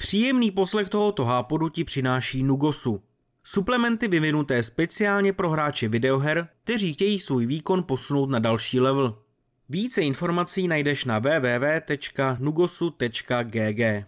Příjemný poslech tohoto hápodu ti přináší Nugosu. Suplementy vyvinuté speciálně pro hráče videoher, kteří chtějí svůj výkon posunout na další level. Více informací najdeš na www.nugosu.gg.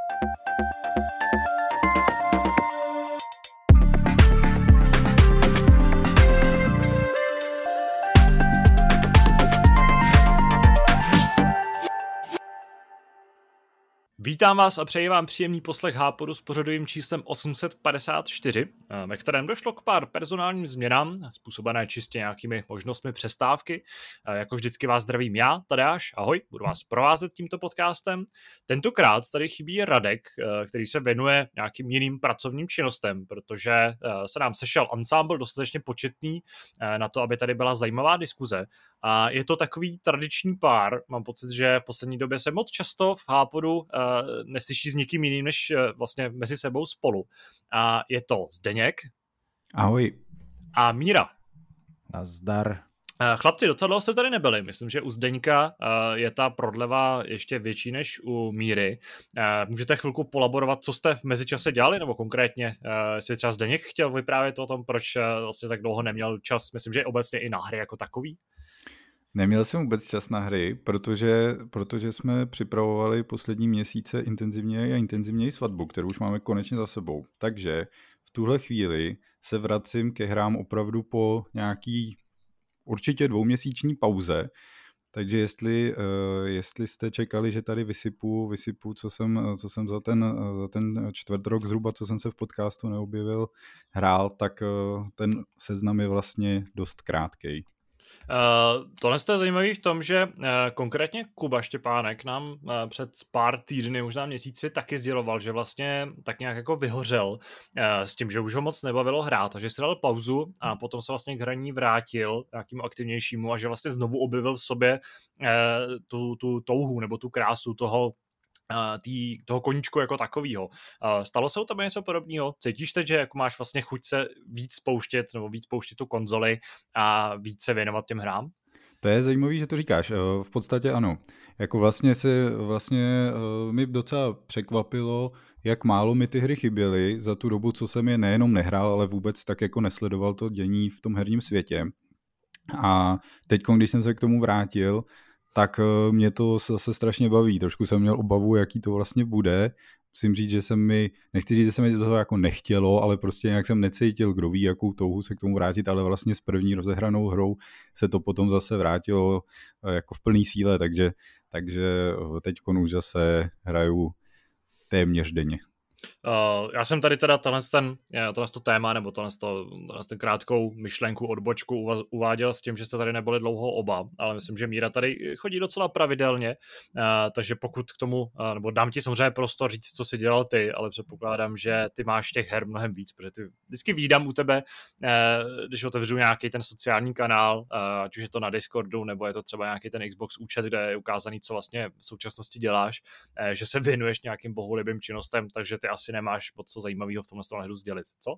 Vítám vás a přeji vám příjemný poslech hápodu s pořadovým číslem 854, ve kterém došlo k pár personálním změnám, způsobené čistě nějakými možnostmi přestávky. Jako vždycky vás zdravím já, Tadeáš, ahoj, budu vás provázet tímto podcastem. Tentokrát tady chybí Radek, který se věnuje nějakým jiným pracovním činnostem, protože se nám sešel ansámbl dostatečně početný na to, aby tady byla zajímavá diskuze. A je to takový tradiční pár, mám pocit, že v poslední době se moc často v hápodu neslyší s nikým jiným, než vlastně mezi sebou spolu. A je to Zdeněk. Ahoj. A Míra. Nazdar. Chlapci, docela dlouho jste tady nebyli. Myslím, že u Zdeňka je ta prodleva ještě větší než u Míry. Můžete chvilku polaborovat, co jste v mezičase dělali, nebo konkrétně, jestli třeba Zdeněk chtěl vyprávět o tom, proč vlastně tak dlouho neměl čas, myslím, že obecně i na hry jako takový? Neměl jsem vůbec čas na hry, protože jsme připravovali poslední měsíce intenzivněji svatbu, kterou už máme konečně za sebou. Takže v tuhle chvíli se vracím ke hrám opravdu po nějaký určitě 2měsíční pauze. Takže jestli jste čekali, že tady vysypu, co jsem za ten čtvrtrok zhruba, co jsem se v podcastu neobjevil, hrál, tak ten seznam je vlastně dost krátkej. Tohle je zajímavý v tom, že konkrétně Kuba Štěpánek nám před pár týdny, možná měsíci, taky sděloval, že vlastně tak nějak jako vyhořel s tím, že už ho moc nebavilo hrát, takže si dal pauzu a potom se vlastně k hraní vrátil nějakému aktivnějšímu a že vlastně znovu objevil v sobě tu touhu nebo tu krásu toho koníčku jako takovýho. Stalo se u tebe něco podobného? Cítíš teď, že jako máš vlastně chuť se víc spouštět nebo víc pouštět tu konzoli a víc se věnovat těm hrám? To je zajímavý, že to říkáš. V podstatě ano. Jako vlastně mi docela překvapilo, jak málo mi ty hry chyběly za tu dobu, co jsem je nejenom nehrál, ale vůbec tak jako nesledoval to dění v tom herním světě. A teď, když jsem se k tomu vrátil, tak mě to zase strašně baví. Trošku jsem měl obavu, jaký to vlastně bude. Musím říct, nechci říct, že se mi toho jako nechtělo, ale prostě nějak jsem necítil, kdo ví, jakou touhu se k tomu vrátit, ale vlastně s první rozehranou hrou se to potom zase vrátilo jako v plný síle, takže teď už zase hraju téměř denně. Já jsem tady teda tohle téma nebo tohle krátkou myšlenku odbočku uváděl s tím, že jste tady nebyli dlouho oba, ale myslím, že Míra tady chodí docela pravidelně, takže pokud k tomu, nebo dám ti samozřejmě prostor říct, co jsi dělal ty, ale předpokládám, že ty máš těch her mnohem víc, protože ty vždycky vídám u tebe, když otevřu nějaký ten sociální kanál, ať už je to na Discordu, nebo je to třeba nějaký ten Xbox účet, kde je ukázaný, co vlastně v současnosti děláš, že se věnuješ nějakým bohulibým činnostem, takže ty asi nemáš moc co zajímavého v tomhle hledu sdělit, co?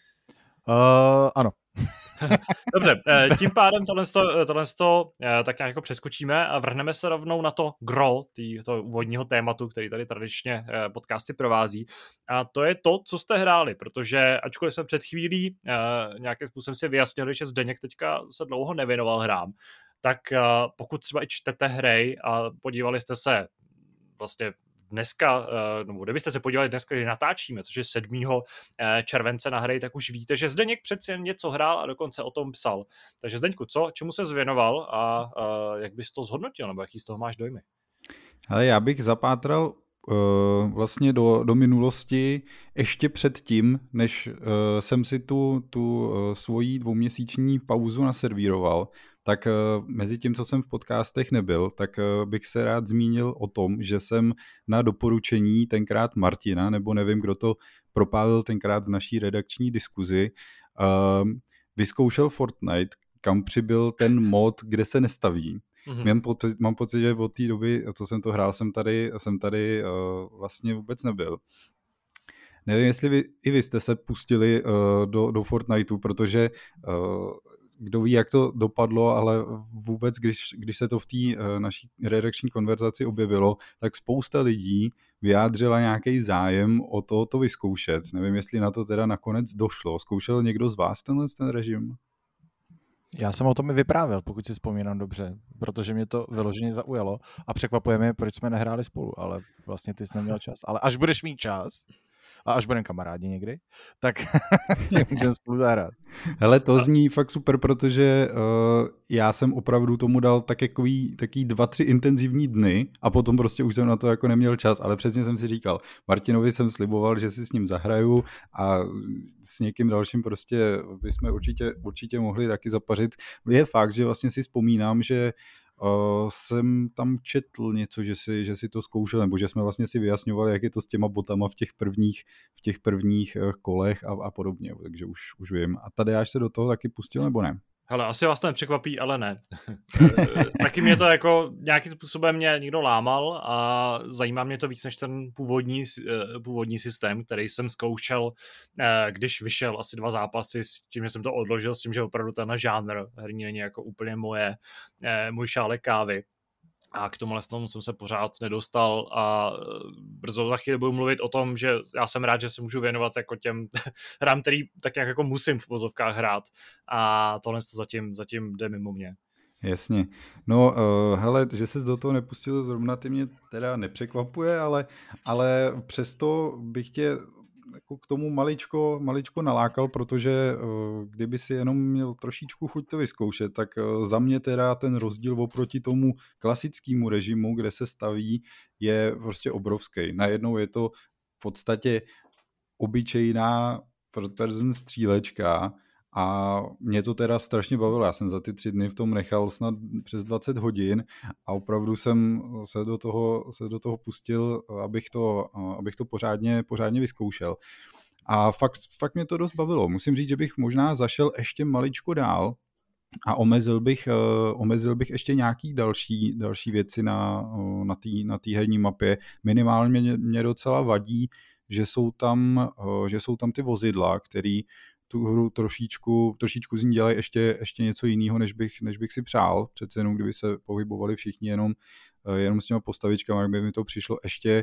Ano. Dobře, tím pádem tohle tak nějak jako přeskočíme a vrhneme se rovnou na to gro, toho úvodního tématu, který tady tradičně podcasty provází. A to je to, co jste hráli, protože ačkoliv jsem před chvílí nějakým způsobem si vyjasnil, že Zdeněk teďka se dlouho nevěnoval hrám, tak pokud třeba i čtete hry a podívali jste se vlastně dneska, nebo kdybyste se podívali dneska, kdy natáčíme, což je 7. července na hry, tak už víte, že Zdeněk přeci jen něco hrál a dokonce o tom psal. Takže Zdeňku, čemu se zvěnoval a jak bys to zhodnotil, nebo jaký z toho máš dojmy? Ale já bych zapátral vlastně do minulosti ještě předtím, než jsem si tu svoji 2měsíční pauzu naservíroval, tak mezi tím, co jsem v podcastech nebyl, tak bych se rád zmínil o tom, že jsem na doporučení tenkrát Martina, nebo nevím, kdo to propálil tenkrát v naší redakční diskuzi, vyzkoušel Fortnite, kam přibyl ten mod, kde se nestaví. Mám pocit, že od té doby, co jsem to hrál, jsem tady vlastně vůbec nebyl. Nevím, jestli vy jste se pustili do Fortniteu, protože kdo ví, jak to dopadlo, ale vůbec, když se to v té naší redakční konverzaci objevilo, tak spousta lidí vyjádřila nějaký zájem o to vyzkoušet. Nevím, jestli na to teda nakonec došlo. Zkoušel někdo z vás ten režim? Já jsem o tom i vyprávěl, pokud si vzpomínám dobře, protože mě to vyloženě zaujalo a překvapuje mě, proč jsme nehráli spolu, ale vlastně ty jsi neměl čas. Ale až budeš mít čas a až budeme kamarádi někdy, tak si můžeme spolu zahrát. Hele, to zní fakt super, protože já jsem opravdu tomu dal takový 2-3 intenzivní dny a potom prostě už jsem na to jako neměl čas, ale přesně jsem si říkal, Martinovi jsem sliboval, že si s ním zahraju a s někým dalším prostě bychom určitě mohli taky zapařit. Je fakt, že vlastně si vzpomínám, že jsem tam četl něco, že si to zkoušel, nebo že jsme vlastně si vyjasňovali, jak je to s těma botama v těch prvních kolech a podobně, takže už vím. A tady až se do toho taky pustil, nebo ne? Hele, asi vás to nepřekvapí, ale ne. Taky mě to jako nějakým způsobem mě někdo lámal a zajímá mě to víc než ten původní systém, který jsem zkoušel, když vyšel asi 2 zápasy s tím, že jsem to odložil, s tím, že opravdu ten žánr herní není jako úplně můj šálek kávy. A k tomuhle tomu jsem se pořád nedostal a brzo za chvíli budu mluvit o tom, že já jsem rád, že se můžu věnovat jako těm hrám, který tak nějak jako musím v vozovkách hrát a tohle to zatím jde mimo mě. Jasně. No, hele, že ses do toho nepustil zrovna, ty mě teda nepřekvapuje, ale přesto bych tě jako k tomu maličko nalákal, protože kdyby si jenom měl trošičku chuť to vyzkoušet, tak za mě teda ten rozdíl oproti tomu klasickému režimu, kde se staví, je prostě obrovský. Najednou je to v podstatě obyčejná first-person střílečka a mě to teda strašně bavilo. Já jsem za ty 3 dny v tom nechal snad přes 20 hodin a opravdu jsem se do toho pustil, abych to pořádně vyzkoušel. A fakt mě to dost bavilo. Musím říct, že bych možná zašel ještě maličko dál a omezil bych ještě nějaký další věci na té herní mapě. Minimálně mě docela vadí, že jsou tam ty vozidla, který tu hru trošičku z ní dělají ještě něco jiného, než bych si přál. Přece jenom, kdyby se pohybovali všichni jenom s těma postavičkami, tak by mi to přišlo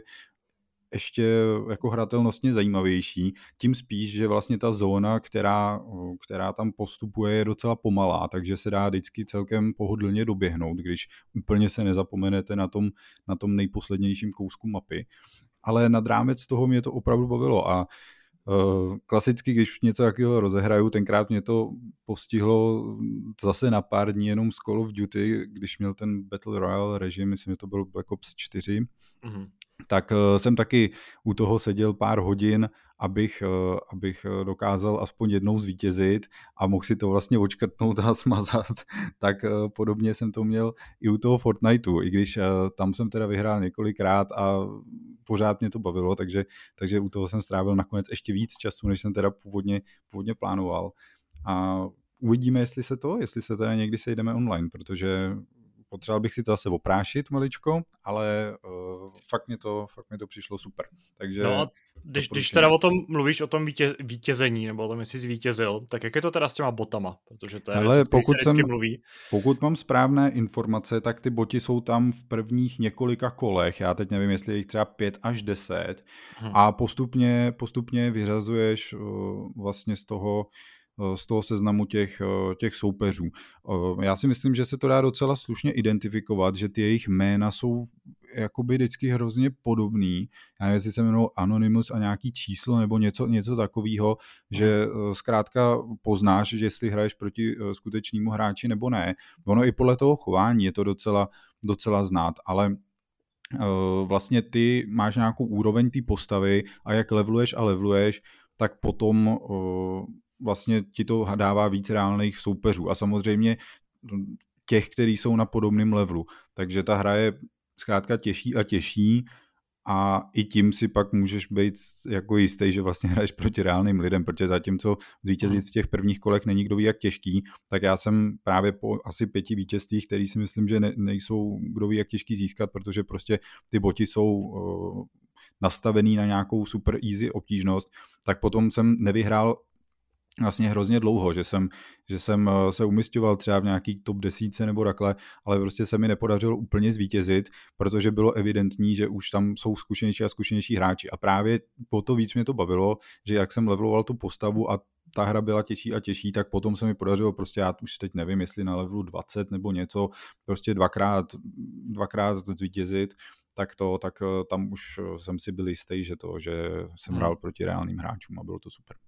ještě jako hratelnostně zajímavější. Tím spíš, že vlastně ta zóna, která tam postupuje, je docela pomalá, takže se dá vždycky celkem pohodlně doběhnout, když úplně se nezapomenete na tom nejposlednějším kousku mapy. Ale nad rámec toho mě to opravdu bavilo a klasicky, když něco takového rozehraju, tenkrát mě to postihlo zase na pár dní jenom z Call of Duty, když měl ten Battle Royale režim, myslím, že to byl Black Ops 4, tak jsem taky u toho seděl pár hodin, abych dokázal aspoň jednou zvítězit a mohl si to vlastně odškrtnout a smazat. Tak podobně jsem to měl i u toho Fortniteu, i když tam jsem teda vyhrál několikrát a pořád mě to bavilo, takže u toho jsem strávil nakonec ještě víc času, než jsem teda původně plánoval. A uvidíme, jestli se teda někdy sejdeme online, protože potřeboval bych si to zase oprášit maličko, ale fakt mě to přišlo super. Takže no a když teda o tom mluvíš, o tom vítězení, nebo o tom, jestli zvítězil, tak jak je to teda s těma botama? Protože to je věc, mluví. Pokud mám správné informace, tak ty boti jsou tam v prvních několika kolech, já teď nevím, jestli je jich třeba 5 až 10 a postupně vyřazuješ vlastně z toho seznamu těch soupeřů. Já si myslím, že se to dá docela slušně identifikovat, že ty jejich jména jsou jakoby vždycky hrozně podobný. Já nevím, jestli se jmenují Anonymous a nějaký číslo nebo něco takového, že zkrátka poznáš, že jestli hraješ proti skutečnému hráči nebo ne. Ono i podle toho chování je to docela znát, ale vlastně ty máš nějakou úroveň té postavy a jak leveluješ, tak potom vlastně ti to dává víc reálných soupeřů a samozřejmě těch, kteří jsou na podobném levelu. Takže ta hra je zkrátka těžší a těžší a i tím si pak můžeš být jako jistý, že vlastně hraješ proti reálným lidem, protože zatímco zvítězit v těch prvních kolech není kdo ví jak těžký, tak já jsem právě po asi 5 vítězstvích, který si myslím, že nejsou kdo ví jak těžký získat, protože prostě ty boti jsou nastavený na nějakou super easy obtížnost, tak potom jsem nevyhrál vlastně hrozně dlouho, že jsem se umisťoval třeba v nějaký top 10 nebo takhle, ale prostě se mi nepodařilo úplně zvítězit, protože bylo evidentní, že už tam jsou zkušenější a zkušenější hráči. A právě po to víc mě to bavilo, že jak jsem leveloval tu postavu a ta hra byla těžší a těžší, tak potom se mi podařilo prostě, já už teď nevím, jestli na levelu 20 nebo něco, prostě dvakrát zvítězit, tak tam už jsem si byl jistý, že jsem hrál proti reálným hráčům a bylo to super.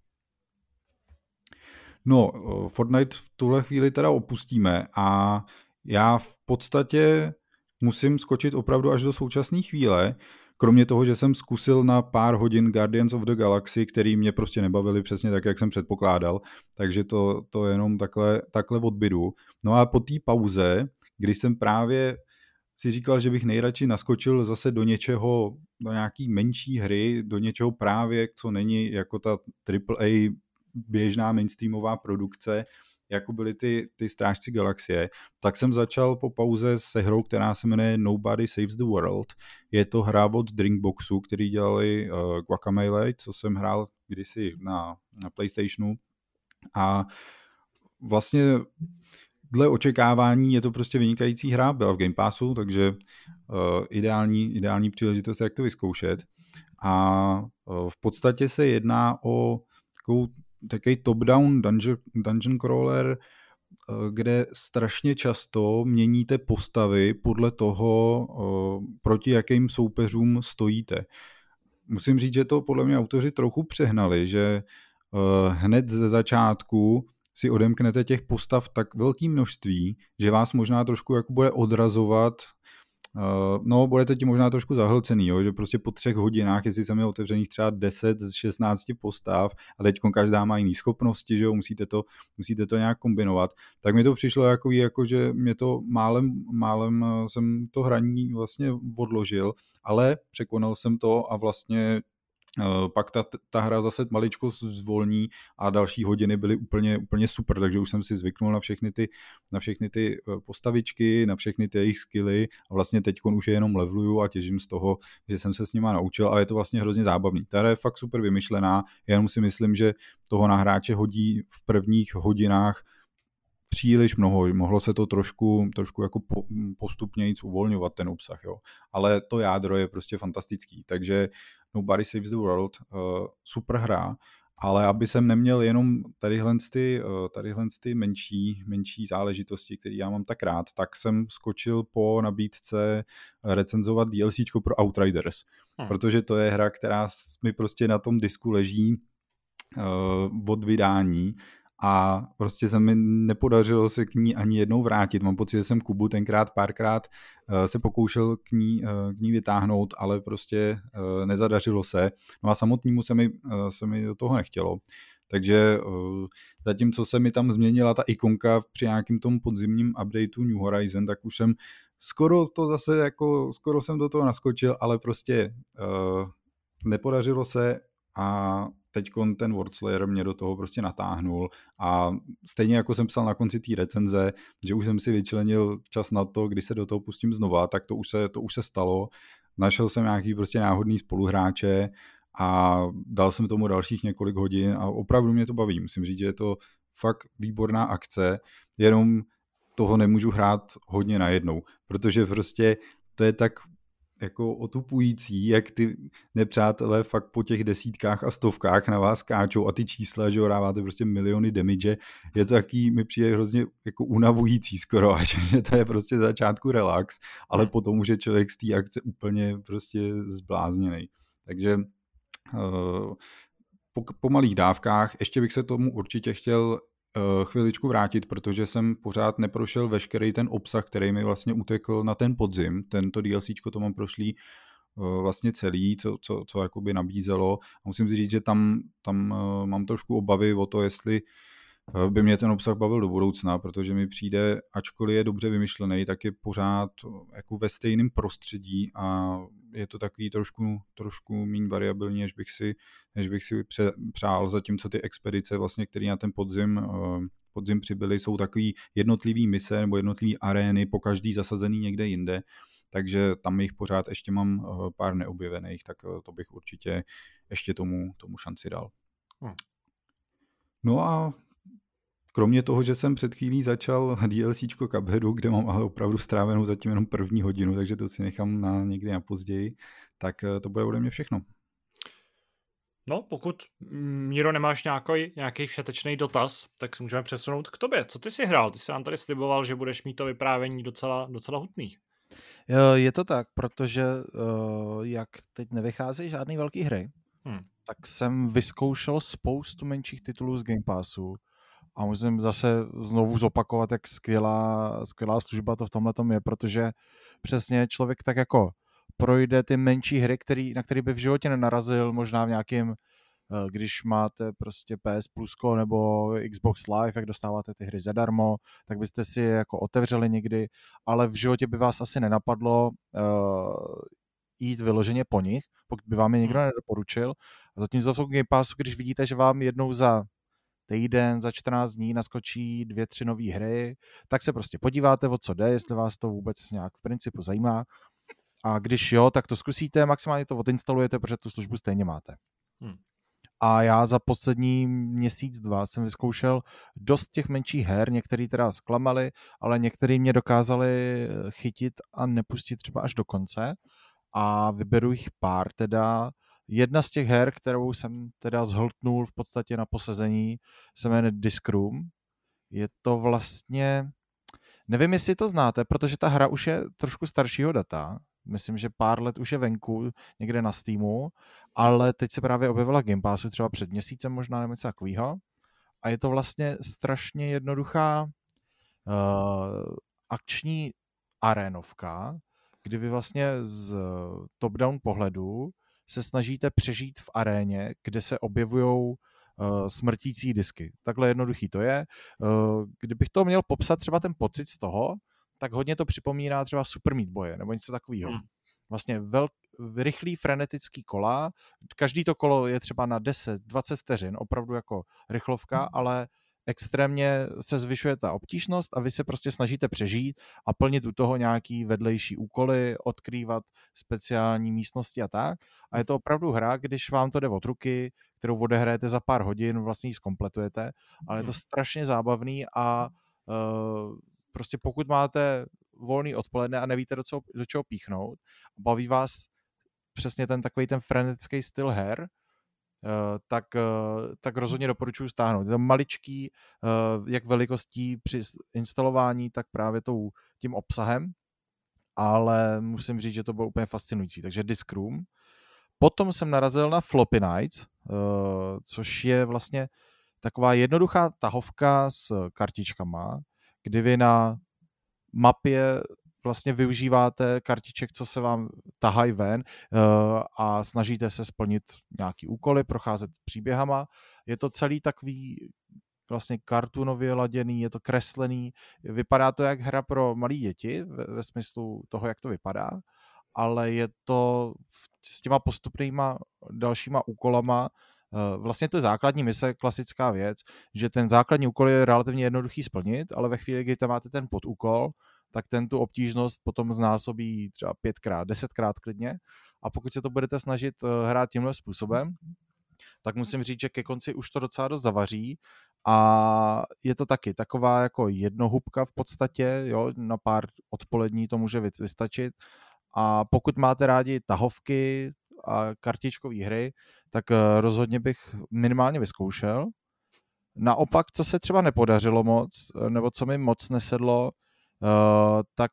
No, Fortnite v tuhle chvíli teda opustíme a já v podstatě musím skočit opravdu až do současné chvíle, kromě toho, že jsem zkusil na pár hodin Guardians of the Galaxy, který mě prostě nebavili přesně tak, jak jsem předpokládal, takže to jenom takhle odbydu. No a po té pauze, když jsem právě si říkal, že bych nejradši naskočil zase do něčeho, do nějaký menší hry, do něčeho právě, co není jako ta AAA běžná mainstreamová produkce, jako byly ty Strážci galaxie, tak jsem začal po pauze se hrou, která se jmenuje Nobody Saves the World. Je to hra od Drinkboxu, který dělali Guacamelee, co jsem hrál kdysi na PlayStationu. A vlastně dle očekávání je to prostě vynikající hra, byla v Game Passu, takže ideální příležitost, jak to vyzkoušet. A v podstatě se jedná o takový top-down dungeon crawler, kde strašně často měníte postavy podle toho, proti jakým soupeřům stojíte. Musím říct, že to podle mě autoři trochu přehnali, že hned ze začátku si odemknete těch postav tak velké množství, že vás možná trošku jako bude odrazovat, budete ti možná trošku zahlcený, jo? Že prostě po 3 hodinách, jestli jsem měl otevřených třeba 10 z 16 postav a teď každá má jiný schopnosti, že jo? Musíte to nějak kombinovat, tak mi to přišlo jako že mě to málem jsem to hraní vlastně odložil, ale překonal jsem to a vlastně pak ta hra zase maličko zvolní a další hodiny byly úplně super, takže už jsem si zvyknul na všechny ty postavičky, na všechny ty jejich skilly a vlastně teď už je jenom leveluju a těžím z toho, že jsem se s nima naučil a je to vlastně hrozně zábavný. Ta hra je fakt super vymyšlená, jenom si myslím, že toho na hráče hodí v prvních hodinách příliš mnoho, mohlo se to trošku jako postupnějc uvolňovat ten obsah, jo. Ale to jádro je prostě fantastický, takže Nobody Saves the World, super hra, ale aby jsem neměl jenom tadyhle ty menší záležitosti, které já mám tak rád, tak jsem skočil po nabídce recenzovat DLCčko pro Outriders, protože to je hra, která mi prostě na tom disku leží od vydání a prostě se mi nepodařilo se k ní ani jednou vrátit. Mám pocit, že jsem Kubu tenkrát párkrát se pokoušel k ní vytáhnout, ale prostě nezadařilo se. No a samotnému se mi do toho nechtělo. Takže zatímco se mi tam změnila ta ikonka při nějakým tom podzimním updateu New Horizon, tak už jsem skoro jsem do toho naskočil, ale prostě nepodařilo se a teďkon ten Worldslayer mě do toho prostě natáhnul a stejně jako jsem psal na konci té recenze, že už jsem si vyčlenil čas na to, kdy se do toho pustím znova, tak to už se stalo. Našel jsem nějaký prostě náhodný spoluhráče a dal jsem tomu dalších několik hodin a opravdu mě to baví. Musím říct, že je to fakt výborná akce, jenom toho nemůžu hrát hodně najednou, protože prostě to je tak jako otupující, jak ty nepřátelé fakt po těch desítkách a stovkách na vás skáčou a ty čísla, že dáváte prostě miliony damage, je to taký, mi přijde hrozně jako unavující skoro, že to je prostě za začátku relax, ale potom už je člověk z té akce úplně prostě zblázněnej. Takže po malých dávkách, ještě bych se tomu určitě chtěl chviličku vrátit, protože jsem pořád neprošel veškerý ten obsah, který mi vlastně utekl na ten podzim. Tento DLCčko to mám prošlý vlastně celý, co jakoby nabízelo. A musím si říct, že tam mám trošku obavy o to, jestli by mě ten obsah bavil do budoucna, protože mi přijde, ačkoliv je dobře vymyšlený, tak je pořád jako ve stejném prostředí a je to takový trošku méně variabilní, než bych si přál, zatímco ty expedice, vlastně, které na ten podzim přibyly, jsou takový jednotlivý mise nebo jednotlivý arény, po každý zasazený někde jinde, takže tam jich pořád ještě mám pár neobjevených, tak to bych určitě ještě tomu šanci dal. No a kromě toho, že jsem před chvílí začal DLCčko Cupheadu, kde mám ale opravdu strávenou zatím jenom první hodinu, takže to si nechám na někdy na později, tak to bude ode mě všechno. No, pokud, Míro, nemáš nějaký všetečný dotaz, tak si můžeme přesunout k tobě. Co ty jsi hrál? Ty jsi nám tady sliboval, že budeš mít to vyprávění docela hutný. Je to tak, protože jak teď nevycházejí žádný velký hry, tak jsem vyzkoušel spoustu menších titulů z Game Passu a musím zase znovu zopakovat, jak skvělá služba to v tomhletom je, protože přesně člověk tak jako projde ty menší hry, na které by v životě nenarazil, možná v nějakým, když máte prostě PS Plusko nebo Xbox Live, jak dostáváte ty hry zadarmo, tak byste si je jako otevřeli někdy, ale v životě by vás asi nenapadlo jít vyloženě po nich, pokud by vám je někdo nedoporučil. A zatímco v Game Passu, když vidíte, že vám jednou za týden, za 14 dní naskočí 2-3 nové hry, tak se prostě podíváte, o co jde, jestli vás to vůbec nějak v principu zajímá. A když jo, tak to zkusíte, maximálně to odinstalujete, protože tu službu stejně máte. A já za poslední měsíc, 2 jsem vyzkoušel dost těch menších her, některý teda zklamali, ale některý mě dokázali chytit a nepustit třeba až do konce. A vyberu jich pár teda. Jedna z těch her, kterou jsem teda zhltnul v podstatě na posezení, se jmenuje Disc Room. Je to vlastně, nevím, jestli to znáte, protože ta hra už je trošku staršího data. Myslím, že pár let už je venku, někde na Steamu, ale teď se právě objevila v Game Passu, třeba před měsícem možná, nebo něco takového. A je to vlastně strašně jednoduchá akční arénovka, kdy vy vlastně z top-down pohledu se snažíte přežít v aréně, kde se objevujou smrtící disky. Takhle jednoduchý to je. Kdybych to měl popsat třeba ten pocit z toho, tak hodně to připomíná třeba Super Meat Boye nebo něco takového. Vlastně rychlý frenetický kola. Každý to kolo je třeba na 10-20 vteřin, opravdu jako rychlovka, ale extrémně se zvyšuje ta obtížnost a vy se prostě snažíte přežít a plnit u toho nějaký vedlejší úkoly, odkrývat speciální místnosti a tak. A je to opravdu hra, když vám to jde od ruky, kterou odehrajete za pár hodin, vlastně ji zkompletujete, ale je to strašně zábavný a prostě pokud máte volný odpoledne a nevíte, do čeho píchnout, baví vás přesně takový ten frenetický styl her, tak rozhodně doporučuji stáhnout. Je to maličký, jak velikostí při instalování, tak právě tím obsahem, ale musím říct, že to bylo úplně fascinující. Takže Disc Room. Potom jsem narazil na Floppy Nights, což je vlastně taková jednoduchá tahovka s kartičkama, kdy vy na mapě vlastně využíváte kartiček, co se vám tahají ven a snažíte se splnit nějaký úkoly, procházet příběhama. Je to celý takový vlastně kartunově laděný, je to kreslený, vypadá to jak hra pro malé děti ve smyslu toho, jak to vypadá, ale je to s těma postupnýma dalšíma úkolama. Vlastně to je základní mise, klasická věc, že ten základní úkol je relativně jednoduchý splnit, ale ve chvíli, kdy tam máte ten podúkol, tak ten tu obtížnost potom znásobí třeba 5x, 10x klidně. A pokud se to budete snažit hrát tímhle způsobem, tak musím říct, že ke konci už to docela dost zavaří a je to taky taková jako jednohubka v podstatě, jo, na pár odpolední to může vystačit. A pokud máte rádi tahovky a kartičkové hry, tak rozhodně bych minimálně vyzkoušel. Naopak, co se třeba nepodařilo moc, nebo co mi moc nesedlo, tak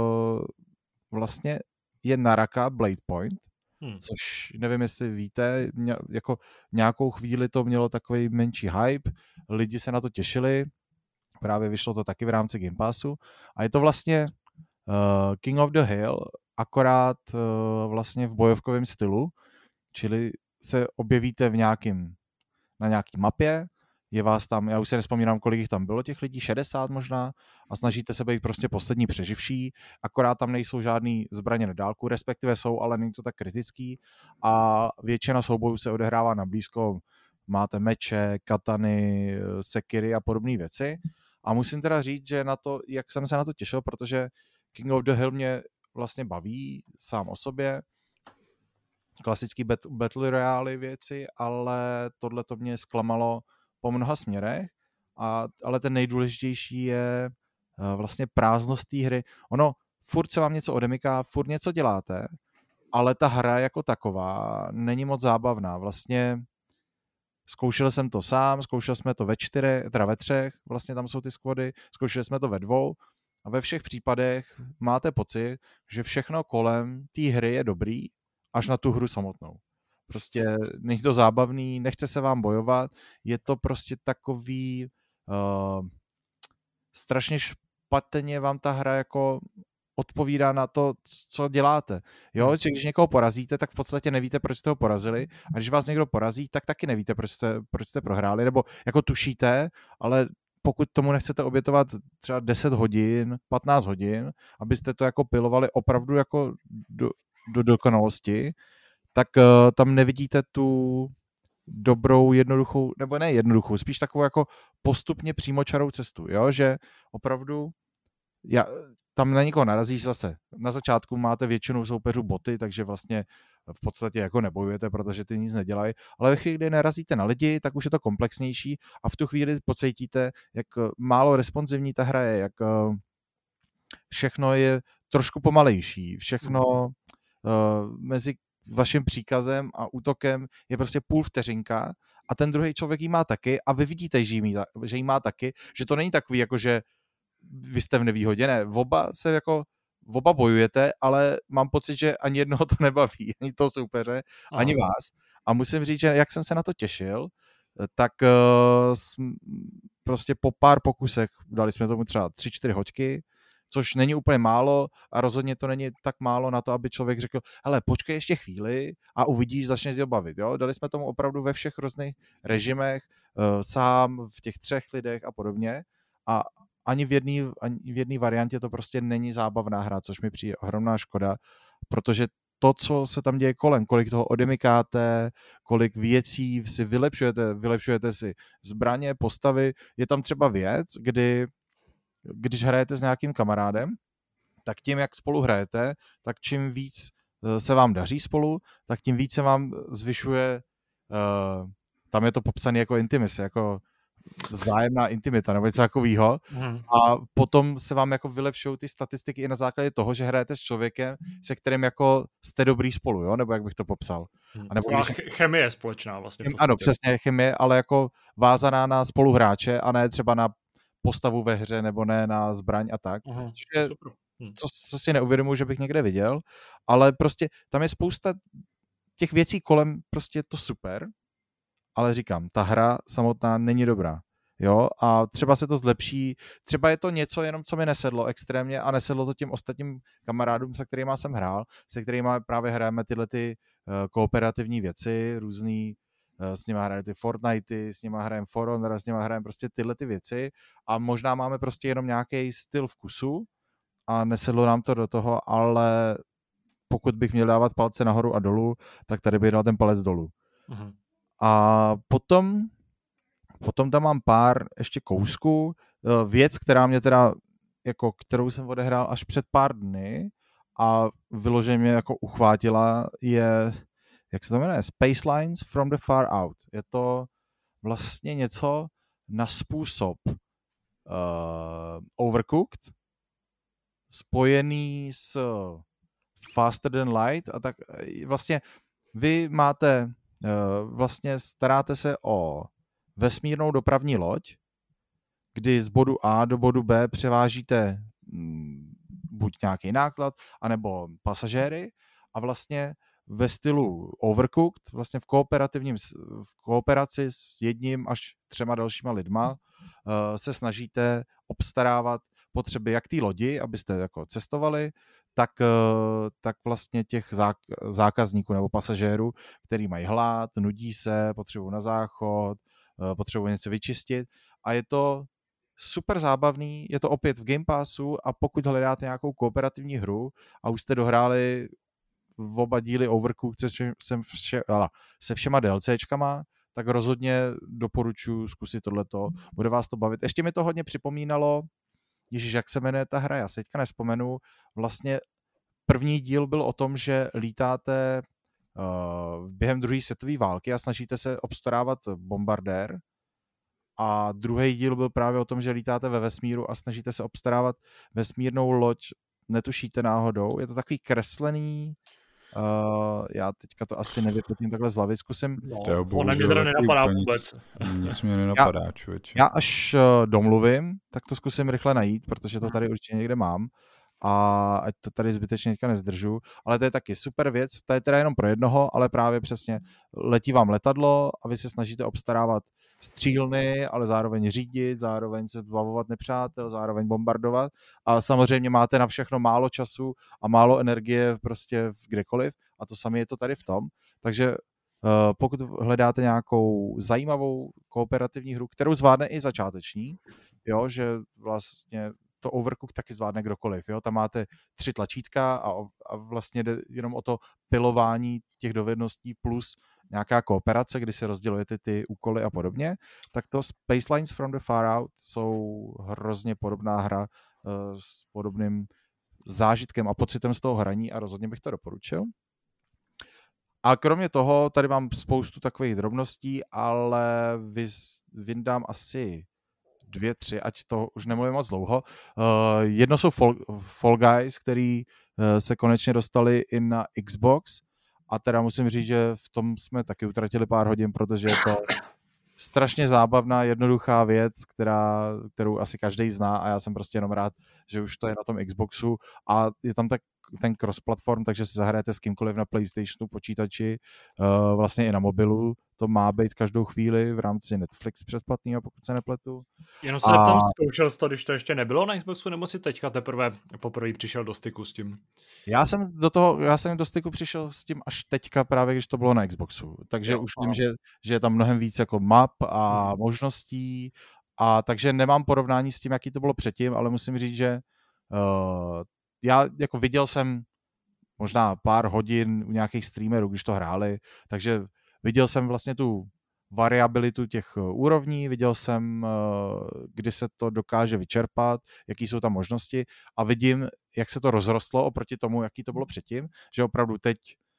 vlastně je Naraka Blade Point, což nevím, jestli víte, jako nějakou chvíli to mělo takový menší hype, lidi se na to těšili, právě vyšlo to taky v rámci Game Passu a je to vlastně King of the Hill, akorát vlastně v bojovkovém stylu, čili se objevíte na nějaký mapě, je vás tam, já už se nespomínám, kolik jich tam bylo těch lidí, 60 možná, a snažíte se být prostě poslední přeživší, akorát tam nejsou žádný zbraně na dálku, respektive jsou, ale není to tak kritický a většina soubojů se odehrává na blízko, máte meče, katany, sekiry a podobné věci a musím teda říct, že na to, jak jsem se na to těšil, protože King of the Hill mě vlastně baví sám o sobě, klasický Battle Royale věci, ale tohle to mě zklamalo po mnoha směrech, ale ten nejdůležitější je vlastně prázdnost té hry. Ono furt se vám něco odemyká, furt něco děláte, ale ta hra jako taková není moc zábavná. Vlastně zkoušel jsem to sám, zkoušeli jsme to ve 3, vlastně tam jsou ty squady, zkoušeli jsme to ve 2 a ve všech případech máte pocit, že všechno kolem té hry je dobrý, až na tu hru samotnou. Prostě není to zábavný, nechce se vám bojovat, je to prostě takový strašně špatně vám ta hra jako odpovídá na to, co děláte. Jo, že když někoho porazíte, tak v podstatě nevíte, proč jste ho porazili, a když vás někdo porazí, tak taky nevíte, proč jste prohráli, nebo jako tušíte, ale pokud tomu nechcete obětovat třeba 10 hodin, 15 hodin, abyste to jako pilovali opravdu jako do dokonalosti, tak tam nevidíte tu dobrou, jednoduchou, nebo ne jednoduchou, spíš takovou jako postupně přímočarou cestu, jo, že opravdu tam na někoho narazíš zase. Na začátku máte většinou soupeřů boty, takže vlastně v podstatě jako nebojujete, protože ty nic nedělají, ale ve chvíli, kdy narazíte na lidi, tak už je to komplexnější a v tu chvíli pocítíte, jak málo responsivní ta hra je, jak všechno je trošku pomalejší, všechno mezi vaším příkazem a útokem je prostě půl vteřinka a ten druhý člověk ji má taky a vy vidíte, že ji má taky, že to není takový, jako že vy jste v nevýhodě, ne, oba bojujete, ale mám pocit, že ani jednoho to nebaví, ani toho soupeře, ani vás. A musím říct, že jak jsem se na to těšil, tak prostě po pár pokusech, dali jsme tomu třeba 3-4 hoďky, což není úplně málo a rozhodně to není tak málo na to, aby člověk řekl, hele, počkej ještě chvíli a uvidíš, začne tě bavit. Jo? Dali jsme tomu opravdu ve všech různých režimech, sám, v těch 3 lidech a podobně a ani v jedné variantě to prostě není zábavná hra, což mi přijde ohromná škoda, protože to, co se tam děje kolem, kolik toho odemykáte, kolik věcí si vylepšujete si zbraně, postavy, je tam třeba věc, když hrajete s nějakým kamarádem, tak tím, jak spolu hrajete, tak čím víc se vám daří spolu, tak tím víc se vám zvyšuje, tam je to popsané jako intimacy, jako vzájemná intimita nebo něco takového. A potom se vám jako vylepšují ty statistiky i na základě toho, že hrajete s člověkem, se kterým jako jste dobrý spolu, jo? Nebo jak bych to popsal. A nebo chemie společná vlastně. Ano, přesně, chemie, ale jako vázaná na spoluhráče a ne třeba na postavu ve hře nebo ne na zbraň a tak. Což je, co si neuvědomuji, že bych někde viděl, ale prostě tam je spousta těch věcí kolem, prostě to super, ale říkám, ta hra samotná není dobrá. Jo, a třeba se to zlepší, třeba je to něco jenom, co mi nesedlo extrémně a nesedlo to těm ostatním kamarádům, se kterýma jsem hrál, se kterýma právě hrajeme tyhle ty kooperativní věci, různý, s nima hrajeme ty Fortnitey, s nima hrajeme For Honor, s nima hrajeme prostě tyhle ty věci a možná máme prostě jenom nějaký styl vkusu a nesedlo nám to do toho, ale pokud bych měl dávat palce nahoru a dolů, tak tady bych dal ten palec dolů. A potom tam mám pár ještě kousků. Věc, která mě teda, jako, kterou jsem odehrál až před pár dny a vyloženě mě jako uchvátila, je, jak se to jmenuje, Space Lines from the Far Out. Je to vlastně něco na způsob Overcooked, spojený s Faster Than Light a tak vlastně vy máte, vlastně staráte se o vesmírnou dopravní loď, kdy z bodu A do bodu B převážíte buď nějaký náklad, anebo pasažéry a vlastně ve stylu Overcooked, vlastně v kooperaci s 1 až 3 dalšíma lidma se snažíte obstarávat potřeby jak té lodi, abyste jako cestovali, tak vlastně těch zákazníků nebo pasažérů, který mají hlad, nudí se, potřebují na záchod, potřebuji něco vyčistit a je to super zábavný, je to opět v Game Passu a pokud hledáte nějakou kooperativní hru a už jste dohráli v oba díly Overcooked se všema DLCčkama, tak rozhodně doporučuji zkusit tohleto, bude vás to bavit. Ještě mi to hodně připomínalo, ježiš, jak se jmenuje ta hra, já se teďka nevzpomenu, vlastně první díl byl o tom, že lítáte během druhé světové války a snažíte se obstarávat bombardér A druhý díl byl právě o tom, že lítáte ve vesmíru a snažíte se obstarávat vesmírnou loď, netušíte náhodou. Je to takový kreslený, já teďka to asi nevypotím takhle z hlavy, zkusím. No, on mě teda nenapadá vůbec. Nic mě nenapadá, člověče. Já až domluvím, tak to zkusím rychle najít, protože to tady určitě někde mám. A ať to tady zbytečně teďka nezdržu, ale to je taky super věc, to je teda jenom pro jednoho, ale právě přesně letí vám letadlo a vy se snažíte obstarávat střílny, ale zároveň řídit, zároveň se zbavovat nepřátel, zároveň bombardovat a samozřejmě máte na všechno málo času a málo energie prostě kdekoliv a to samé je to tady v tom, takže pokud hledáte nějakou zajímavou kooperativní hru, kterou zvládne i začáteční, jo, že vlastně to Overcook taky zvládne kdokoliv. Jo? Tam máte 3 tlačítka a vlastně jde jenom o to pilování těch dovedností plus nějaká kooperace, kdy si rozdělujete ty úkoly a podobně. Tak to Spacelines from the Far Out jsou hrozně podobná hra s podobným zážitkem a pocitem z toho hraní a rozhodně bych to doporučil. A kromě toho, tady mám spoustu takových drobností, ale vyndám asi 2, 3, ať to už nemluvím moc dlouho. Jedno jsou Fall Guys, který se konečně dostali i na Xbox a teda musím říct, že v tom jsme taky utratili pár hodin, protože je to strašně zábavná, jednoduchá věc, kterou asi každý zná a já jsem prostě jenom rád, že už to je na tom Xboxu a je tam ten cross-platform, takže si zahrajete s kýmkoliv na PlayStationu, počítači, vlastně i na mobilu. To má být každou chvíli v rámci Netflix předplatného, pokud se nepletu. Jenom se tam zkoušel to, když to ještě nebylo na Xboxu, nebo si teďka teprve poprvé přišel do styku s tím? Já jsem do styku přišel s tím až teďka právě, když to bylo na Xboxu. Takže jo, už vím, že je tam mnohem víc jako map a možností a takže nemám porovnání s tím, jaký to bylo předtím, ale musím říct, že já jako viděl jsem možná pár hodin u nějakých streamerů, když to hráli, takže viděl jsem vlastně tu variabilitu těch úrovní, viděl jsem, kdy se to dokáže vyčerpat, jaký jsou tam možnosti a vidím, jak se to rozrostlo oproti tomu, jaký to bylo předtím, že opravdu teď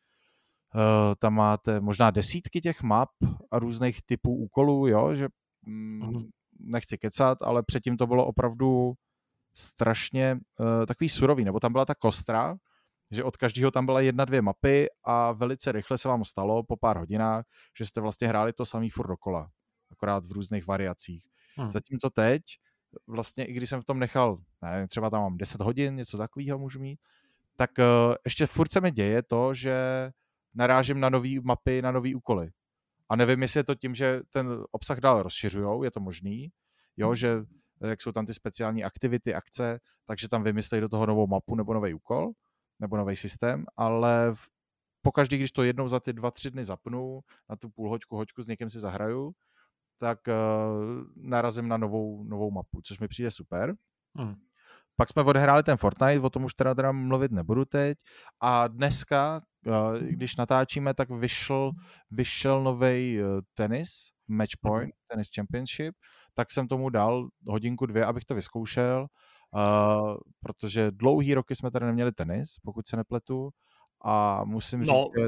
tam máte možná desítky těch map a různých typů úkolů, jo, že nechci kecat, ale předtím to bylo opravdu strašně takový surový, nebo tam byla ta kostra, že od každého tam byla 1-2 mapy a velice rychle se vám stalo po pár hodinách, že jste vlastně hráli to samý furt dokola, akorát v různých variacích. Zatímco teď, vlastně i když jsem v tom nechal, nevím, třeba tam mám 10 hodin, něco takového můžu mít, tak ještě furt se mi děje to, že narážím na nové mapy, na nové úkoly. A nevím, jestli je to tím, že ten obsah dál rozšiřujou, je to možný, jo, že jak jsou tam ty speciální aktivity, akce, takže tam vymyslejí do toho novou mapu nebo nový úkol, nebo nový systém, ale pokaždý, když to jednou za ty 2-3 dny zapnu, na tu hoďku s někým si zahraju, tak narazím na novou mapu, což mi přijde super. Pak jsme odehráli ten Fortnite, o tom už teda mluvit nebudu teď. A dneska, když natáčíme, tak vyšel nový tenis, Matchpoint, Tennis Championship, tak jsem tomu dal 1-2 hodiny, abych to vyzkoušel, protože dlouhý roky jsme tady neměli tenis, pokud se nepletu, a musím říct, že...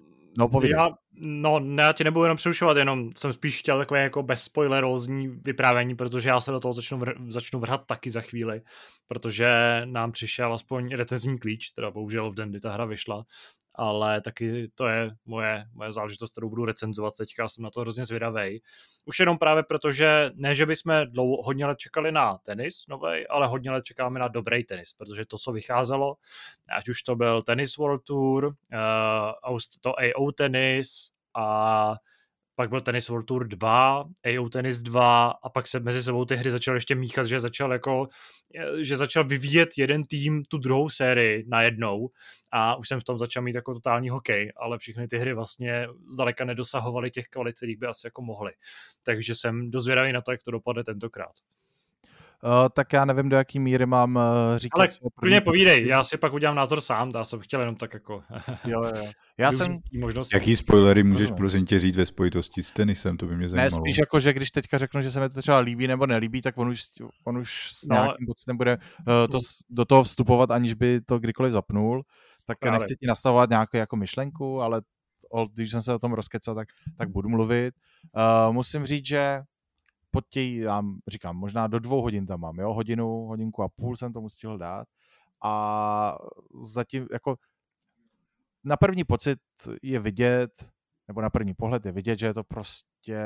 Já tě nebudu jenom přerušovat, jenom jsem spíš chtěl takové jako bezspoilerózní vyprávění, protože já se do toho začnu vrhat taky za chvíli, protože nám přišel aspoň recenzní klíč, teda bohužel v den, kdy ta hra vyšla, ale taky to je moje záležitost, kterou budu recenzovat teďka, jsem na to hrozně zvědavej. Už jenom právě protože, ne, že bychom hodně let čekali na tenis novej, ale hodně let čekáme na dobrý tenis, protože to, co vycházelo, ať už to byl Tennis World Tour, to AO Tennis a pak byl Tennis World Tour 2, AO Tennis 2 a pak se mezi sebou ty hry začaly ještě míchat, že začal vyvíjet jeden tým tu druhou sérii najednou a už jsem v tom začal mít jako totální hokej, ale všechny ty hry vlastně zdaleka nedosahovaly těch kvalit, kterých by asi jako mohly. Takže jsem dost zvědavý na to, jak to dopadne tentokrát. Tak já nevím, do jaký míry mám říkat. Ale klidně povídej, já si pak udělám názor sám, já jsem chtěl jenom tak jako... jo. Já jsem... Jaký spoilery můžeš prosím tě říct ve spojitosti s tenisem, to by mě zajímalo. Ne, spíš jako, že když teďka řeknu, že se mi to třeba líbí nebo nelíbí, tak on už s nějakým pocitem bude do toho vstupovat, aniž by to kdykoliv zapnul, tak právě. Nechci ti nastavovat nějakou jako myšlenku, ale když jsem se o tom rozkecal, tak budu mluvit. Musím říct, že já říkám, možná do 2 hodin tam mám, jo, hodinku a půl jsem tomu stihl dát a zatím jako na první pocit je vidět, nebo na první pohled je vidět, že je to prostě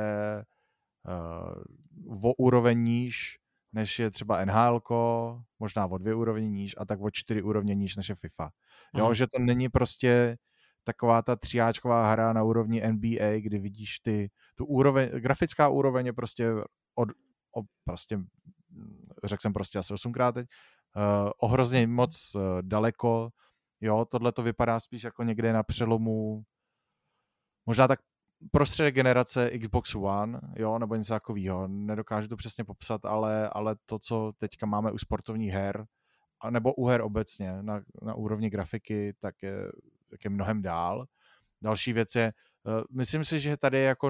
o úroveň níž, než je třeba NHL, možná o 2 úrovně níž a tak o 4 úrovně níž, než je FIFA. Jo, že to není prostě taková ta tříáčková hra na úrovni NBA, kdy vidíš tu úroveň, grafická úroveň je prostě prostě, řekl jsem prostě asi 8krát teď, hrozně moc daleko, jo, tohle to vypadá spíš jako někde na přelomu, možná tak prostředek generace Xbox One, jo, nebo něco takového, nedokážu to přesně popsat, ale to, co teďka máme u sportovních her, nebo u her obecně na úrovni grafiky, tak je mnohem dál. Další věc je, myslím si, že tady je jako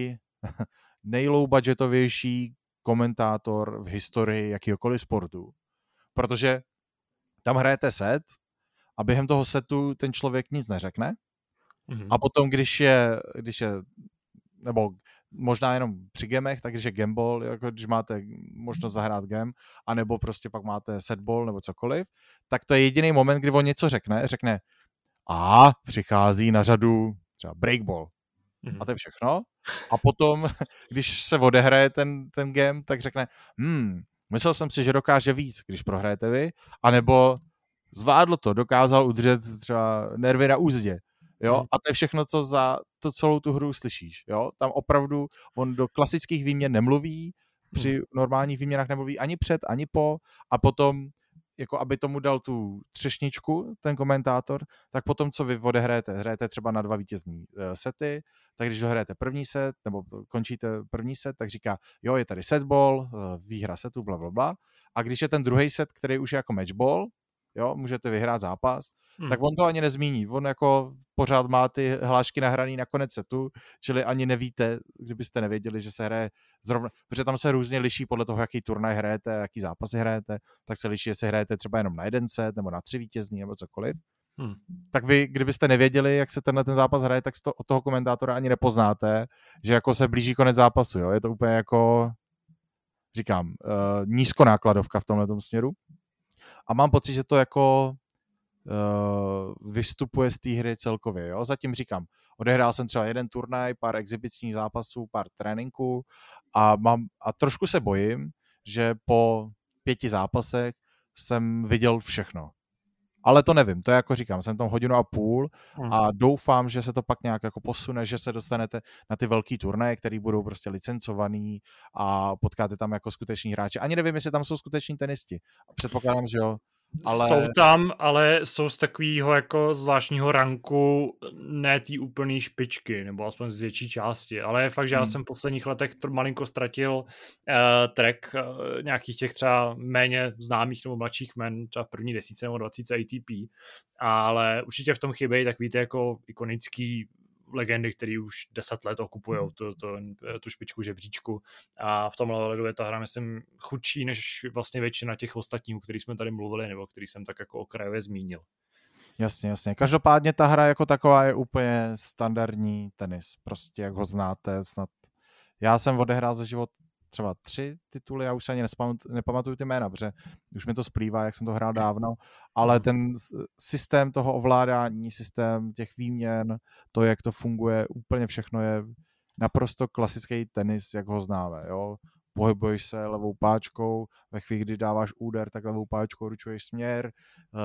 nejlow budgetovější komentátor v historii jakýhokoliv sportu, protože tam hrajete set a během toho setu ten člověk nic neřekne a potom, když je nebo možná jenom při gemech, tak když je gameball, jako když máte možnost zahrát game, anebo prostě pak máte setball nebo cokoliv, tak to je jediný moment, kdy on něco řekne a přichází na řadu třeba breakball. A to je všechno. A potom, když se odehraje ten game, tak řekne, myslel jsem si, že dokáže víc, když prohrajete vy, anebo zvládl to, dokázal udržet třeba nervy na úzdě. Jo? A to je všechno, co za to celou tu hru slyšíš. Jo? Tam opravdu on do klasických výměn nemluví, při normálních výměnách nemluví ani před, ani po a potom jako aby tomu dal tu třešničku, ten komentátor, tak potom, co vy hrajete třeba na 2 vítězný sety, tak když dohrajete první set, nebo končíte první set, tak říká, jo, je tady setball, výhra setu, blablabla. A když je ten druhý set, který už je jako matchball, jo, můžete vyhrát zápas, tak on to ani nezmíní. On jako pořád má ty hlášky nahraný na konec setu, čili ani nevíte, kdybyste nevěděli, že se hraje zrovna, protože tam se různě liší podle toho, jaký turnaj hrajete, jaký zápasy hrajete, tak se liší, jestli hrajete třeba jenom na 1 set, nebo na 3 vítězný, nebo cokoliv. Tak vy, kdybyste nevěděli, jak se ten zápas hraje, tak od toho komentátora ani nepoznáte, že jako se blíží konec zápasu, jo. Je to úplně jako, říkám, nízkonákladovka v tomhletom směru. A mám pocit, že to jako vystupuje z té hry celkově. Jo? Zatím říkám, odehrál jsem třeba 1 turnaj, pár exibičních zápasů, pár tréninků a trošku se bojím, že po 5 zápasech jsem viděl všechno. Ale to nevím, to je jako říkám, jsem tam 1,5 hodiny a doufám, že se to pak nějak jako posune, že se dostanete na ty velký turnaje, které budou prostě licencovaný a potkáte tam jako skuteční hráče. Ani nevím, jestli tam jsou skuteční tenisti. Předpokládám, že jo. Ale... Jsou tam, ale jsou z takového jako zvláštního ranku, ne té úplný špičky, nebo aspoň z větší části, ale je fakt, že já jsem v posledních letech malinko ztratil track nějakých těch třeba méně známých nebo mladších men, třeba v první 10 nebo 20 ATP, ale určitě v tom chybějí takový ty jako ikonický legendy, který už 10 let okupujou tu špičku žebříčku a v tomhle ohledu je ta hra, myslím, chudší než vlastně většina těch ostatních, o kterých jsme tady mluvili, nebo který jsem tak jako okrajově zmínil. Jasně. Každopádně ta hra jako taková je úplně standardní tenis, prostě jak ho znáte snad. Já jsem odehrál za život třeba 3 tituly, já už se ani nepamatuju ty jména, protože už mi to splývá, jak jsem to hrál dávno, ale ten systém toho ovládání, systém těch výměn, to, jak to funguje, úplně všechno je naprosto klasický tenis, jak ho známe, jo. Pohybuješ se levou páčkou, ve chvíli, kdy dáváš úder, tak levou páčkou určuješ směr,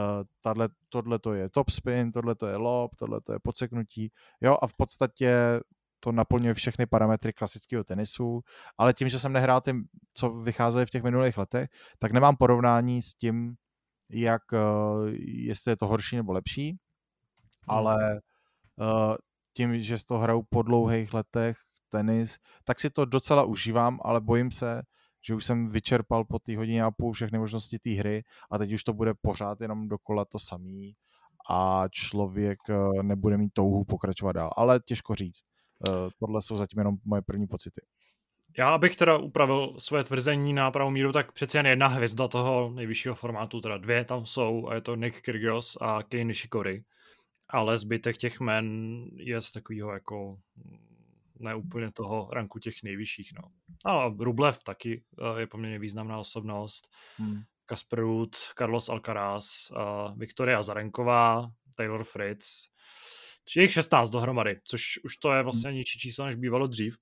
tohle to je topspin, tohle to je lob, tohle to je podseknutí, jo, a v podstatě to naplňuje všechny parametry klasického tenisu, ale tím, že jsem nehrál tím, co vycházely v těch minulých letech, tak nemám porovnání s tím, jestli je to horší nebo lepší, ale tím, že to hraju po dlouhých letech tenis, tak si to docela užívám, ale bojím se, že už jsem vyčerpal po té 1,5 hodiny všechny možnosti té hry a teď už to bude pořád jenom dokola to samý a člověk nebude mít touhu pokračovat dál, ale těžko říct. Tohle jsou zatím jenom moje první pocity. Já bych teda upravil svoje tvrzení na pravou míru, tak přeci jen 1 hvězda toho nejvyššího formátu, teda 2 tam jsou a je to Nick Kyrgios a Kei Nishikori, ale zbytek těch men je z takového jako ne úplně toho ranku těch nejvyšších. No. A Rublev taky je poměrně významná osobnost. Kasper Ruud, Carlos Alcaraz, Viktoria Azarenková, Taylor Fritz. Je jich 16 dohromady, což už to je vlastně nižší číslo, než bývalo dřív.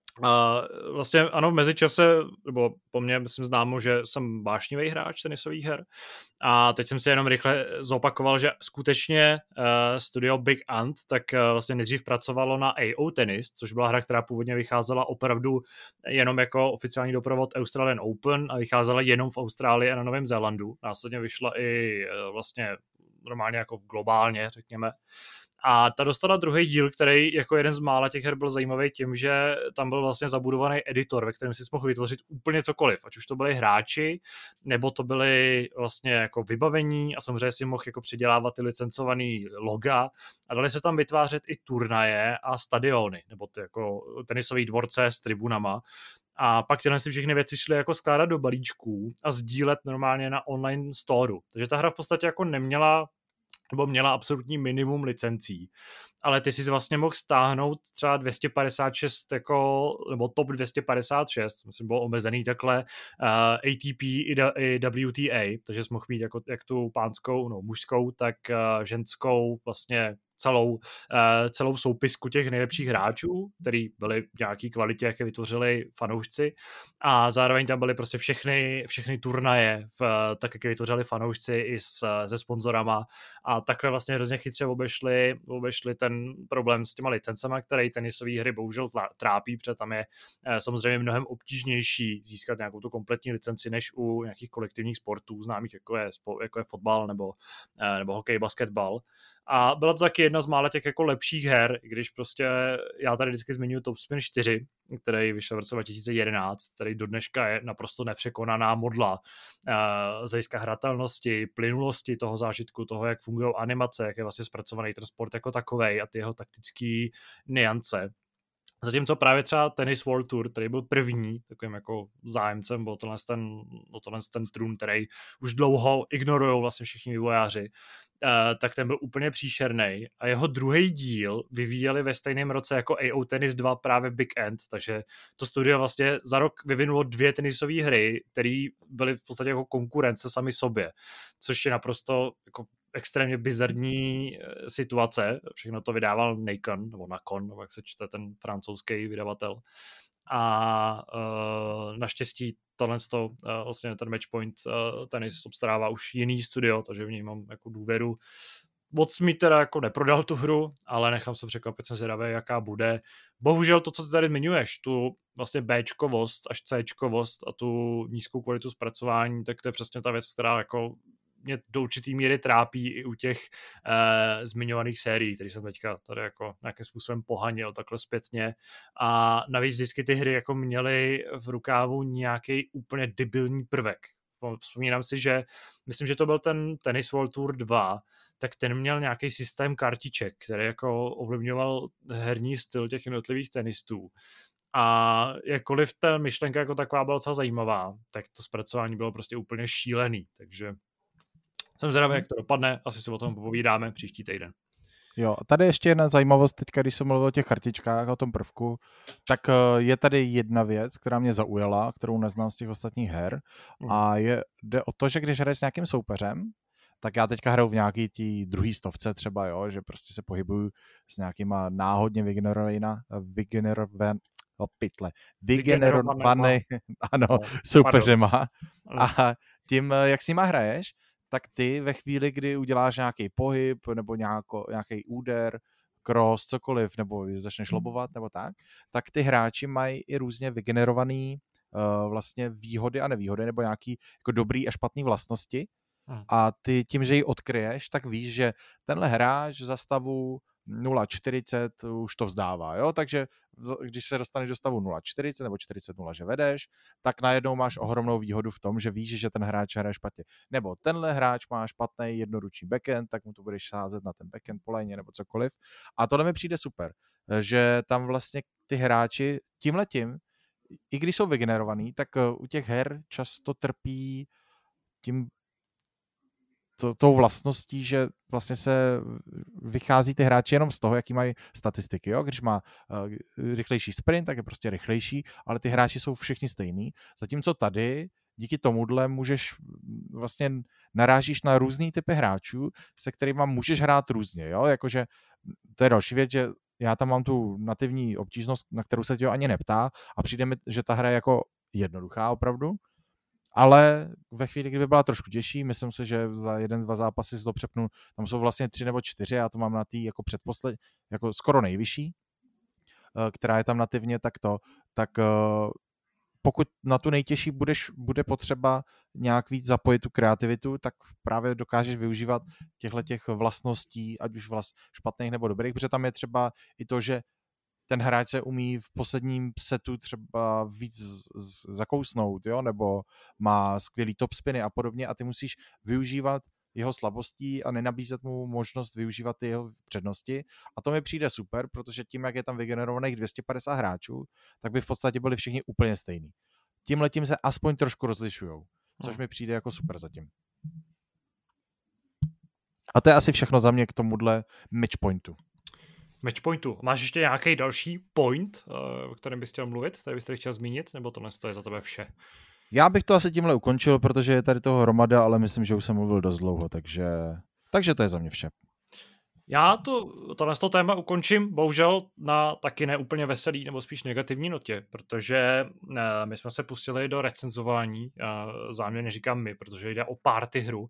Vlastně ano, v mezičase, nebo po mně myslím známo, že jsem vášnivý hráč tenisových her a teď jsem si jenom rychle zopakoval, že skutečně studio Big Ant tak vlastně nejdřív pracovalo na AO Tennis, což byla hra, která původně vycházela opravdu jenom jako oficiální doprovod Australian Open a vycházela jenom v Austrálii a na Novém Zélandu. Následně vyšla i vlastně normálně jako globálně, řekněme. A ta dostala druhý díl, který jako jeden z mála těch her byl zajímavý tím, že tam byl vlastně zabudovaný editor, ve kterém si mohl vytvořit úplně cokoliv, ať už to byli hráči, nebo to byly vlastně jako vybavení a samozřejmě si mohl jako přidělávat ty licencovaný loga a dali se tam vytvářet i turnaje a stadiony, nebo ty jako tenisový dvorce s tribunama. A pak tyhle si všechny věci šly jako skládat do balíčků a sdílet normálně na online storu. Takže ta hra v podstatě jako neměla nebo měla absolutní minimum licencí. Ale ty si vlastně mohl stáhnout třeba 256 jako, nebo top 256, myslím, bylo omezený takhle ATP i WTA, takže jsi mohl mít jako, jak tu pánskou, no mužskou, tak ženskou vlastně celou soupisku těch nejlepších hráčů, který byli v nějaký kvalitě, jak je vytvořili fanoušci a zároveň tam byly prostě všechny turnaje, tak jak je vytvořili fanoušci i se sponzorama a takhle vlastně hrozně chytře obešli ten problém s těma licencema, který tenisové hry bohužel trápí, protože tam je samozřejmě mnohem obtížnější získat nějakou tu kompletní licenci, než u nějakých kolektivních sportů známých, jako je fotbal nebo hokej, basketbal. A byla to taky jedna z mála těch jako lepších her, když prostě já tady vždycky zmiňuji Top Spin 4, který vyšel v roce 2011, který do dneška je naprosto nepřekonaná modla z hlediska hratelnosti, plynulosti toho zážitku, toho, jak fungují animace, jak je vlastně zpracovaný ten sport jako takovej a ty jeho taktický niance. Zatímco právě třeba Tennis World Tour, který byl první takovým jako zájemcem, byl tohle ten trůn, který už dlouho ignorujou vlastně všichni vývojáři, tak ten byl úplně příšerný a jeho druhý díl vyvíjeli ve stejném roce jako AO Tennis 2 právě Big End, takže to studio vlastně za rok vyvinulo 2 tenisové hry, které byly v podstatě jako konkurence sami sobě, což je naprosto jako extrémně bizarní situace. Všechno to vydával Nacon, nebo jak se čte ten francouzský vydavatel. A naštěstí vlastně ten Matchpoint tenis obstarává už jiný studio, takže v něj mám jako důvěru. Moc mi teda jako neprodal tu hru, ale nechám se překvapit, jsem zvědavý, jaká bude. Bohužel to, co ty tady zmiňuješ, tu vlastně Bčkovost až Cčkovost a tu nízkou kvalitu zpracování, tak to je přesně ta věc, která jako mě do určitý míry trápí i u těch zmiňovaných sérií, které jsem teďka tady jako nějakým způsobem pohanil takhle zpětně a navíc vždycky ty hry jako měly v rukávu nějaký úplně debilní prvek. Vzpomínám si, že myslím, že to byl ten Tennis World Tour 2, tak ten měl nějaký systém kartiček, který jako ovlivňoval herní styl těch jednotlivých tenistů. A jakkoliv ta myšlenka jako taková byla docela zajímavá, tak to zpracování bylo prostě úplně šílený, takže jsem zvědavý, jak to dopadne, asi si o tom popovídáme příští týden. Jo, tady ještě jedna zajímavost, teďka, když jsem mluvil o těch kartičkách, o tom prvku, tak je tady jedna věc, která mě zaujala, kterou neznám z těch ostatních her a jde o to, že když hraješ s nějakým soupeřem, tak já teďka hraju v nějaký tí druhý stovce třeba, jo, že prostě se pohybuju s nějakýma náhodně vygenerovaný soupeřema a tím, jak s nima hraješ, tak ty ve chvíli, kdy uděláš nějaký pohyb nebo nějaký úder, cross, cokoliv, nebo začneš lobovat nebo tak ty hráči mají i různě vygenerovaný vlastně výhody a nevýhody nebo nějaký jako dobrý a špatný vlastnosti a ty tím, že ji odkryješ, tak víš, že tenhle hráč za stavu 0,40 už to vzdává, jo, takže když se dostaneš do stavu 0,40 nebo 40,0, že vedeš, tak najednou máš ohromnou výhodu v tom, že víš, že ten hráč hraje špatně. Nebo tenhle hráč má špatný jednoruční backhand, tak mu to budeš sázet na ten backhand po lajně nebo cokoliv. A tohle mi přijde super, že tam vlastně ty hráči tímhletím, i když jsou vygenerovaný, tak u těch her často trpí tím tou vlastností, že vlastně se vychází ty hráči jenom z toho, jaký mají statistiky. Jo? Když má rychlejší sprint, tak je prostě rychlejší, ale ty hráči jsou všichni stejný. Zatímco tady díky tomuhle můžeš vlastně narážíš na různý typy hráčů, se kterými můžeš hrát různě. Jo? Jakože to je další věc, že já tam mám tu nativní obtížnost, na kterou se tě ani neptá a přijde mi, že ta hra je jako jednoduchá opravdu, ale ve chvíli, kdyby byla trošku těžší, myslím si, že za 1-2 zápasy si to přepnu, tam jsou vlastně 3 nebo 4, já to mám na tý jako předposlední, jako skoro nejvyšší, která je tam nativně, tak pokud na tu nejtěžší bude potřeba nějak víc zapojit tu kreativitu, tak právě dokážeš využívat těch vlastností, ať už špatných nebo dobrých, protože tam je třeba i to, že ten hráč se umí v posledním setu třeba víc zakousnout, jo? Nebo má skvělý top spiny a podobně a ty musíš využívat jeho slabostí a nenabízet mu možnost využívat ty jeho přednosti. A to mi přijde super, protože tím, jak je tam vygenerovaných 250 hráčů, tak by v podstatě byli všichni úplně stejný. Tímhletím se aspoň trošku rozlišujou, což mi přijde jako super zatím. A to je asi všechno za mě k tomuhle matchpointu. Matchpointu. Máš ještě nějaký další point, o kterém bys chtěl mluvit, který byste chtěl zmínit, nebo tohle je za tebe vše? Já bych to asi tímhle ukončil, protože je tady toho hromada, ale myslím, že už jsem mluvil dost dlouho, takže to je za mě vše. Já tohle téma ukončím, bohužel na taky neúplně veselý nebo spíš negativní notě, protože my jsme se pustili do recenzování, záměrně říkám my, protože jde o party hru,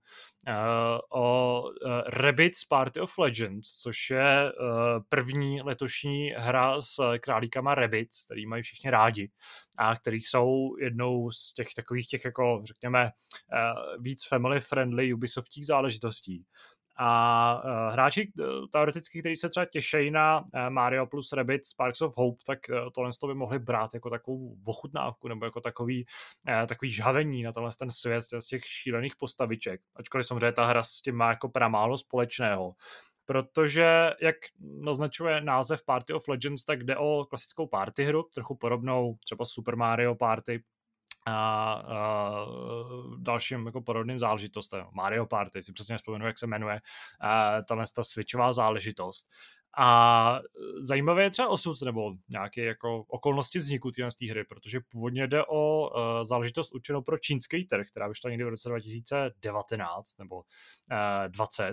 o Rabbids Party of Legends, což je první letošní hra s králíkama Rabbids, který mají všichni rádi a který jsou jednou z těch takových jako řekněme víc family friendly Ubisoftích záležitostí. A hráči teoreticky, kteří se třeba těší na Mario plus Rabbids Sparks of Hope, tak tohle by mohli brát jako takovou ochutnávku nebo jako takový žhavení na ten svět z těch šílených postaviček. Ačkoliv samozřejmě ta hra s tím má jako pramálo společného. Protože, jak naznačuje název Party of Legends, tak jde o klasickou party hru, trochu podobnou třeba Super Mario Party, a dalším jako podobným záležitostem. Mario Party, si přesně vzpomenu, jak se jmenuje ta switchová záležitost. A zajímavé je třeba osud nebo nějaké jako okolnosti vzniku té hry, protože původně jde o záležitost určenou pro čínský trh, která vyšla někdy v roce 2019 nebo 20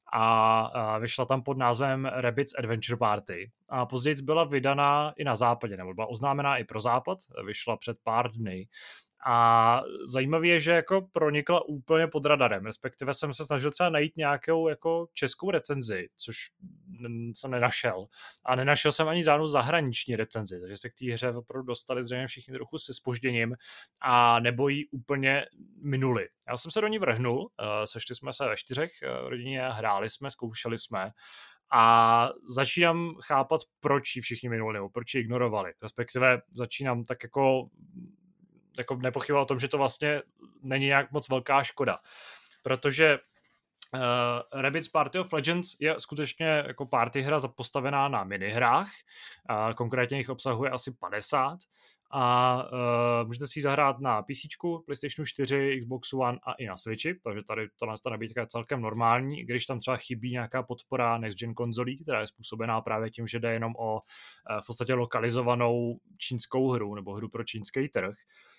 a vyšla tam pod názvem Rabbids Adventure Party a později byla vydaná i na západě, nebo byla oznámená i pro západ, vyšla před pár dny. A zajímavé je, že jako pronikla úplně pod radarem, respektive jsem se snažil třeba najít nějakou jako českou recenzi, což jsem nenašel. A nenašel jsem ani žádnou zahraniční recenzi, takže se k té hře opravdu dostali zřejmě všichni trochu se zpožděním a nebo ji úplně minuli. Já jsem se do ní vrhnul, sešli jsme se ve 4 v rodině, hráli jsme, zkoušeli jsme a začínám chápat, proč ji všichni minuli, nebo proč ji ignorovali. Respektive začínám tak jako nepochybovat o tom, že to vlastně není nějak moc velká škoda. Protože Rabbids Party of Legends je skutečně jako party hra postavená na minihrách, konkrétně jich obsahuje asi 50 a můžete si ji zahrát na PC, PlayStation 4, Xbox One a i na Switchi, takže tady ta nabídka je celkem normální, když tam třeba chybí nějaká podpora next gen konzolí, která je způsobená právě tím, že jde jenom o v podstatě lokalizovanou čínskou hru nebo hru pro čínský trh.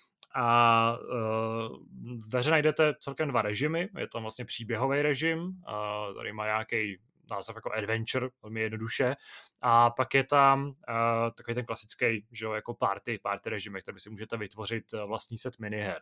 A ve hře najdete celkem 2 režimy, je tam vlastně příběhový režim, tady má nějaký název jako adventure, velmi jednoduše, a pak je tam takový ten klasický, že jo, jako party režim, který si můžete vytvořit vlastní set miniher.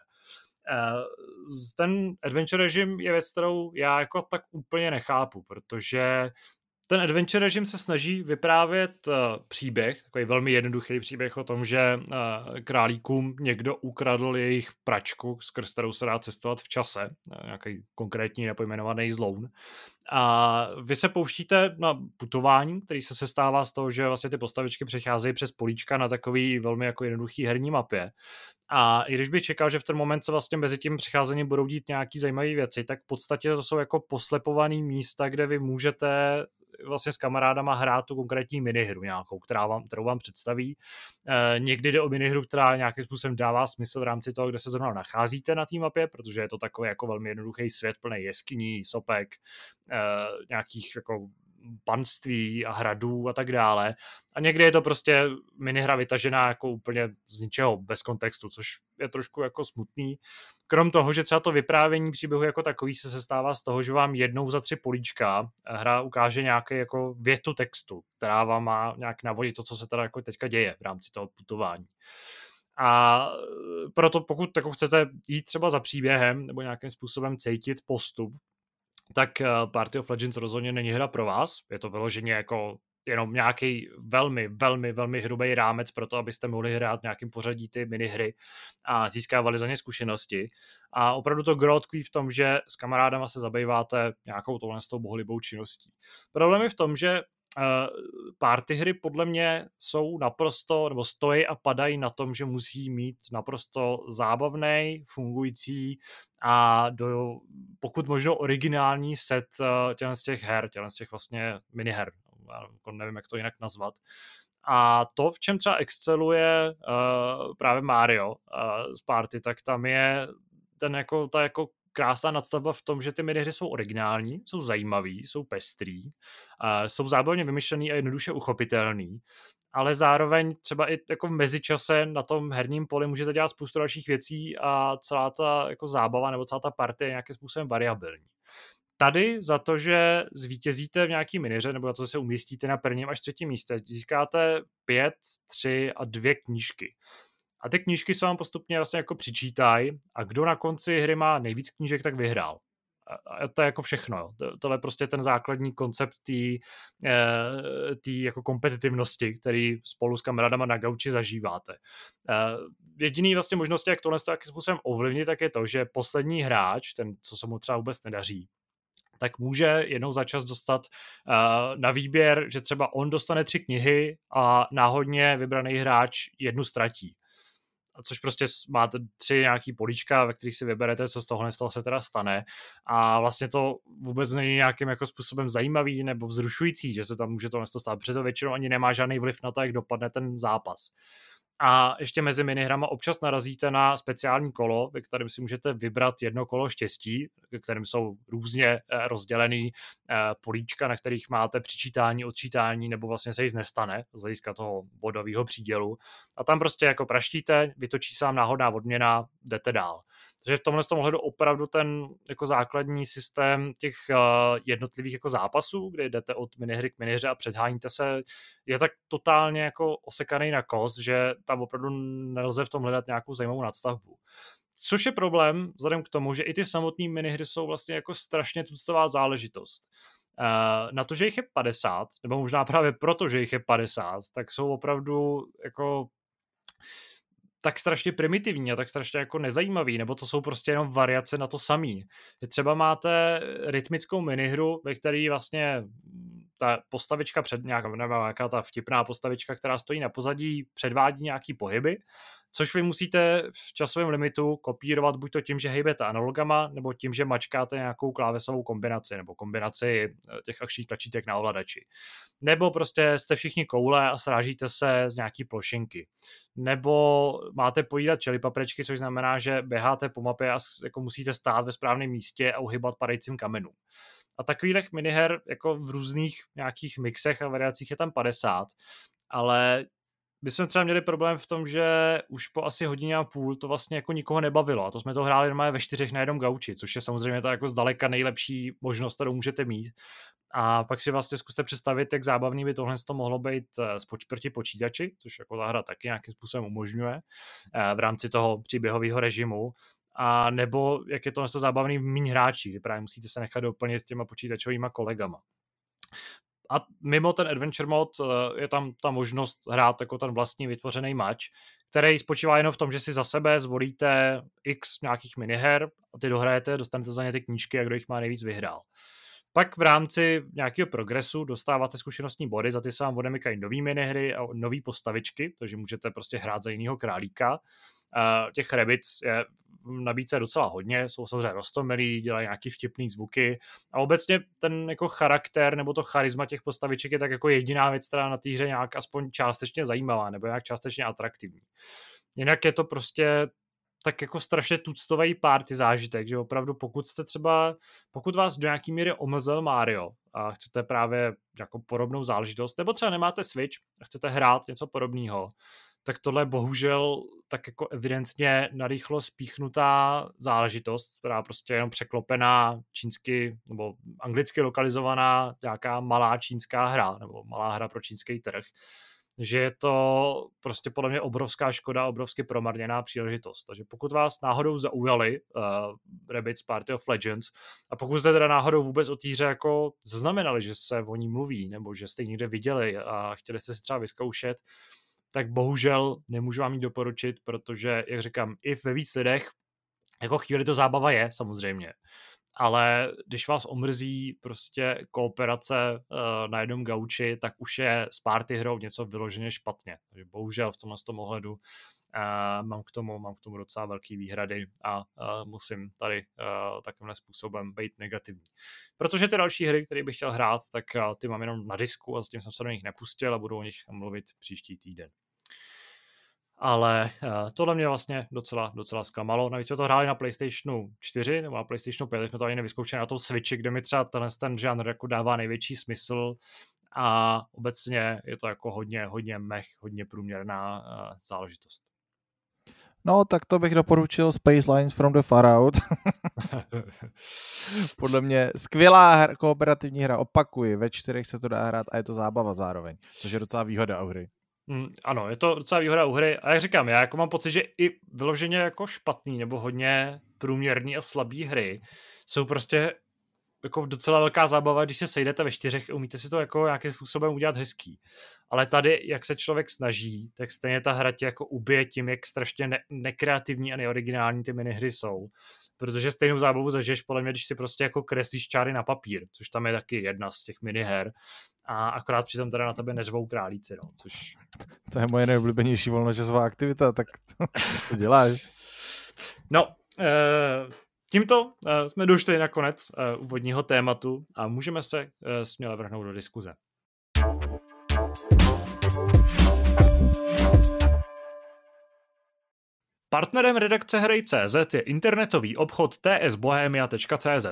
Ten adventure režim je věc, kterou já jako tak úplně nechápu, protože ten adventure režim se snaží vyprávět příběh, takový velmi jednoduchý příběh o tom, že králíkům někdo ukradl jejich pračku, skrz kterou se dá cestovat v čase, nějaký konkrétní nepojmenovaný zloun. A vy se pouštíte na putování, který se sestává z toho, že vlastně ty postavičky přecházejí přes políčka na takový velmi jako jednoduchý herní mapě. A i když bych čekal, že v ten moment se vlastně mezi tím přicházením budou dít nějaký zajímavé věci, tak v podstatě to jsou jako poslepované místa, kde vy můžete vlastně s kamarádama hrát tu konkrétní minihru nějakou, kterou vám představí. Někdy jde o minihru, která nějakým způsobem dává smysl v rámci toho, kde se zrovna nacházíte na té mapě, protože je to takový jako velmi jednoduchý svět plný jeskyní, sopek, nějakých jako panství a hradů a tak dále. A někdy je to prostě minihra vytažená jako úplně z ničeho, bez kontextu, což je trošku jako smutný. Krom toho, že třeba to vyprávění příběhu jako takový se sestává z toho, že vám jednou za 3 políčka hra ukáže nějaký jako větu textu, která vám má nějak navodit to, co se teda jako teďka děje v rámci toho putování. A proto pokud jako chcete jít třeba za příběhem nebo nějakým způsobem cítit postup, tak Party of Legends rozhodně není hra pro vás. Je to vyloženě jako jenom nějaký velmi, velmi, velmi hrubý rámec pro to, abyste mohli hrát nějakým pořadí ty minihry a získávali za ně zkušenosti. A opravdu to gro tkví v tom, že s kamarádama se zabýváte nějakou tohle s tou bohulibou činností. Problém je v tom, že party hry podle mě jsou naprosto, nebo stojí a padají na tom, že musí mít naprosto zábavný, fungující a pokud možno originální set z těch her, z těch vlastně miniher. Nevím, jak to jinak nazvat. A to, v čem třeba exceluje právě Mario z Party, tak tam je ta jako krásná nadstavba v tom, že ty minihry jsou originální, jsou zajímavý, jsou pestrý, jsou zábavně vymyšlený a jednoduše uchopitelný, ale zároveň třeba i jako v mezičase na tom herním poli můžete dělat spoustu dalších věcí a celá ta jako zábava nebo celá ta partie je nějakým způsobem variabilní. Tady za to, že zvítězíte v nějaký miniře, nebo za to, že se umístíte na prvním až třetím místě, získáte 5, 3 a 2 knížky. A ty knížky se vám postupně vlastně jako přičítají a kdo na konci hry má nejvíc knížek, tak vyhrál. A to je jako všechno. Jo. Tohle je prostě ten základní koncept té jako kompetitivnosti, který spolu s kamarádama na gauči zažíváte. Jediný vlastně možnost, jak tohle jakým způsobem ovlivnit, tak je to, že poslední hráč, ten, co se mu třeba vůbec nedaří, tak může jednou za čas dostat na výběr, že třeba on dostane 3 knihy a náhodně vybraný hráč 1 ztratí. Což prostě máte 3 nějaký políčka, ve kterých si vyberete, co z toho se teda stane. A vlastně to vůbec není nějakým jako způsobem zajímavý nebo vzrušující, že se tam může tohle stát, protože to většinou ani nemá žádný vliv na to, jak dopadne ten zápas. A ještě mezi minihrama občas narazíte na speciální kolo, ve kterém si můžete vybrat 1 kolo štěstí, ve kterém jsou různě rozdělený políčka, na kterých máte přičítání, odčítání, nebo vlastně se nic nestane z hlediska toho bodového přídělu. A tam prostě jako praštíte, vytočí se vám náhodná odměna, jdete dál. Takže v tomhle ohledu opravdu ten jako základní systém těch jednotlivých jako zápasů, kde jdete od minihry k minihře a předháníte se, je tak totálně jako osekaný na kost, že tam opravdu nelze v tom hledat nějakou zajímavou nadstavbu. Což je problém vzhledem k tomu, že i ty samotné minihry jsou vlastně jako strašně tuctová záležitost. Na to, že jich je 50, nebo možná právě proto, že jich je 50, tak jsou opravdu jako tak strašně primitivní a tak strašně jako nezajímavý, nebo to jsou prostě jenom variace na to samý. Třeba máte rytmickou minihru, ve které vlastně ta postavička nebo nějaká ta vtipná postavička, která stojí na pozadí, předvádí nějaký pohyby, což vy musíte v časovém limitu kopírovat buď to tím, že hejbete analogama, nebo tím, že mačkáte nějakou klávesovou kombinaci, nebo kombinaci těch akčních tlačítek na ovladači. Nebo prostě jste všichni koule a srážíte se z nějaký plošinky. Nebo máte pojídat čelipaprečky, což znamená, že běháte po mapě a jako musíte stát ve správném místě a uhybat padajícím kamenům. A takových miniher jako v různých nějakých mixech a variacích je tam 50, ale my jsme třeba měli problém v tom, že už po asi hodině a půl to vlastně jako nikoho nebavilo a to jsme to hráli normálně ve 4 na jednom gauči, což je samozřejmě ta jako zdaleka nejlepší možnost, kterou můžete mít. A pak si vlastně zkuste představit, jak zábavný by tohle mohlo být proti počítači, což jako ta hra taky nějakým způsobem umožňuje v rámci toho příběhového režimu. A nebo jak je to zábavný v míň hráčí, kdy právě musíte se nechat doplnit těma počítačovýma kolegama. A mimo ten adventure mod je tam ta možnost hrát jako ten vlastní vytvořený match, který spočívá jenom v tom, že si za sebe zvolíte x nějakých miniher a ty dohrajete, dostanete za ně ty knížky a kdo jich má nejvíc vyhrál. Pak v rámci nějakého progresu dostáváte zkušenostní body, za ty se vám odemykají nový minihry a nový postavičky, takže můžete prostě hrát za jinýho králíka. Těch Rabbids je v nabídce docela hodně, jsou samozřejmě roztomilí, dělají nějaký vtipný zvuky a obecně ten jako charakter nebo to charisma těch postaviček je tak jako jediná věc, která na té hře nějak aspoň částečně zajímavá nebo nějak částečně atraktivní. Jinak je to prostě tak jako strašně tuctový party zážitek, že opravdu pokud vás do nějaký míry omezil Mario a chcete právě jako podobnou záležitost, nebo třeba nemáte Switch a chcete hrát něco podobného, tak tohle je bohužel tak jako evidentně narychlo spíchnutá záležitost, která prostě jenom překlopená čínsky nebo anglicky lokalizovaná nějaká malá čínská hra nebo malá hra pro čínský trh, že je to prostě podle mě obrovská škoda, obrovsky promarněná příležitost. Takže pokud vás náhodou zaujali Rabbids Party of Legends a pokud jste teda náhodou vůbec o té hře jako zaznamenali, že se o ní mluví nebo že jste ji někde viděli a chtěli jste si třeba vyzkoušet, tak bohužel nemůžu vám ji doporučit, protože, jak říkám, i ve víc lidech jako chvíli to zábava je, samozřejmě. Ale když vás omrzí prostě kooperace na jednom gauči, tak už je s party hrou něco vyloženě špatně. Takže bohužel v tomhle ohledu mám k tomu docela velký výhrady a musím tady takovým způsobem být negativní. Protože ty další hry, které bych chtěl hrát, tak ty mám jenom na disku a zatím jsem se do nich nepustil a budu o nich mluvit příští týden. Ale tohle mě vlastně docela zklamalo. Navíc jsme to hráli na PlayStationu 4 nebo na PlayStationu 5, jsme to ani nevyzkoušeli na tom Switchi, kde mi třeba ten žánr jako dává největší smysl a obecně je to jako hodně mech, hodně průměrná záležitost. No, tak to bych doporučil Space Lines from the Far Out. Podle mě skvělá kooperativní hra, opakuji, ve 4 se to dá hrát a je to zábava zároveň, což je docela výhoda u hry. Ano, je to docela výhoda u hry a jak říkám, já jako mám pocit, že i vyloženě jako špatný nebo hodně průměrný a slabý hry jsou prostě jako docela velká zábava, když se sejdete ve 4 a umíte si to jako nějakým způsobem udělat hezký. Ale tady, jak se člověk snaží, tak stejně ta hra tě jako ubije tím, jak strašně nekreativní a neoriginální ty minihry jsou. Protože stejnou zábavu zažiješ podle mě, když si prostě jako kreslíš čáry na papír, což tam je taky jedna z těch miniher. A akorát přitom teda na tebe neřvou králíci, no, což... To je moje nejoblíbenější volnočasová aktivita, tak to děláš. No, tímto jsme došli na konec úvodního tématu a můžeme se směle vrhnout do diskuze. Partnerem redakce Hrej.cz je internetový obchod tsbohemia.cz.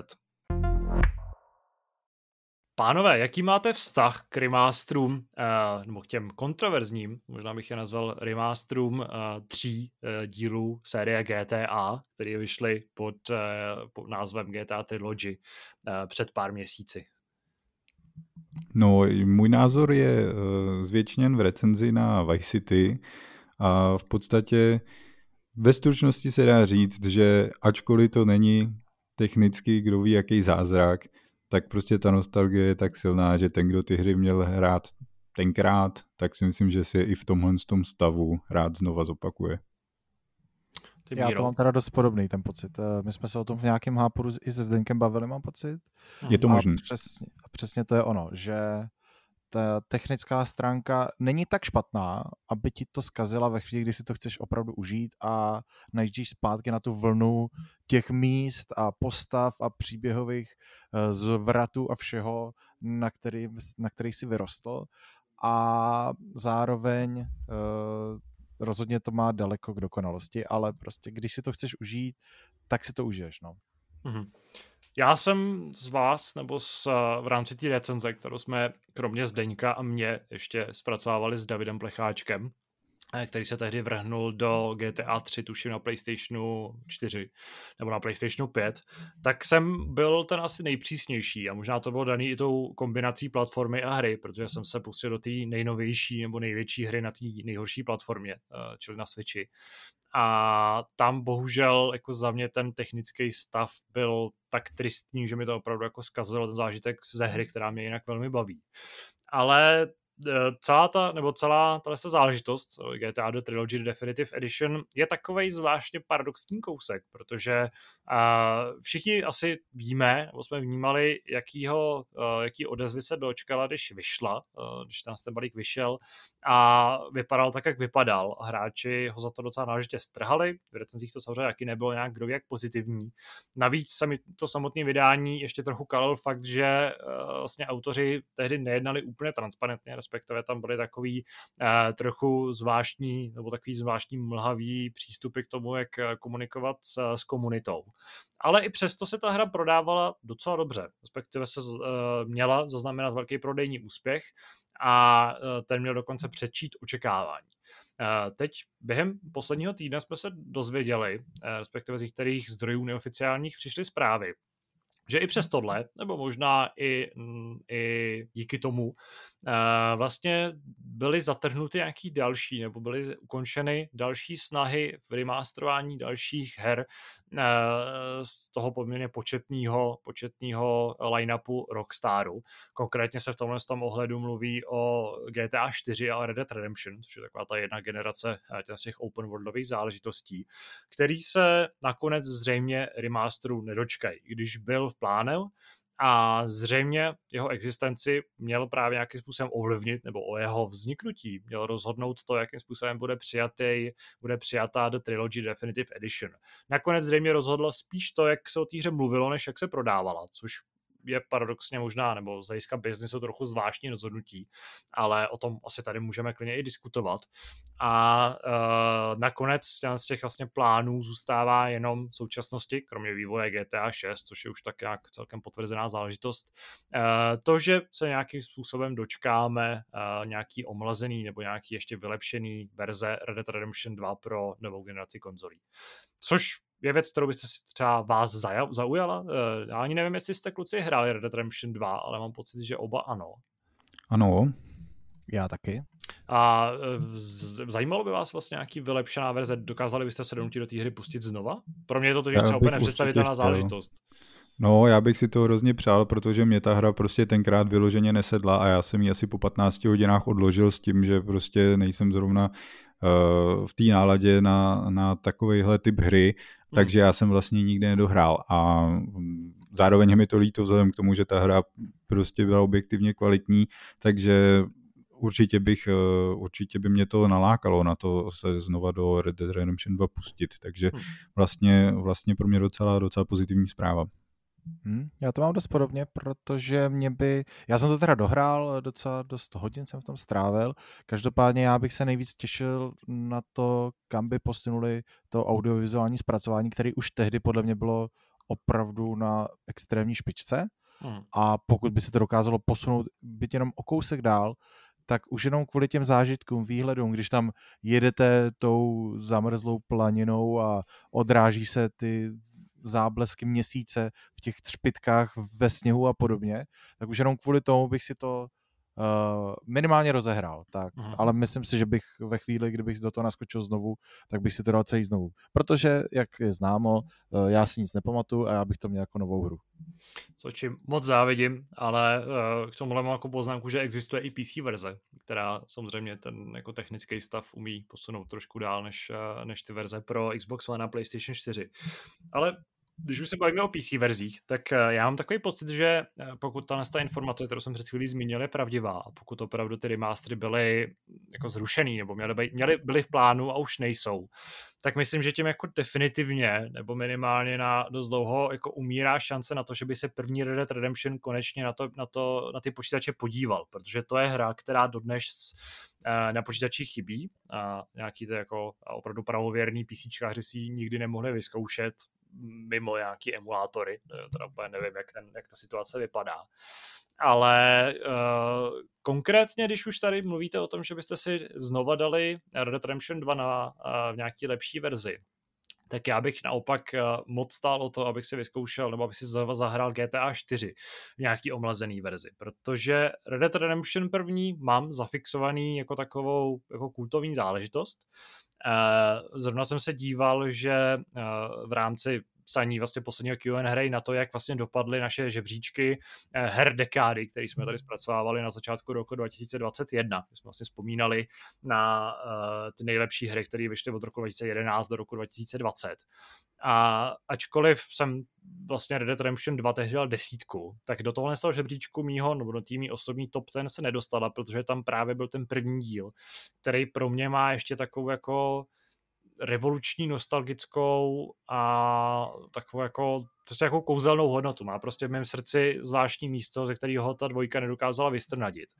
Pánové, jaký máte vztah k remasterům, nebo k těm kontroverzním, možná bych je nazval remasterům 3 dílů série GTA, které vyšly pod názvem GTA Trilogy před pár měsíci? No, můj názor je zvětšněn v recenzi na Vice City a v podstatě ve stručnosti se dá říct, že ačkoliv to není technicky kdo ví jaký zázrak, tak prostě ta nostalgie je tak silná, že ten, kdo ty hry měl hrát tenkrát, tak si myslím, že si je i v tomhle stavu rád znova zopakuje. Já to mám teda dost podobný ten pocit. My jsme se o tom v nějakém háporu i se Zdeňkem bavili, mám pocit. Je to možné. Přesně to je ono, že ta technická stránka není tak špatná, aby ti to zkazila ve chvíli, kdy si to chceš opravdu užít a najíždíš zpátky na tu vlnu těch míst a postav a příběhových zvratů a všeho, na který si vyrostl. A zároveň rozhodně to má daleko k dokonalosti, ale prostě když si to chceš užít, tak si to užiješ, no. Mm-hmm. Já jsem z vás, nebo v rámci té recenze, kterou jsme kromě Zdeňka a mě ještě zpracovávali s Davidem Plecháčkem, který se tehdy vrhnul do GTA 3, tuším na PlayStationu 4 nebo na PlayStationu 5, tak jsem byl ten asi nejpřísnější a možná to bylo daný i tou kombinací platformy a hry, protože jsem se pustil do té nejnovější nebo největší hry na té nejhorší platformě, čili na Switchi. A tam bohužel jako za mě ten technický stav byl tak tristní, že mi to opravdu jako zkazilo ten zážitek ze hry, která mě jinak velmi baví. Ale celá záležitost GTA The Trilogy Definitive Edition je takovej zvláštně paradoxní kousek, protože všichni asi víme, nebo jsme vnímali, jaký odezvy se dočkala, když ten balík vyšel a vypadal tak, jak vypadal. A hráči ho za to docela náležitě strhali, v recenzích to samozřejmě taky nebylo nějak kdo ví jak pozitivní. Navíc se mi to samotné vydání ještě trochu kalil fakt, že vlastně autoři tehdy nejednali úplně transparentně, respektive tam byly takový trochu zvláštní, nebo takový zvláštní mlhavý přístupy k tomu, jak komunikovat s komunitou. Ale i přesto se ta hra prodávala docela dobře, respektive se měla zaznamenat velký prodejní úspěch a ten měl dokonce předčít očekávání. Teď během posledního týdne jsme se dozvěděli, respektive z některých zdrojů neoficiálních přišly zprávy, že i přes tohle, nebo možná i díky tomu, vlastně byly zatrhnuty nějaký další, nebo byly ukončeny další snahy v remasterování dalších her z toho poměrně početného line-upu Rockstaru. Konkrétně se v tomhle ohledu mluví o GTA 4 a Red Dead Redemption, což je taková ta jedna generace těch open worldových záležitostí, který se nakonec zřejmě remasteru nedočkají, když byl v plánu a zřejmě jeho existenci měl právě nějakým způsobem ovlivnit, nebo o jeho vzniknutí měl rozhodnout to, jakým způsobem bude přijatá The Trilogy Definitive Edition. Nakonec zřejmě rozhodlo spíš to, jak se o té hře mluvilo, než jak se prodávala, což je paradoxně možná, nebo z hlediska biznesu trochu zvláštní rozhodnutí, ale o tom asi tady můžeme klidně i diskutovat. A nakonec z těch vlastně plánů zůstává jenom v současnosti, kromě vývoje GTA 6, což je už tak nějak celkem potvrzená záležitost, to, že se nějakým způsobem dočkáme nějaký omlazený nebo nějaký ještě vylepšený verze Red Dead Redemption 2 pro novou generaci konzolí. Což je věc, kterou byste si třeba vás zaujala. Já ani nevím, jestli jste kluci hráli Red Dead Redemption 2, ale mám pocit, že oba ano. Ano. Já taky. A zajímalo by vás vlastně nějaký vylepšená verze? Dokázali byste se do té hry pustit znova? Pro mě je to totiž třeba úplně nepředstavitelná záležitost. No, já bych si to hrozně přál, protože mě ta hra prostě tenkrát vyloženě nesedla a já jsem ji asi po 15 hodinách odložil s tím, že prostě nejsem zrovna v té náladě na takovýhle typ hry, takže já jsem vlastně nikdy nedohrál a zároveň mi to líto vzhledem k tomu, že ta hra prostě byla objektivně kvalitní, takže určitě by mě to nalákalo na to se znova do Red Dead Redemption 2 pustit, takže vlastně pro mě docela pozitivní zpráva. Já to mám dost podobně, protože já jsem to teda dohrál, docela dost hodin jsem v tom strávil, každopádně já bych se nejvíc těšil na to, kam by posunuli to audiovizuální zpracování, který už tehdy podle mě bylo opravdu na extrémní špičce a pokud by se to dokázalo posunout byť jenom o kousek dál, tak už jenom kvůli těm zážitkům, výhledům, když tam jedete tou zamrzlou planinou a odráží se ty záblesky měsíce v těch třpitkách ve sněhu a podobně, tak už jenom kvůli tomu bych si to minimálně rozehrál. Tak. Ale myslím si, že bych ve chvíli, kdybych do toho naskočil znovu, tak bych si to dal celý znovu. Protože, jak je známo, já si nic nepamatuju a já bych to měl jako novou hru. Což moc závidím, ale k tomu mám jako poznámku, že existuje i PC verze, která samozřejmě ten jako technický stav umí posunout trošku dál než ty verze pro Xbox One a PlayStation 4. Ale když už se bavíme o PC verzích, tak já mám takový pocit, že pokud ta informace, kterou jsem před chvílí zmínil, je pravdivá, a pokud opravdu ty remastery byly jako zrušený, nebo byly v plánu a už nejsou, tak myslím, že tím jako definitivně, nebo minimálně na dost dlouho jako umírá šance na to, že by se první Red Dead Redemption konečně na ty počítače podíval, protože to je hra, která dodnes na počítačích chybí a nějaký to jako opravdu pravověrný PCčkáři si ji nikdy nemohli vyzkoušet mimo nějaký emulátory, teda úplně nevím, jak ta situace vypadá. Ale konkrétně, když už tady mluvíte o tom, že byste si znova dali Red Dead Redemption 2 v nějaký lepší verzi, tak já bych naopak moc stál o to, abych si vyzkoušel, nebo abych si zahrál GTA 4 v nějaký omlazený verzi, protože Red Dead Redemption první mám zafixovaný jako takovou jako kultovní záležitost. Zrovna jsem se díval, že v rámci psaní vlastně posledního Q&A na to, jak vlastně dopadly naše žebříčky her dekády, které jsme tady zpracovávali na začátku roku 2021. My jsme vlastně vzpomínali na ty nejlepší hry, které vyšly od roku 2011 do roku 2020. A ačkoliv jsem vlastně Red Dead Redemption 2 tehdy dal 10, tak do tohle z toho žebříčku mýho, nebo do týmí osobní top 10 se nedostala, protože tam právě byl ten první díl, který pro mě má ještě takovou jako revoluční, nostalgickou a takovou jako, to je jako kouzelnou hodnotu. Má prostě v mém srdci zvláštní místo, ze kterého ta dvojka nedokázala vystrnadit.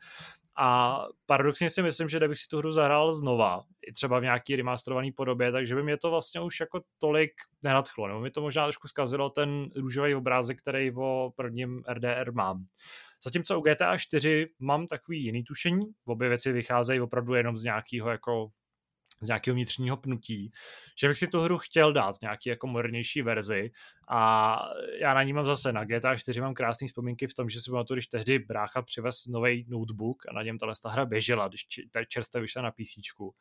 A paradoxně si myslím, že kdybych si tu hru zahrál znova, i třeba v nějaký remasterovaný podobě, takže by mě to vlastně už jako tolik nenadchlo. Nebo mi to možná trošku zkazilo ten růžový obrázek, který o prvním RDR mám. Zatímco u GTA 4 mám takový jiný tušení. Obě věci vycházejí opravdu jenom z nějakého vnitřního pnutí, že bych si tu hru chtěl dát v nějaký jako modernější verzi a já na ní mám zase, na GTA 4 mám krásné vzpomínky v tom, že si pamatuju, když tehdy brácha přivez nový notebook a na něm ta hra běžela, když čerstvě vyšla na PCčku.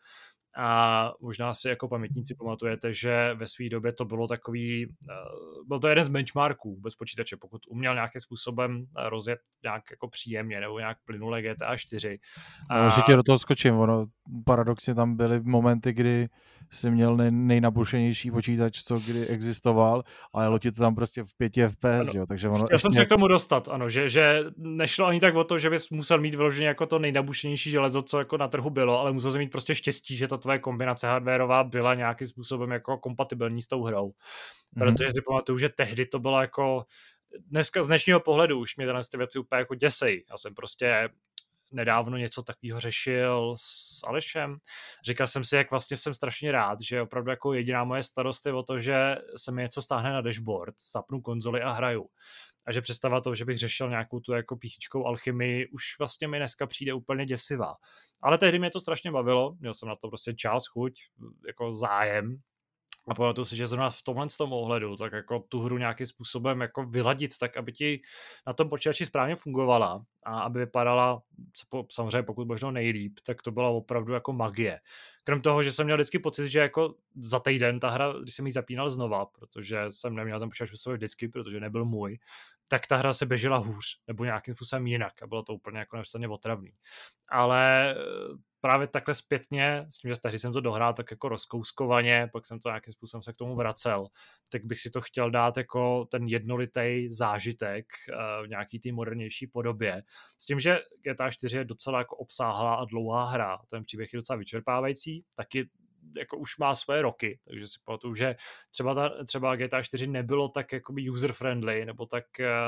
A možná si jako pamětníci pamatujete, že ve své době to bylo takový, byl to jeden z benchmarků bez počítače, pokud uměl nějakým způsobem rozjet nějak jako příjemně nebo nějak plynule GTA 4. Že tě do toho skočím, ono paradoxně tam byly momenty, kdy jsi měl nejnabušenější počítač, co kdy existoval, ale jelo ti to tam prostě v 5 FPS, jo, takže ono... Já jsem se k tomu dostat, ano, že nešlo ani tak o to, že bys musel mít vyloženě jako to nejnabušenější železo, co jako na trhu bylo, ale musel jsi mít prostě štěstí, že ta tvoje kombinace hardwareová byla nějakým způsobem jako kompatibilní s tou hrou. Protože si pamatuju, že tehdy to bylo jako dneska z dnešního pohledu už mě ty věci úplně jako děsej. Já jsem prostě nedávno něco takového řešil s Alešem. Říkal jsem si, jak vlastně jsem strašně rád, že opravdu jako jediná moje starost je o to, že se mi něco stáhne na dashboard, zapnu konzoli a hraju. A že představa toho, že bych řešil nějakou tu jako písíčkou alchymii, už vlastně mi dneska přijde úplně děsivá. Ale tehdy mě to strašně bavilo, měl jsem na to prostě čas, chuť, jako zájem. A pamatuju si, že zrovna v tomhle tom ohledu, tak jako tu hru nějakým způsobem jako vyladit, tak aby ti na tom počítači správně fungovala a aby vypadala samozřejmě pokud možno nejlíp, tak to byla opravdu jako magie. Krom toho, že jsem měl vždycky pocit, že jako za týden ta hra, když jsem ji zapínal znova, protože jsem neměl ten počítač vždycky, protože nebyl můj, tak ta hra se běžela hůř, nebo nějakým způsobem jinak a bylo to úplně jako neuvěřitelně otravný. Ale právě takhle zpětně, s tím, že tehdy jsem to dohrál tak jako rozkouskovaně, pak jsem to nějakým způsobem se k tomu vracel, tak bych si to chtěl dát jako ten jednolitý zážitek v nějaký té modernější podobě. S tím, že GTA 4 je docela jako obsáhlá a dlouhá hra, ten příběh je docela vyčerpávající, taky jako už má své roky, takže si pamatuju, že třeba GTA 4 nebylo tak jakoby user-friendly, nebo tak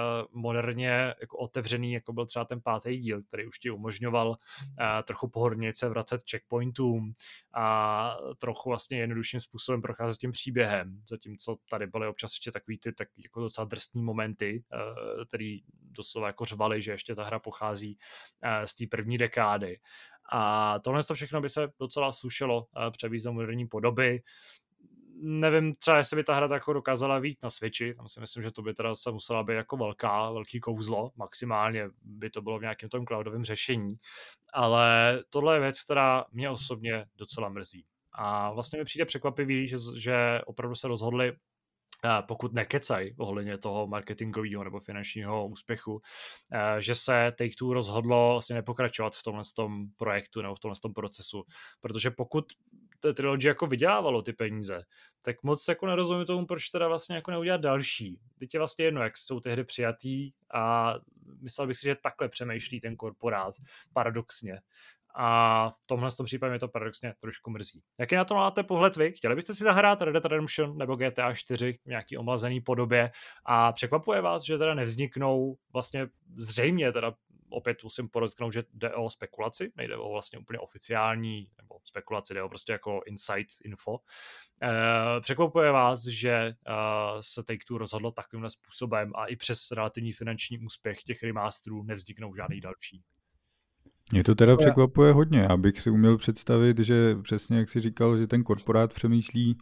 moderně jako otevřený, jako byl třeba ten 5. díl, který už ti umožňoval trochu pohodlněji se vracet checkpointům a trochu vlastně jednodušším způsobem procházet tím příběhem, zatímco tady byly občas ještě takový ty tak jako docela drsný momenty, který doslova jako řvali, že ještě ta hra pochází z té první dekády. A tohle to všechno by se docela slušelo převízt do moderní podoby. Nevím, třeba jestli by ta hra tak dokázala vyjít na Switchi, tam si myslím, že to by teda se musela být jako velký kouzlo, maximálně by to bylo v nějakém tom cloudovém řešení, ale tohle je věc, která mě osobně docela mrzí. A vlastně mi přijde překvapivý, že opravdu se rozhodli, pokud nekecají ohledně toho marketingového nebo finančního úspěchu, že se Take-Two rozhodlo vlastně nepokračovat v tomhle projektu nebo v tomhle procesu, protože pokud Trilogy jako vydělávalo ty peníze, tak moc jako nerozumím tomu, proč teda vlastně jako neudělat další. Teď je vlastně jedno, jak jsou ty hry přijatý a myslel bych si, že takhle přemýšlí ten korporát, paradoxně. A v tomhle případě mě to paradoxně trošku mrzí. Jaký na to máte pohled vy? Chtěli byste si zahrát Red Dead Redemption nebo GTA 4 v nějaký omlazený podobě a překvapuje vás, že teda nevzniknou vlastně zřejmě teda opět musím podotknout, že jde o spekulaci, nejde o vlastně úplně oficiální nebo spekulaci, jde o prostě jako insight info. Překvapuje vás, že se Take-Two rozhodlo takovýmhle způsobem a i přes relativní finanční úspěch těch remasterů nevzniknou žádný další? Mě to teda překvapuje hodně, abych si uměl představit, že přesně jak jsi říkal, že ten korporát přemýšlí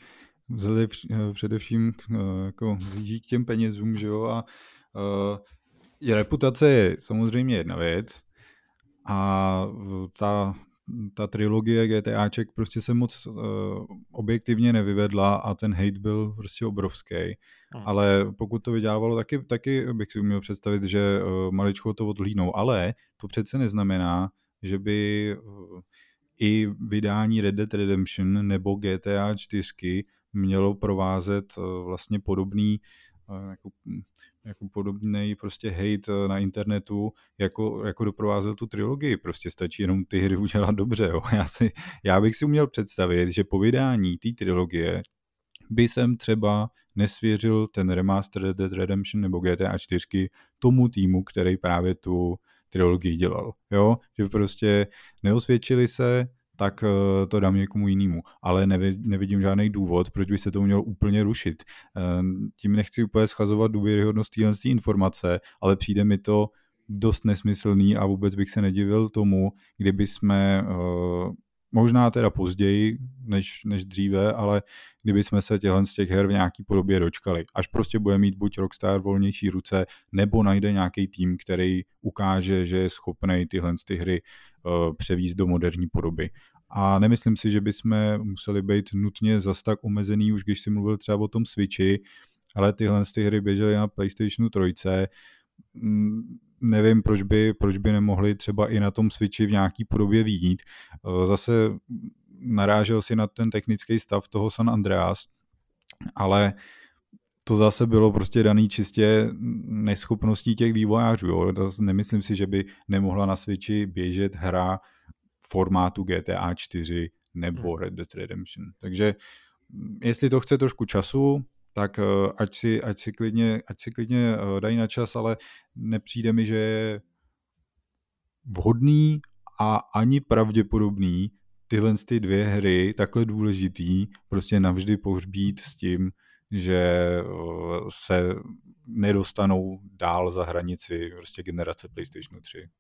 především jako zjíždí k těm penězům, že jo, a reputace je samozřejmě jedna věc a ta ta trilogie GTAček prostě se moc objektivně nevyvedla a ten hate byl prostě obrovský. Ale pokud to vydělávalo, taky bych si uměl představit, že maličko to odhlídnou. Ale to přece neznamená, že by i vydání Red Dead Redemption nebo GTA 4 mělo provázet vlastně podobný jako podobný prostě hate na internetu, jako doprovázel tu trilogii. Prostě stačí jenom ty hry udělat dobře. Jo. Já bych si uměl představit, že po vydání té trilogie by jsem třeba nesvěřil ten remaster Red Dead Redemption nebo GTA 4 tomu týmu, který právě tu trilogii dělal. Jo? Že prostě neosvědčili se, tak to dám někomu jinému. Ale nevidím žádný důvod, proč by se to mělo úplně rušit. Tím nechci úplně schazovat důvěryhodnost téhle informace, ale přijde mi to dost nesmyslný a vůbec bych se nedivil tomu, kdyby jsme možná teda později než dříve, ale kdyby jsme se z těch her v nějaký podobě dočkali. Až prostě bude mít buď Rockstar volnější ruce, nebo najde nějaký tým, který ukáže, že je schopný tyhle hry převízt do moderní podoby. A nemyslím si, že bychom museli být nutně zas tak omezený, už když si mluvil třeba o tom Switchi, ale tyhle hry běžely na PlayStationu 3. Nevím, proč by nemohli třeba i na tom Switchi v nějaký podobě vyjít. Zase narážel si na ten technický stav toho San Andreas, ale to zase bylo prostě daný čistě neschopností těch vývojářů. Jo. Nemyslím si, že by nemohla na Switchi běžet hra formátu GTA 4 nebo Red Dead Redemption. Takže jestli to chce trošku času, tak ať si klidně dají na čas, ale nepřijde mi, že je vhodný a ani pravděpodobný tyhle dvě hry takhle důležitý prostě navždy pohřbít s tím, že se nedostanou dál za hranici prostě generace PlayStation 3.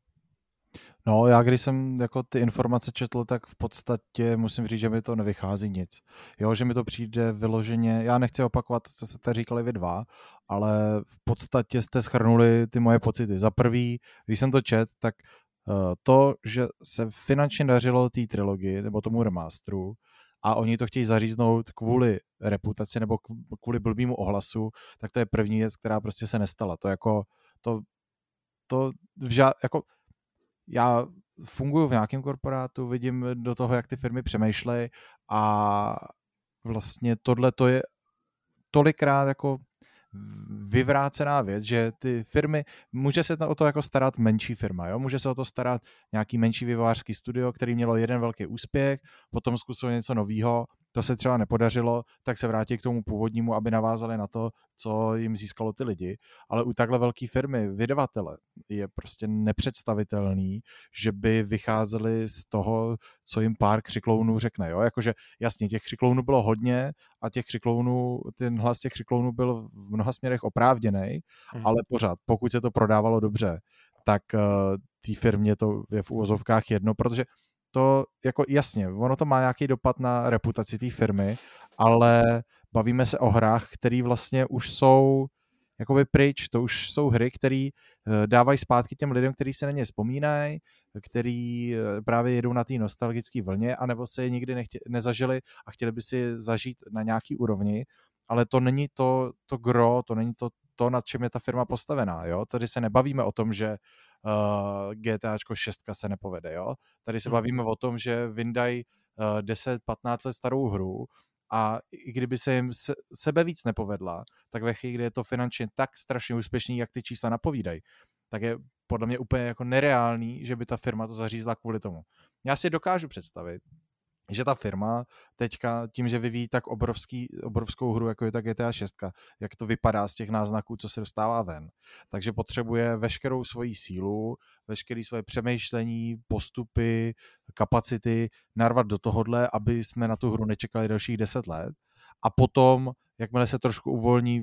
No, já když jsem jako ty informace četl, tak v podstatě musím říct, že mi to nevychází nic. Jo, že mi to přijde vyloženě, já nechci opakovat, co jste říkali vy dva, ale v podstatě jste shrnuli ty moje pocity. Za prvý, když jsem to čet, tak to, že se finančně dařilo té trilogii nebo tomu remasteru a oni to chtějí zaříznout kvůli reputaci nebo kvůli blbýmu ohlasu, tak to je první věc, která prostě se nestala. To jako, jako já funguji v nějakém korporátu, vidím do toho, jak ty firmy přemýšlejí a vlastně tohle to je tolikrát jako vyvrácená věc, že ty firmy, může se o to jako starat menší firma, jo? Může se o to starat nějaký menší vývojářský studio, který mělo jeden velký úspěch, potom zkusilo něco nového, to se třeba nepodařilo, tak se vrátí k tomu původnímu, aby navázali na to, co jim získalo ty lidi. Ale u takhle velké firmy, vydavatele, je prostě nepředstavitelný, že by vycházeli z toho, co jim pár křiklounů řekne. Jo? Jakože jasně, těch křiklounů bylo hodně a ten hlas těch křiklounů byl v mnoha směrech oprávněný, ale pořád, pokud se to prodávalo dobře, tak té firmě to je v uvozovkách jedno, protože to jako jasně, ono to má nějaký dopad na reputaci té firmy, ale bavíme se o hrách, které vlastně už jsou jakoby pryč, to už jsou hry, které dávají zpátky těm lidem, kteří se na ně vzpomínají, který právě jedou na té nostalgické vlně, anebo se je nikdy nezažili a chtěli by si zažít na nějaký úrovni, ale to není to gro, to není to, nad čem je ta firma postavená. Jo? Tady se nebavíme o tom, že GTAčko 6 se nepovede. Jo? Tady se bavíme o tom, že vyndají 10-15 let starou hru a i kdyby se jim sebe víc nepovedla, tak ve chvíli, kdy je to finančně tak strašně úspěšný, jak ty čísla napovídají, tak je podle mě úplně jako nereálný, že by ta firma to zařízla kvůli tomu. Já si dokážu představit, že ta firma teďka tím, že vyvíjí tak obrovskou hru, jako je ta GTA 6, jak to vypadá z těch náznaků, co se dostává ven, takže potřebuje veškerou svoji sílu, veškeré svoje přemýšlení, postupy, kapacity narvat do tohodle, aby jsme na tu hru nečekali dalších 10 let a potom, jakmile se trošku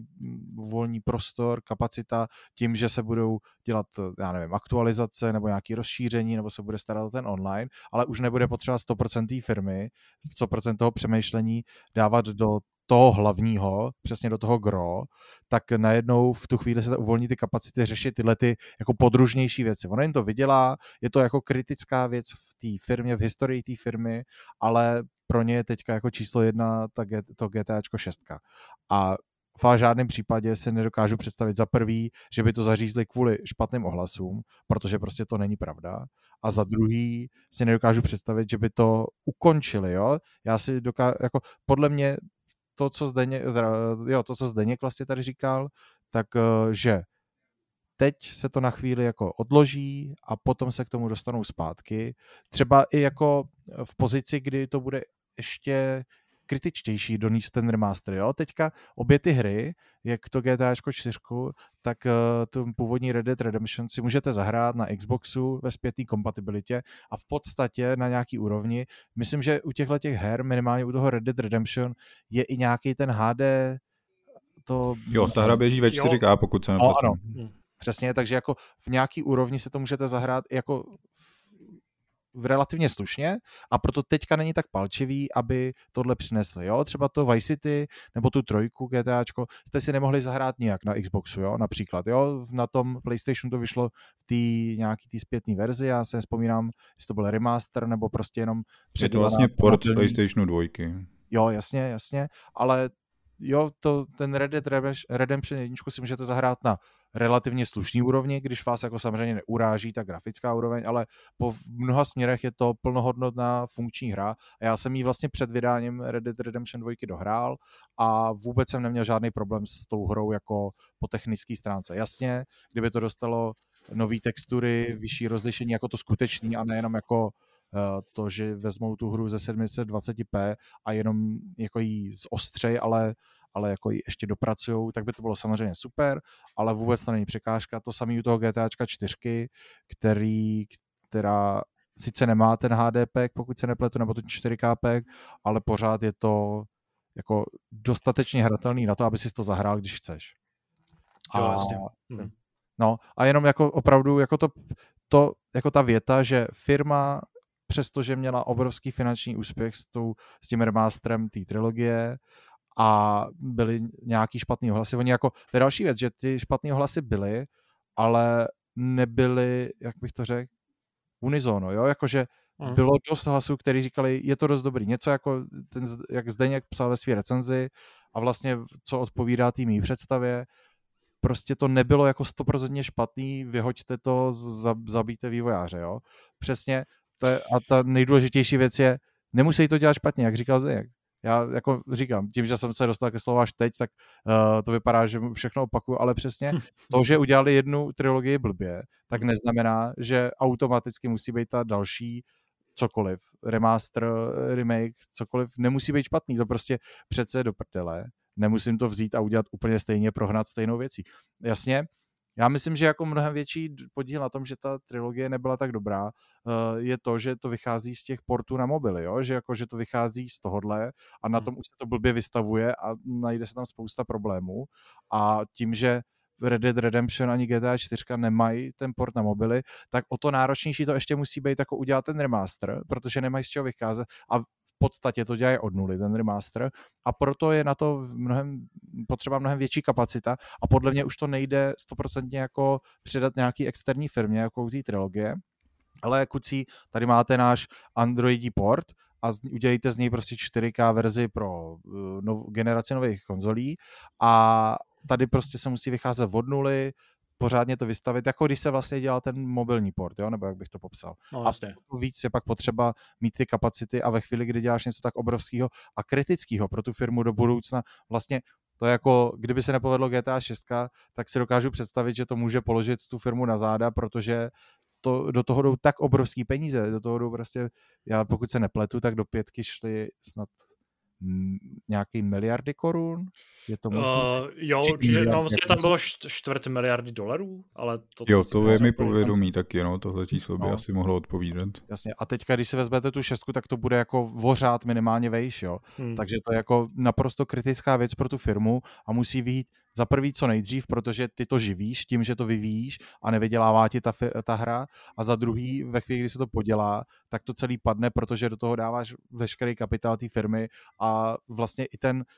uvolní prostor, kapacita, tím, že se budou dělat, já nevím, aktualizace nebo nějaké rozšíření, nebo se bude starat o ten online, ale už nebude potřeba 100% té firmy, 100% toho přemýšlení dávat do toho hlavního, přesně do toho gro, tak najednou v tu chvíli se uvolní ty kapacity řešit tyhle ty jako podružnější věci. Ono jim to vydělá, je to jako kritická věc v té firmě, v historii té firmy, ale pro ně je teďka jako číslo 1 to GTAčko 6. A v žádném případě si nedokážu představit za prvý, že by to zařízli kvůli špatným ohlasům, protože prostě to není pravda. A za druhý si nedokážu představit, že by to ukončili, jo. Já si jako podle mě to, co Zdeněk vlastně tady říkal, tak že teď se to na chvíli jako odloží a potom se k tomu dostanou zpátky. Třeba i jako v pozici, kdy to bude ještě kritičtější donést ten remaster, jo. Teďka obě ty hry, jak to GTAčko 4, tak tu původní Red Dead Redemption si můžete zahrát na Xboxu ve zpětné kompatibilitě a v podstatě na nějaký úrovni. Myslím, že u těchto her, minimálně u toho Red Dead Redemption, je i nějaký ten HD to... Jo, ta hra běží ve 4K, pokud se nepletu. Ano, přesně, takže jako v nějaký úrovni se to můžete zahrát jako v relativně slušně a proto teďka není tak palčivý, aby tohle přinesli, jo, třeba to Vice City nebo tu 3 GTAčko jste si nemohli zahrát nijak na Xboxu, jo, například, jo, na tom PlayStationu to vyšlo v té nějaký té zpětné verzi, já se nevzpomínám, jestli to byl remaster nebo prostě jenom je to vlastně port PlayStationu 2. Jo, jasně, ale jo, ten Red Dead Redemption 1 si můžete zahrát na relativně slušný úrovni, když vás jako samozřejmě neuráží ta grafická úroveň, ale po mnoha směrech je to plnohodnotná funkční hra a já jsem ji vlastně před vydáním Red Dead Redemption 2 dohrál a vůbec jsem neměl žádný problém s tou hrou jako po technické stránce. Jasně, kdyby to dostalo nový textury, vyšší rozlišení jako to skutečný a nejenom jako to, že vezmou tu hru ze 720p a jenom jako jí zostřej, ale jako ji ještě dopracujou, tak by to bylo samozřejmě super, ale vůbec to není překážka. To samé u toho GTAčka 4, která sice nemá ten HD pack, pokud se nepletu, nebo to 4K pack, ale pořád je to jako dostatečně hratelný na to, aby si to zahrál, když chceš. Jo, jasně. No a jenom jako opravdu jako to jako ta věta, že firma přestože měla obrovský finanční úspěch s tím remasterem té trilogie a byly nějaký špatný ohlasy. Oni jako, to je další věc, že ty špatný ohlasy byly, ale nebyly, jak bych to řekl, unizono, jo, jakože bylo dost hlasů, kteří říkali, je to dost dobrý. Něco jako jak Zdeněk psal ve své recenzi a vlastně co odpovídá té mý představě, prostě to nebylo jako 100% špatný, vyhoďte to, zabijte vývojáře, jo. Přesně, a ta nejdůležitější věc je, nemusí to dělat špatně, jak říkal Zdeněk. Já jako říkám, tím, že jsem se dostal ke slovu až teď, tak to vypadá, že všechno opakuju, ale přesně to, že udělali jednu trilogii blbě, tak neznamená, že automaticky musí být ta další cokoliv, remaster, remake, cokoliv, nemusí být špatný, to prostě přece do prdele. Nemusím to vzít a udělat úplně stejně, prohnat stejnou věcí. Jasně, já myslím, že jako mnohem větší podíl na tom, že ta trilogie nebyla tak dobrá, je to, že to vychází z těch portů na mobily, jo? Že to vychází z tohodle a na tom už se to blbě vystavuje a najde se tam spousta problémů a tím, že Red Dead Redemption ani GTA 4 nemají ten port na mobily, tak o to náročnější to ještě musí být jako udělat ten remaster, protože nemají z čeho vycházet a v podstatě to dělají od nuly, ten remaster, a proto je na to potřeba mnohem větší kapacita a podle mě už to nejde 100% jako předat nějaký externí firmě, jako u té trilogie, ale kucí, tady máte náš Androidí port a udělejte z něj prostě 4K verzi pro generaci nových konzolí a tady prostě se musí vycházet od nuly, pořádně to vystavit, jako když se vlastně dělal ten mobilní port, jo? Nebo jak bych to popsal. No, a víc je pak potřeba mít ty kapacity a ve chvíli, kdy děláš něco tak obrovského a kritického pro tu firmu do budoucna, vlastně to je jako, kdyby se nepovedlo GTA 6, tak si dokážu představit, že to může položit tu firmu na záda, protože do toho jdou tak obrovský peníze, do toho jdou prostě, já pokud se nepletu, tak do 5 šly snad nějaký miliardy korun? Je to možné? Jo, určitě, vlastně tam bylo $250 miliardy, ale to je mi povědomí taky, no, tohle číslo by asi mohlo odpovídat. Jasně, a teďka, když si vezmete tu 6, tak to bude jako vořád minimálně vejš, jo. Takže to je jako naprosto kritická věc pro tu firmu a musí vyjít za prvý co nejdřív, protože ty to živíš tím, že to vyvíjíš a nevydělává ti ta hra, a za druhý, ve chvíli, kdy se to podělá, tak to celý padne, protože do toho dáváš veškerý kapitál té firmy a vlastně i ten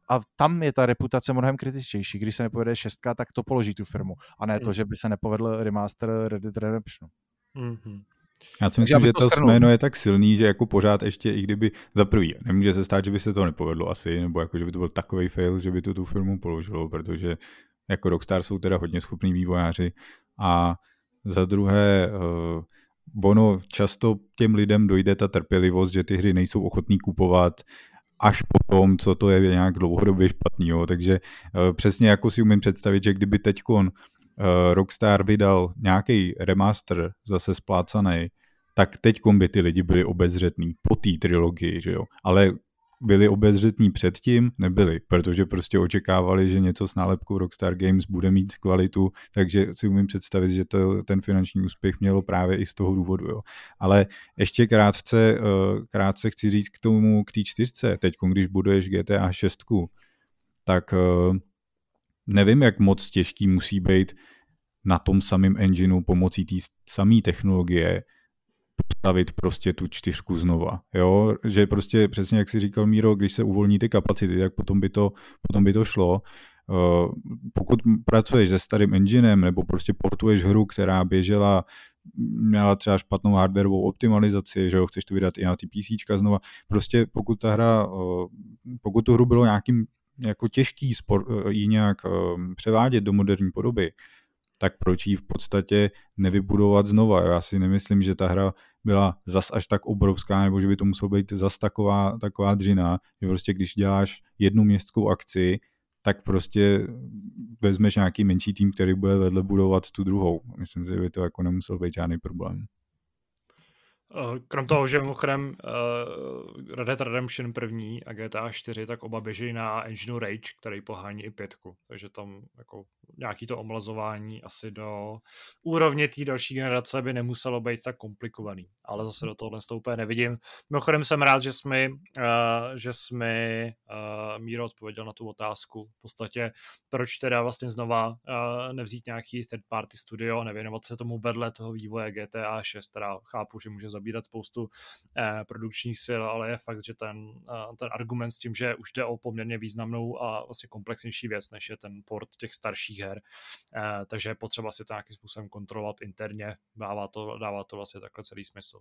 A tam je ta reputace mnohem kritičtější. Když se nepovede 6, tak to položí tu firmu. A ne to, že by se nepovedl remaster Red Dead Redemption. Já si myslím, že to jméno je tak silný, že jako pořád ještě, i kdyby za prvý, nemůže se stát, že by se to nepovedlo asi, nebo jako, že by to byl takovej fail, že by to tu firmu položilo, protože jako Rockstar jsou teda hodně schopní vývojáři a za druhé ono často těm lidem dojde ta trpělivost, že ty hry nejsou ochotní kupovat až potom, co to je nějak dlouhodobě špatný, jo. Takže přesně jako si umím představit, že kdyby teďkon Rockstar vydal nějaký remaster zase splácaný, tak teďkom by ty lidi byli obezřetní po té trilogii, že jo. Ale byli obezřetní předtím, nebyli, protože prostě očekávali, že něco s nálepkou Rockstar Games bude mít kvalitu, takže si umím představit, že ten finanční úspěch mělo právě i z toho důvodu. Jo. Ale ještě krátce chci říct k té 4, teď když buduješ GTA 6, tak nevím, jak moc těžký musí být na tom samém engineu pomocí té samé technologie postavit prostě tu 4 znova, jo, že prostě přesně jak si říkal Míro, když se uvolní ty kapacity, tak potom by to šlo. Pokud pracuješ se starým enginem nebo prostě portuješ hru, která měla třeba špatnou hardwarovou optimalizaci, že jo, chceš to vydat i na ty PCčka znova, prostě pokud tu hru bylo nějakým jako těžký ji nějak převádět do moderní podoby, tak proč ji v podstatě nevybudovat znova. Já si nemyslím, že ta hra byla zas až tak obrovská, nebo že by to muselo být zas taková dřina, že prostě když děláš jednu městskou akci, tak prostě vezmeš nějaký menší tým, který bude vedle budovat tu druhou. Myslím si, že by to jako nemusel být žádný problém. Krom toho, že mimochodem Red Dead Redemption 1 a GTA 4, tak oba běží na engineu Rage, který pohání i 5. Takže tam jako nějaký to omlazování asi do úrovně té další generace by nemuselo být tak komplikovaný. Ale zase do tohle úplně nevidím. Mimochodem jsem rád, že jsme Míro odpověděl na tu otázku. V podstatě proč teda vlastně znova nevzít nějaký third party studio a nevěnovat se tomu vedle toho vývoje GTA 6, teda chápu, že může zabírat spoustu produkčních sil, ale je fakt, že ten argument s tím, že už jde o poměrně významnou a vlastně komplexnější věc, než je ten port těch starších her, takže je potřeba si to nějakým způsobem kontrolovat interně, dává to vlastně takhle celý smysl.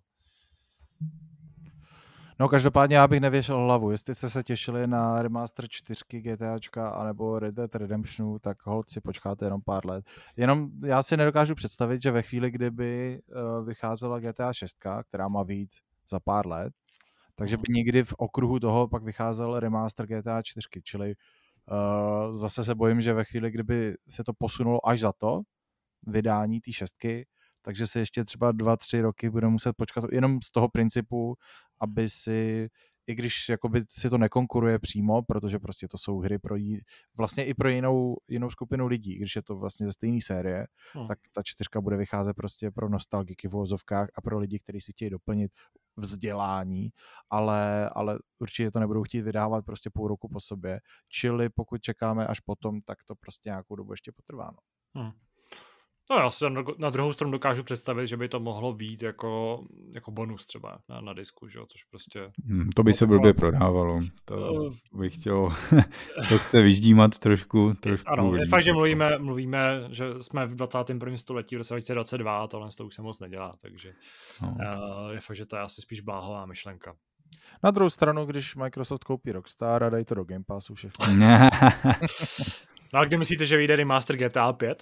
No každopádně já bych nevěšel hlavu, jestli jste se těšili na remaster 4 GTAčka anebo Red Dead Redemptionu, tak holt si počkáte jenom pár let. Jenom já si nedokážu představit, že ve chvíli, kdyby vycházela GTA 6, která má vyjít za pár let, takže by někdy v okruhu toho pak vycházel remaster GTA 4, čili zase se bojím, že ve chvíli, kdyby se to posunulo až za to vydání té 6, takže si ještě třeba 2-3 roky budeme muset počkat jenom z toho principu, aby si, i když jakoby si to nekonkuruje přímo, protože prostě to jsou hry vlastně i pro jinou skupinu lidí, když je to vlastně ze stejné série, tak ta 4 bude vycházet prostě pro nostalgiky v uvozovkách a pro lidi, kteří si chtějí doplnit vzdělání, ale určitě to nebudou chtít vydávat prostě půl roku po sobě, čili pokud čekáme až potom, tak to prostě nějakou dobu ještě potrvá. No já si na druhou stranu dokážu představit, že by to mohlo být jako bonus třeba na disku, že jo, což prostě... To by se blbě prodávalo. To bych chtěl... to chce vyždímat trošku. Ano, je fakt, že mluvíme, že jsme v 21. století v roce 2022 a tohle to už se moc nedělá, takže je fakt, že to je asi spíš bláhová myšlenka. Na druhou stranu, když Microsoft koupí Rockstar a dají to do Game Passu všechno. No a kdy myslíte, že vyjde remaster GTA 5?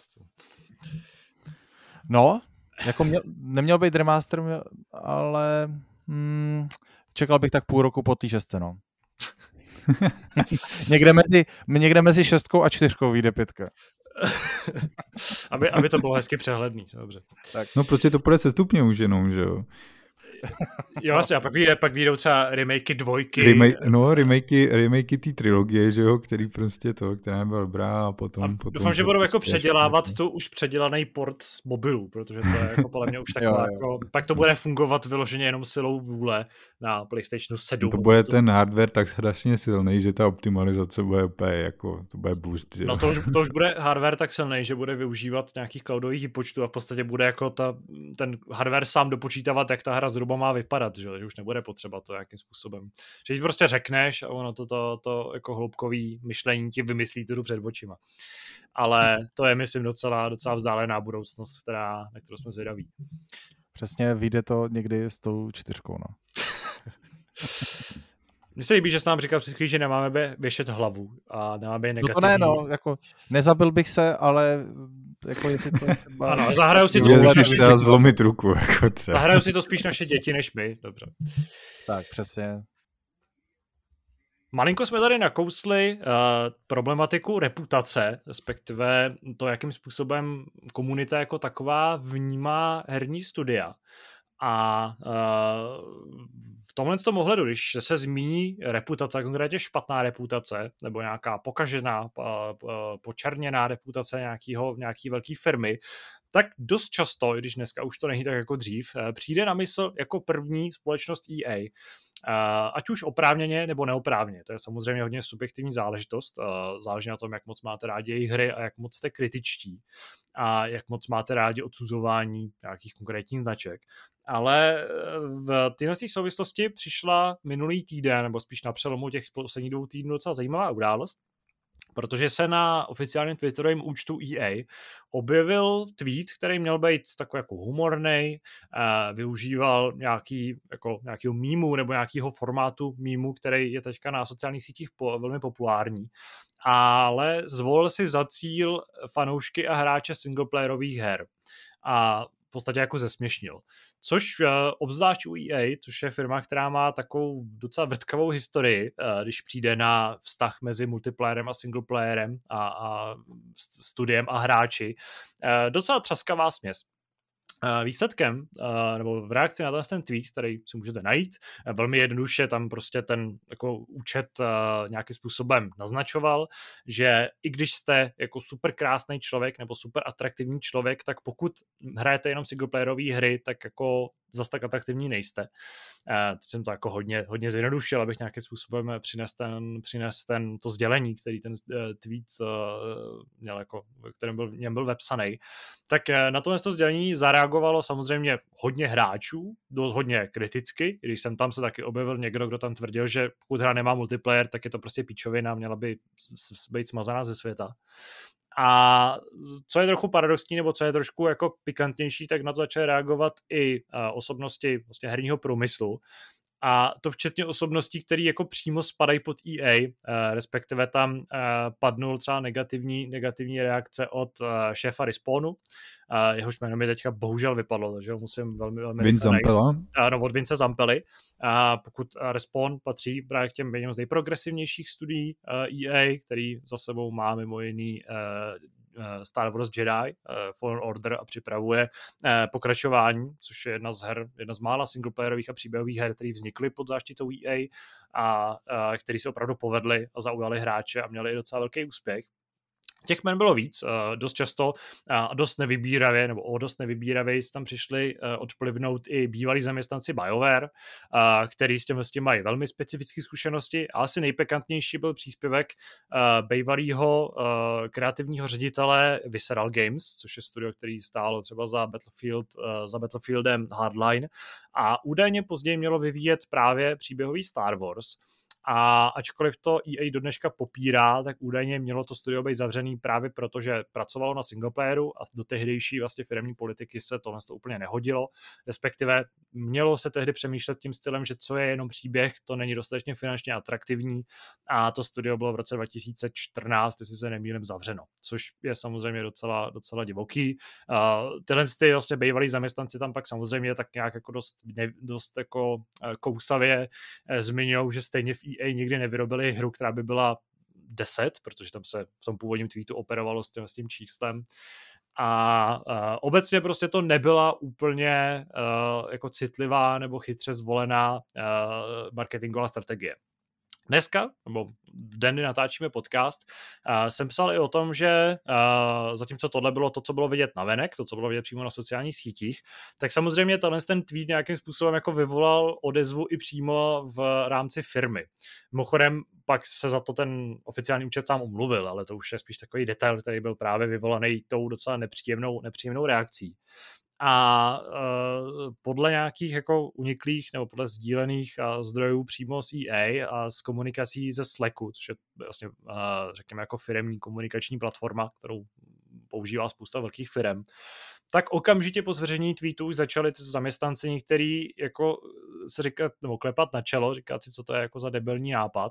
No, jako neměl být remaster, ale čekal bych tak půl roku po té 6, no. někde mezi 6 a 4 vyjde 5. aby to bylo hezky přehledný, dobře. Tak. No prostě to půjde sestupně už jenom, že jo. Jo, vlastně, a pak vyjdou třeba remakey 2. Remakey té trilogie, že jo, která byla dobrá a potom doufám, že budou jako předělávat tu už předělaný port z mobilu, protože to je jako podle mě už taková jako, pak to bude fungovat vyloženě jenom silou vůle na PlayStationu 7. To bude ten hardware tak strašně silný, že ta optimalizace bude úplně jako, to bude boost. Že? No to už bude hardware tak silný, že bude využívat nějakých cloudových výpočtů a v podstatě bude jako ten hardware sám dopočítávat, jak ta hra hra zhruba má vypadat, že už nebude potřeba to jakým způsobem. Že ti prostě řekneš a ono to jako hloubkový myšlení ti vymyslí tu před očima. Ale to je, myslím, docela vzdálená budoucnost, na kterou jsme zvědaví. Přesně, vyjde to někdy s tou 4, no. Mně se líbí, že jsi nám říkal před chvílí, že nemáme věšet hlavu a nemáme negativní. No to ne, no, jako nezabil bych se, ale jako jestli to třeba... Ano, zahraju si to třeba zlomit ruku, jako třeba. Zahraju si to spíš naše děti než my, dobře. Tak, přesně. Malinko jsme tady nakousli problematiku reputace, respektive to, jakým způsobem komunita jako taková vnímá herní studia. A v tomhle ohledu, když se zmíní reputace, konkrétně špatná reputace, nebo nějaká pokažená, počerněná reputace nějaký velký firmy, tak dost často, i když dneska už to není tak jako dřív, přijde na mysl jako první společnost EA. Ať už oprávněně nebo neoprávněně. To je samozřejmě hodně subjektivní záležitost. Záleží na tom, jak moc máte rádi jejich hry a jak moc jste kritičtí a jak moc máte rádi odsuzování nějakých konkrétních značek. Ale v této souvislosti přišla minulý týden, nebo spíš na přelomu těch posledních 2 týdnů docela zajímavá událost, protože se na oficiálním twitterovém účtu EA objevil tweet, který měl být takový jako humornej, využíval nějakého mýmu nebo nějakého formátu mýmu, který je teďka na sociálních sítích velmi populární, ale zvolil si za cíl fanoušky a hráče singleplayerových her a v podstatě jako zesměšnil. Což obzvlášť u EA, což je firma, která má takovou docela vrtkavou historii, když přijde na vztah mezi multiplayerem a singleplayerem a studiem a hráči. Docela třaskavá směs. Výsledkem, nebo v reakci na ten tweet, který si můžete najít, velmi jednoduše tam prostě ten jako účet nějakým způsobem naznačoval, že i když jste jako super krásný člověk nebo super atraktivní člověk, tak pokud hrajete jenom singleplayerové hry, tak jako zase tak atraktivní nejste. Teď jsem to jako hodně zjednodušil, abych nějakým způsobem přines to sdělení, který ten tweet měl jako, kterým byl vepsaný. Tak na tohle sdělení zareagovalo samozřejmě hodně hráčů, hodně kriticky, když jsem tam se taky objevil někdo, kdo tam tvrdil, že pokud hra nemá multiplayer, tak je to prostě píčovina, měla by být smazaná ze světa. A co je trochu paradoxní, nebo co je trošku jako pikantnější, tak na to začaly reagovat i osobnosti vlastně herního průmyslu. A to včetně osobností, které jako přímo spadají pod EA, respektive tam padnul třeba negativní reakce od šéfa Respawnu, jehož jméno mi teďka bohužel vypadlo, takže ho musím velmi Vince Zampella. Od Vince Zampely. Pokud Respawn patří právě k těm jedním z nejprogresivnějších studií EA, který za sebou má mimo jiný Star Wars Jedi, Fallen Order a připravuje pokračování, což je jedna z mála singleplayerových a příběhových her, které vznikly pod záštitou EA a které se opravdu povedly a zaujaly hráče a měly i docela velký úspěch. Těch jmen bylo víc, dost často a dost nevybíravě si tam přišli odplivnout i bývalí zaměstnanci BioWare, který s tím mají velmi specifické zkušenosti, ale asi nejpekantnější byl příspěvek bývalého kreativního ředitele Visceral Games, což je studio, který stálo třeba za Battlefieldem Hardline a údajně později mělo vyvíjet právě příběhový Star Wars. A ačkoliv to EA do dneška popírá, tak údajně mělo to studio být zavřený právě proto, že pracovalo na singleplayeru a do tehdejší vlastně firemní politiky se tohle úplně nehodilo. Respektive mělo se tehdy přemýšlet tím stylem, že co je jenom příběh, to není dostatečně finančně atraktivní a to studio bylo v roce 2014, jestli se nemýlím, zavřeno, což je samozřejmě docela divoký. Tyhle vlastně bývalí zaměstnanci tam pak samozřejmě tak nějak jako dost jako kousavě zmiňují, že stejně v EA nikdy nevyrobili hru, která by byla 10, protože tam se v tom původním tweetu operovalo s tím číslem. A obecně prostě to nebyla úplně jako citlivá nebo chytře zvolená marketingová strategie. Dneska, nebo v den, kdy natáčíme podcast, jsem psal i o tom, že zatímco tohle bylo to, co bylo vidět navenek, to, co bylo vidět přímo na sociálních sítích, tak samozřejmě ten tweet nějakým způsobem jako vyvolal odezvu i přímo v rámci firmy. Mimochodem pak se za to ten oficiální účet sám omluvil, ale to už je spíš takový detail, který byl právě vyvolaný tou docela nepříjemnou reakcí. A podle nějakých jako uniklých nebo podle sdílených zdrojů přímo z EA a z komunikací ze Slacku, což je vlastně, řekněme, jako firemní komunikační platforma, kterou používá spousta velkých firem, tak okamžitě po zveřejnění tweetů už začali ty zaměstnanci některý jako se říkat, nebo klepat na čelo, říkat si, co to je jako za debilní nápad.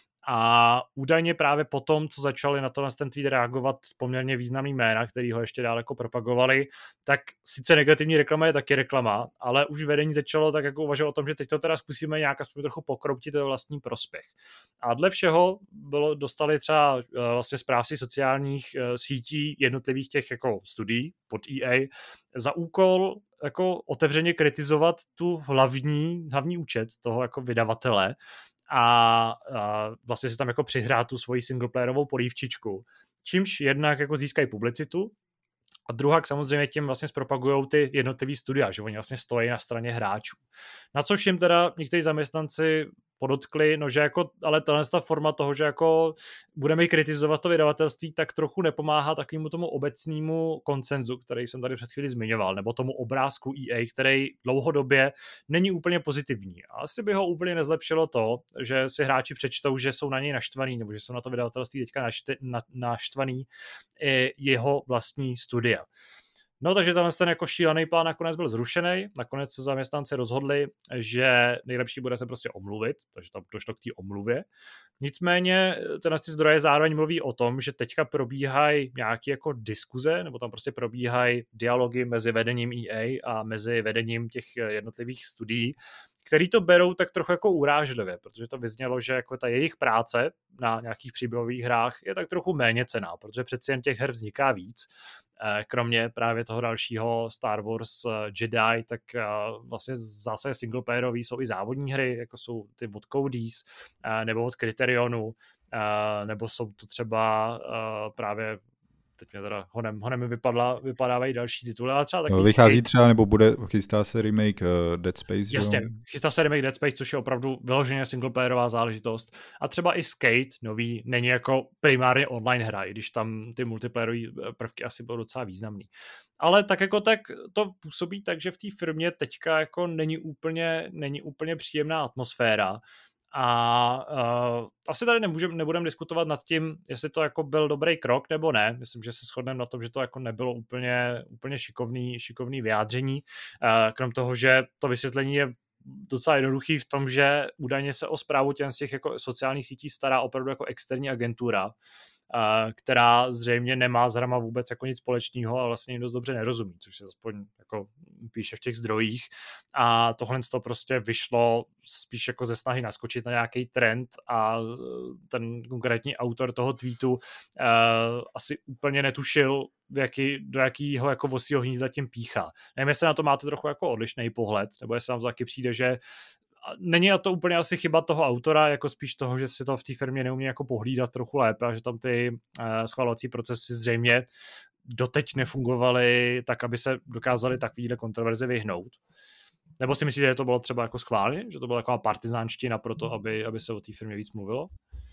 A údajně právě potom, co začali na ten tweet reagovat poměrně významný jména, který ho ještě dál jako propagovali, tak sice negativní reklama je taky reklama, ale už vedení začalo tak jako uvažovat o tom, že teď to teda zkusíme nějak aspoň trochu pokroutit ve vlastní prospěch. A dle všeho dostali třeba vlastně správci sociálních sítí jednotlivých těch jako studií pod EA za úkol jako otevřeně kritizovat tu hlavní účet toho jako vydavatele, a vlastně si tam jako přihrát tu svoji singleplayerovou polívčičku. Čímž jednak jako získají publicitu a druhak samozřejmě tím vlastně zpropagujou ty jednotlivý studia, že oni vlastně stojí na straně hráčů. Na což jim teda někteří zaměstnanci podotkli, no že jako, ale ta forma toho, že jako budeme kritizovat to vydavatelství, tak trochu nepomáhá takovému tomu obecnému konsenzu, který jsem tady před chvíli zmiňoval, nebo tomu obrázku EA, který dlouhodobě není úplně pozitivní. A asi by ho úplně nezlepšilo to, že si hráči přečtou, že jsou na něj naštvaný, nebo že jsou na to vydavatelství teďka naštvaný i jeho vlastní studia. No, takže ten jako šílený plán nakonec byl zrušený. Nakonec se zaměstnanci rozhodli, že nejlepší bude se prostě omluvit, takže tam došlo k té omluvě. Nicméně ty zdroje zároveň mluví o tom, že teďka probíhají nějaké jako diskuze, nebo tam prostě probíhají dialogy mezi vedením EA a mezi vedením těch jednotlivých studií, který to berou tak trochu jako urážlivě, protože to vyznělo, že jako ta jejich práce na nějakých příběhových hrách je tak trochu méněcenná, protože přeci jen těch her vzniká víc. Kromě právě toho dalšího Star Wars Jedi, tak vlastně zase singleplayerový jsou i závodní hry, jako jsou ty od Cody's nebo od Criterionu, nebo jsou to třeba právě teď mě teda honem vypadávají další tituly, ale třeba taky vychází třeba, nebo chystá se remake Dead Space, jasně, chystá se remake Dead Space, což je opravdu vyloženě singleplayerová záležitost. A třeba i Skate nový není jako primárně online hra, i když tam ty multiplayerové prvky asi budou docela významný. Ale tak jako tak to působí tak, že v té firmě teďka jako není úplně příjemná atmosféra. A asi tady nebudeme diskutovat nad tím, jestli to jako byl dobrý krok nebo ne. Myslím, že se shodneme na tom, že to jako nebylo úplně šikovný vyjádření. Krom toho, že to vysvětlení je docela jednoduchý v tom, že údajně se o správu z těch jako sociálních sítí stará opravdu jako externí agentura, která zřejmě nemá s hrama vůbec jako nic společného a vlastně jim dost dobře nerozumí, což se aspoň jako píše v těch zdrojích. A tohle to prostě vyšlo spíš jako ze snahy naskočit na nějaký trend a ten konkrétní autor toho tweetu asi úplně netušil, do jakého jako vosího hnízda tím píchá. Nevím, jestli na to máte trochu jako odlišný pohled, nebo jestli vám to taky přijde, že není to úplně asi chyba toho autora, jako spíš toho, že si to v té firmě neumí jako pohlídat trochu lépe a že tam ty schvalovací procesy zřejmě doteď nefungovaly tak, aby se dokázali takovýhle kontroverzi vyhnout. Nebo si myslíte, že to bylo třeba jako schválně? Že to byla taková partizánština pro to, aby se o té firmě víc mluvilo?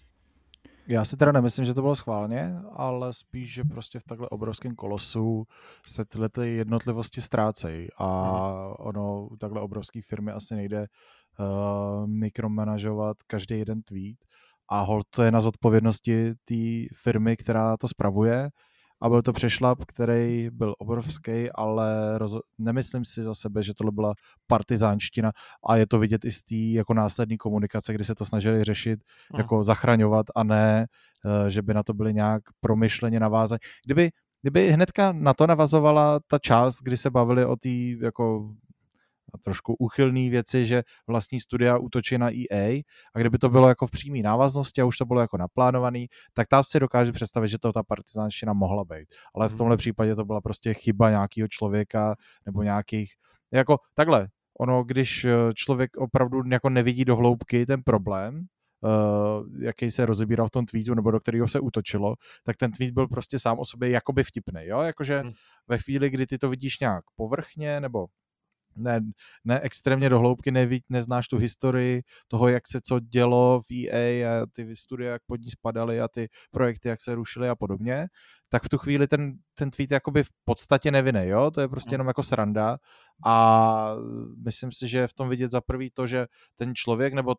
Já si teda nemyslím, že to bylo schválně, ale spíš, že prostě v takhle obrovském kolosu se tyhle ty jednotlivosti ztrácejí a ono u takhle obrovské firmy asi nejde mikromanažovat každý jeden tweet a holt to je na zodpovědnosti té firmy, která to spravuje a byl to přešlap, který byl obrovský, ale nemyslím si za sebe, že tohle byla partizánština a je to vidět i z té jako následné komunikace, kdy se to snažili řešit, jako zachraňovat a ne, že by na to byly nějak promyšleně navázané. Kdyby hnedka na to navazovala ta část, kdy se bavili o té jako trošku úchylný věci, že vlastní studia útočí na EA a kdyby to bylo jako v přímé návaznosti a už to bylo jako naplánovaný, tak ta si dokáže představit, že to ta partizánština mohla být. Ale v tomhle případě to byla prostě chyba nějakého člověka nebo nějakých, jako takhle, ono, když člověk opravdu jako nevidí do hloubky ten problém, jaký se rozebíral v tom tweetu nebo do kterého se útočilo, tak ten tweet byl prostě sám o sobě jakoby vtipnej, jo, jakože ve chvíli, kdy ty to vidíš nějak povrchně nebo ne extrémně do hloubky, neznáš tu historii toho, jak se co dělo v EA a ty studie, jak pod ní spadaly a ty projekty, jak se rušily a podobně, tak v tu chvíli ten tweet je jakoby v podstatě nevinný, jo? To je prostě jenom jako sranda a myslím si, že je v tom vidět za prvý to, že ten člověk nebo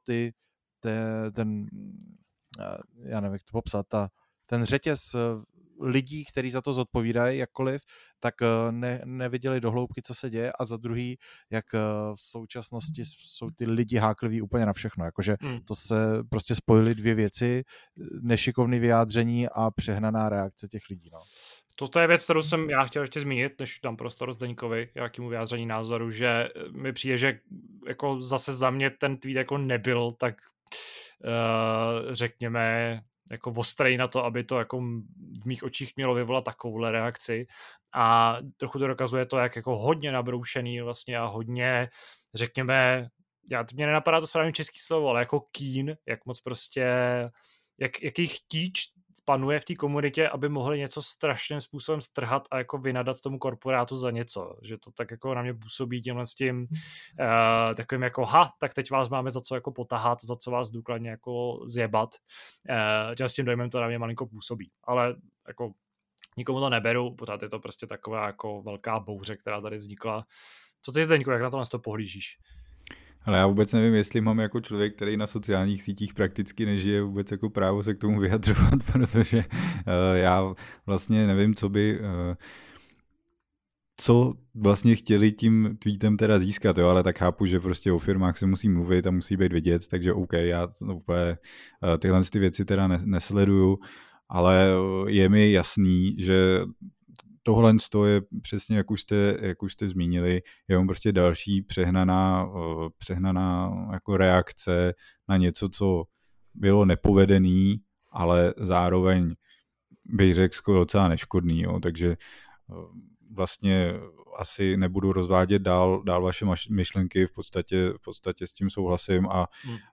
já nevím, jak to popsat, ten řetěz lidí, kteří za to zodpovídají jakkoliv, tak neviděli do hloubky, co se děje a za druhý, jak v současnosti jsou ty lidi hákliví úplně na všechno. Jakože to se prostě spojily dvě věci, nešikovný vyjádření a přehnaná reakce těch lidí. No. Toto je věc, kterou jsem já chtěl ještě zmínit, než dám prostor Zdeňkovi, jakýmu vyjádření názoru, že mi přijde, že jako zase za mě ten tweet jako nebyl tak řekněme jako ostrej na to, aby to jako v mých očích mělo vyvolat takovouhle reakci a trochu to dokazuje to, jak jako hodně nabroušený vlastně a hodně, řekněme, mě nenapadá to správně český slovo, ale jako keen, jak moc prostě, jaký chtíč panuje v té komunitě, aby mohli něco strašným způsobem strhat a jako vynadat tomu korporátu za něco, že to tak jako na mě působí tímhle s tím takovým jako tak teď vás máme za co jako potahat, za co vás důkladně jako zjebat. S tím dojmem to na mě malinko působí, ale jako nikomu to neberu, pořád je to prostě taková jako velká bouře, která tady vznikla. Co ty, Zdeňko, jak na to pohlížíš? Ale já vůbec nevím, jestli mám jako člověk, který na sociálních sítích prakticky nežije, vůbec jako právo se k tomu vyjadřovat, protože já vlastně nevím, co vlastně chtěli tím tweetem teda získat, jo, ale tak chápu, že prostě o firmách se musí mluvit a musí být vidět, takže OK, já úplně tyhle ty věci teda nesleduju, ale je mi jasný, že tohle je přesně, jak už jste zmínili, je on prostě další přehnaná jako reakce na něco, co bylo nepovedený, ale zároveň bych řekl skoro docela neškodný, jo, takže vlastně asi nebudu rozvádět dál vaše myšlenky, v podstatě s tím souhlasím a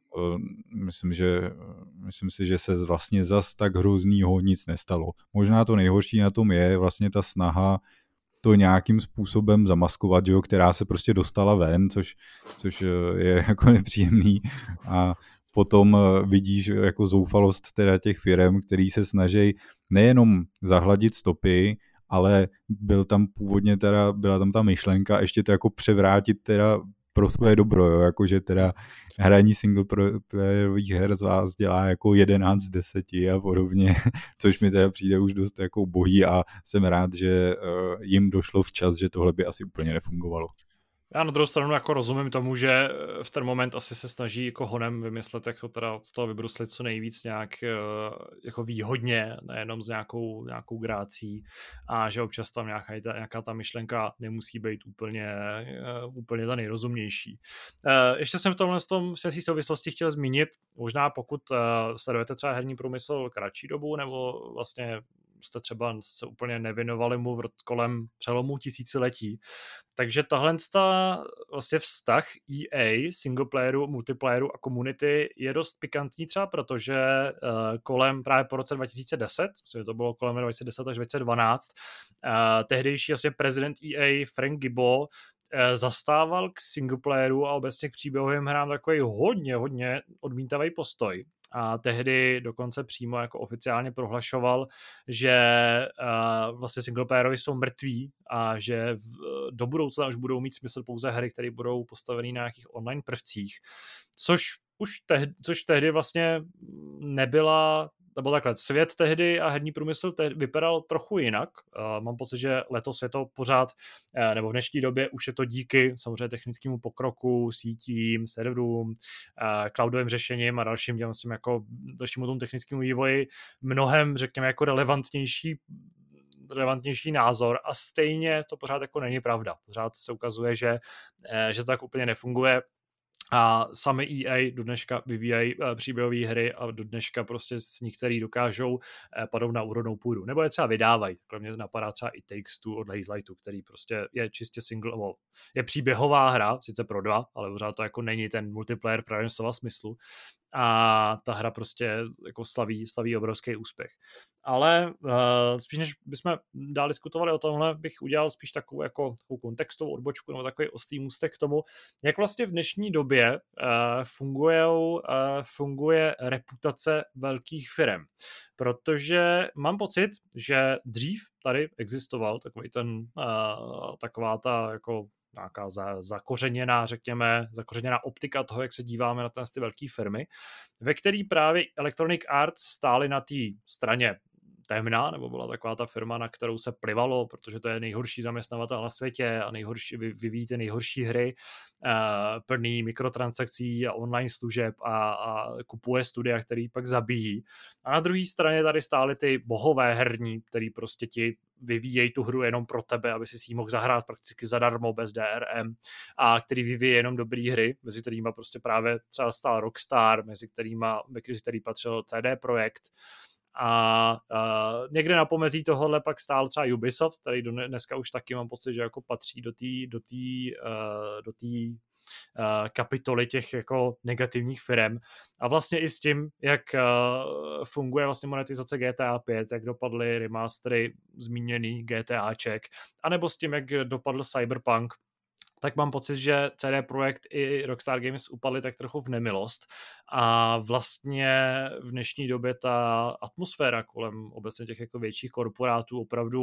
myslím si, že se vlastně zas tak hroznýho nic nestalo. Možná to nejhorší na tom je vlastně ta snaha to nějakým způsobem zamaskovat, že jo, která se prostě dostala ven, což je jako nepříjemný a potom vidíš jako zoufalost teda těch firem, který se snaží nejenom zahladit stopy, ale byla tam ta myšlenka ještě to jako převrátit teda pro své dobro, jo, jakože teda hraní singleplayerových her z vás dělá jako 11 z 10 a podobně, což mi teda přijde už dost jako bohý a jsem rád, že jim došlo včas, že tohle by asi úplně nefungovalo. Já na druhou stranu jako rozumím tomu, že v ten moment asi se snaží jako honem vymyslet, jak to teda z toho vybruslit co nejvíc nějak jako výhodně, nejenom s nějakou grácí a že občas tam nějaká ta myšlenka nemusí být úplně ta nejrozumnější. Ještě jsem v té souvislosti chtěl zmínit, možná pokud sledujete třeba herní průmysl kratší dobu nebo vlastně jste třeba se úplně nevěnovali mu kolem přelomu tisíciletí. Takže tahle vlastně vztah EA, singleplayeru, multiplayeru a komunity je dost pikantní třeba, protože kolem právě po roce 2010, to bylo kolem 2010 až 2012, tehdejší vlastně prezident EA Frank Gibbo zastával k singleplayeru a obecně k příběhovým hrám takový hodně odmítavý postoj. A tehdy dokonce přímo jako oficiálně prohlašoval, že vlastně singleplayerovi jsou mrtví a že do budoucna už budou mít smysl pouze hry, které budou postavené na nějakých online prvcích, což tehdy vlastně nebyla, nebo takhle, svět tehdy a herní průmysl vypadal trochu jinak. Mám pocit, že letos je to pořád, nebo v dnešní době už je to díky samozřejmě technickému pokroku, sítím, serverům, cloudovým řešením a dalším dalšímu tomu technickému vývoji mnohem, řekněme, jako relevantnější názor a stejně to pořád jako není pravda. Pořád se ukazuje, že to tak úplně nefunguje. A sami EA do dneška vyvíjají příběhové hry a do dneška prostě z některých dokážou padnout na úrodnou půdu. Nebo je třeba vydávají. Kromě napadá třeba i Takes-Two od Hazelightu, který prostě je čistě je příběhová hra, sice pro 2, ale pořád to jako není ten multiplayer v pravém slova smyslu. a ta hra prostě jako slaví obrovský úspěch. Ale spíš než bychom dál diskutovali o tomhle, bych udělal spíš takovou kontextovou odbočku nebo takový ostrý můstek k tomu, jak vlastně v dnešní době funguje reputace velkých firem. Protože mám pocit, že dřív tady existoval taková ta jako nějaká zakořeněná optika toho, jak se díváme na ty velké firmy, ve který právě Electronic Arts stály na té straně temna, nebo byla taková ta firma, na kterou se plivalo, protože to je nejhorší zaměstnavatel na světě a vyvíjí ty nejhorší hry, plný mikrotransakcí a online služeb a kupuje studia, který pak zabíjí. A na druhé straně tady stály ty bohové herní, který prostě ti vyvíjejí tu hru jenom pro tebe, aby si ji mohl zahrát prakticky zadarmo, bez DRM, a který vyvíjí jenom dobrý hry, mezi kterýma prostě právě třeba stál Rockstar, mezi který patřil CD Projekt, a někde na pomezí tohohle pak stál třeba Ubisoft, který dneska už taky mám pocit, že jako patří do té kapitoly těch jako negativních firem. A vlastně i s tím, jak funguje vlastně monetizace GTA 5, jak dopadly remastery zmíněný GTAček, anebo s tím, jak dopadl Cyberpunk, tak mám pocit, že CD Projekt i Rockstar Games upadly tak trochu v nemilost a vlastně v dnešní době ta atmosféra kolem obecně těch jako větších korporátů opravdu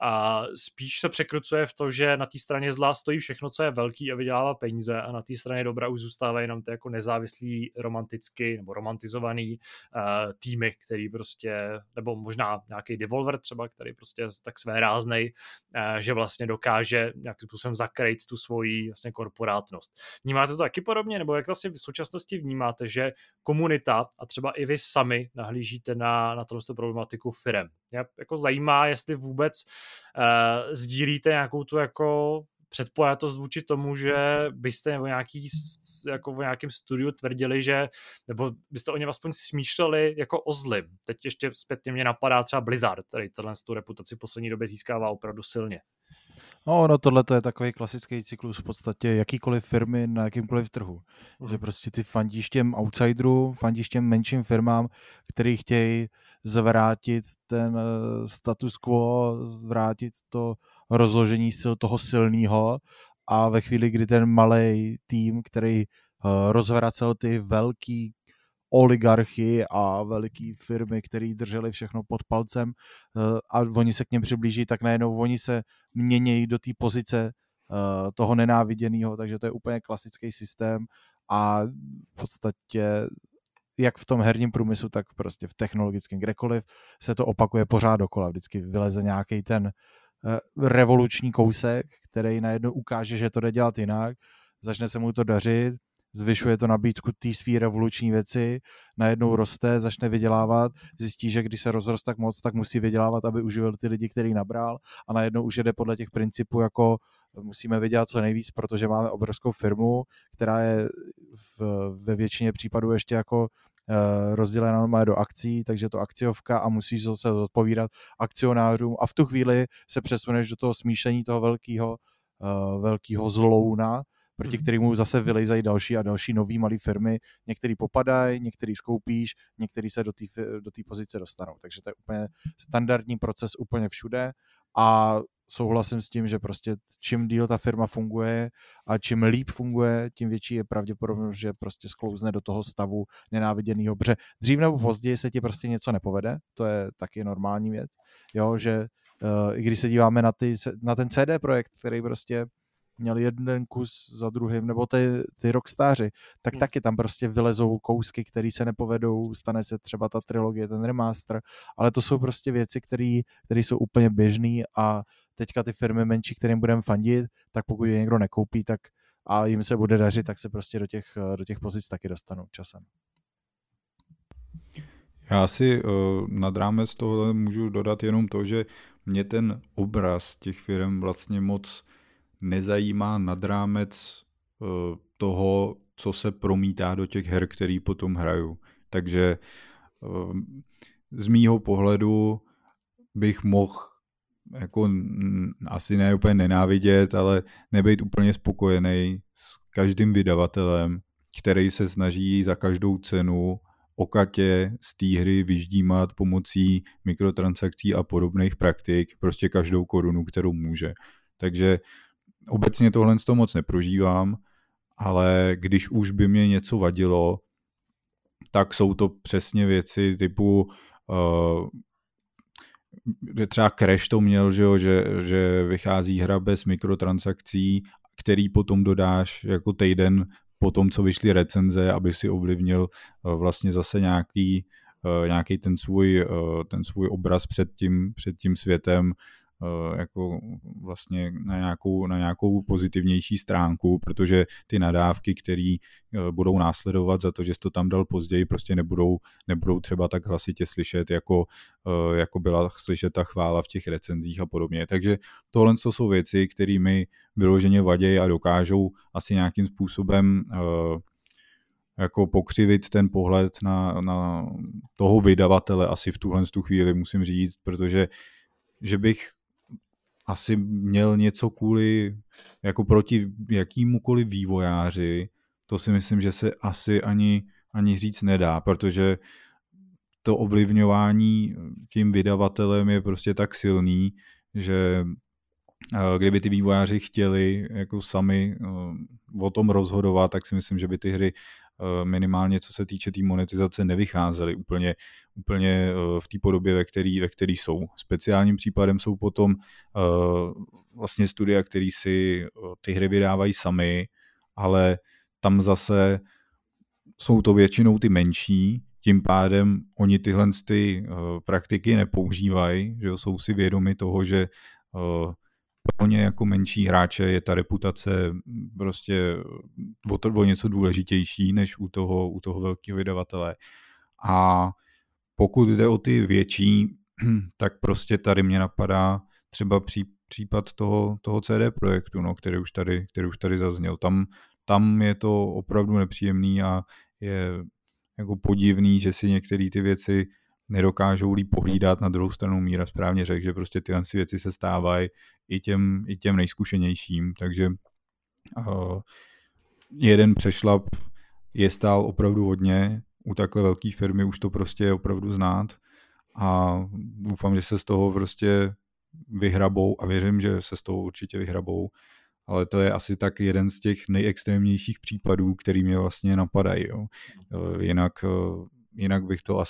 spíš se překrucuje v to, že na té straně zla stojí všechno, co je velký a vydělává peníze, a na té straně dobra už zůstávají jenom ty jako nezávislý romanticky nebo romantizovaný týmy, který prostě, nebo možná nějaký Devolver třeba, který prostě tak svéráznej, že vlastně dokáže nějakým způsobem zakrýt tu svoji vlastně korporátnost. Vnímáte to taky podobně, nebo jak vlastně v současnosti vnímáte, že komunita a třeba i vy sami nahlížíte na tuto problematiku firem? Mě jako zajímá, jestli vůbec sdílíte nějakou tu jako předpojatost vůči tomu, že byste nebo jako v nějakém studiu tvrdili, že, nebo byste o něm aspoň smýšleli jako o zlým. Teď ještě zpětně mě napadá třeba Blizzard, který tu reputaci v poslední době získává opravdu silně. No, tohle je takový klasický cyklus v podstatě jakýkoliv firmy na jakýmkoliv trhu. Že prostě ty fandíš těm outsiderům, fandíš těm menším firmám, který chtějí zvrátit ten status quo, zvrátit to rozložení sil toho silného, a ve chvíli, kdy ten malej tým, který rozvracel ty velký oligarchy a veliký firmy, které držely všechno pod palcem, a oni se k něm přiblíží, tak najednou oni se měnějí do té pozice toho nenáviděného, takže to je úplně klasický systém a v podstatě jak v tom herním průmyslu, tak prostě v technologickém, kdekoliv se to opakuje pořád dokola. Vždycky vyleze nějaký ten revoluční kousek, který najednou ukáže, že to jde dělat jinak, začne se mu to dařit, zvyšuje to nabídku té svý revoluční věci, najednou roste, začne vydělávat, zjistí, že když se rozrost tak moc, tak musí vydělávat, aby uživil ty lidi, který nabral, a najednou už jede podle těch principů, jako musíme vydělat co nejvíc, protože máme obrovskou firmu, která je ve většině případů ještě jako rozdělená do akcí, takže to akciovka a musíš se zodpovídat akcionářům, a v tu chvíli se přesuneš do toho smýšlení toho velkého zlouna, proti kterému zase vylejzají další a další nový malý firmy. Některý popadají, některý skoupíš, některý se do té pozice dostanou. Takže to je úplně standardní proces úplně všude a souhlasím s tím, že prostě čím díl ta firma funguje a čím líp funguje, tím větší je pravděpodobnost, že prostě sklouzne do toho stavu nenáviděného. Protože dřív nebo později se ti prostě něco nepovede, to je taky normální věc, jo, že i když se díváme na ten CD Projekt, který prostě měl jeden kus za druhým, nebo ty rockstáři, tak taky tam prostě vylezou kousky, které se nepovedou, stane se třeba ta trilogie, ten remaster, ale to jsou prostě věci, které jsou úplně běžné, a teďka ty firmy menší, kterým budeme fandit, tak pokud je někdo nekoupí, tak a jim se bude dařit, tak se prostě do těch pozic taky dostanou časem. Já si nad rámec toho můžu dodat jenom to, že mě ten obraz těch firm vlastně moc nezajímá nad rámec toho, co se promítá do těch her, který potom hraju. Takže z mýho pohledu bych mohl jako asi ne úplně nenávidět, ale nebejt úplně spokojený s každým vydavatelem, který se snaží za každou cenu okatě z té hry vyždímat pomocí mikrotransakcí a podobných praktik prostě každou korunu, kterou může. Takže obecně tohle z toho moc neprožívám, ale když už by mě něco vadilo, tak jsou to přesně věci typu třeba Crash to měl, že vychází hra bez mikrotransakcí, který potom dodáš jako týden po tom, co vyšly recenze, aby si ovlivnil vlastně zase nějaký ten svůj obraz před tím světem, jako vlastně na nějakou pozitivnější stránku, protože ty nadávky, které budou následovat za to, že jsi to tam dal později, prostě nebudou třeba tak hlasitě slyšet, jako byla slyšet ta chvála v těch recenzích a podobně. Takže tohle jsou věci, které mi vyloženě vadějí a dokážou asi nějakým způsobem jako pokřivit ten pohled na toho vydavatele asi v tuhle chvíli, musím říct, protože že bych asi měl něco kvůli, jako proti jakýmukoliv vývojáři, to si myslím, že se asi ani říct nedá, protože to ovlivňování tím vydavatelem je prostě tak silný, že kdyby ty vývojáři chtěli jako sami o tom rozhodovat, tak si myslím, že by ty hry minimálně co se týče té monetizace nevycházely úplně v té podobě, ve který jsou. Speciálním případem jsou potom vlastně studia, který si ty hry vydávají sami, ale tam zase jsou to většinou ty menší, tím pádem oni tyhle praktiky nepoužívají, že jsou si vědomi toho, že pro ně jako menší hráče je ta reputace prostě o něco důležitější než u toho velkého vydavatele. A pokud jde o ty větší, tak prostě tady mě napadá třeba případ toho CD Projektu, no, který už tady zazněl. Tam je to opravdu nepříjemný a je jako podivný, že si některé ty věci nedokážou líp pohlídat. Na druhou stranu Míra správně řekl, že prostě tyhle věci se stávají i těm nejzkušenějším, takže jeden přešlap je stál opravdu hodně, u takhle velké firmy už to prostě je opravdu znát a doufám, že se z toho prostě vyhrabou a věřím, že se z toho určitě vyhrabou, ale to je asi tak jeden z těch nejextrémnějších případů, který mě vlastně napadají. Jo. Jinak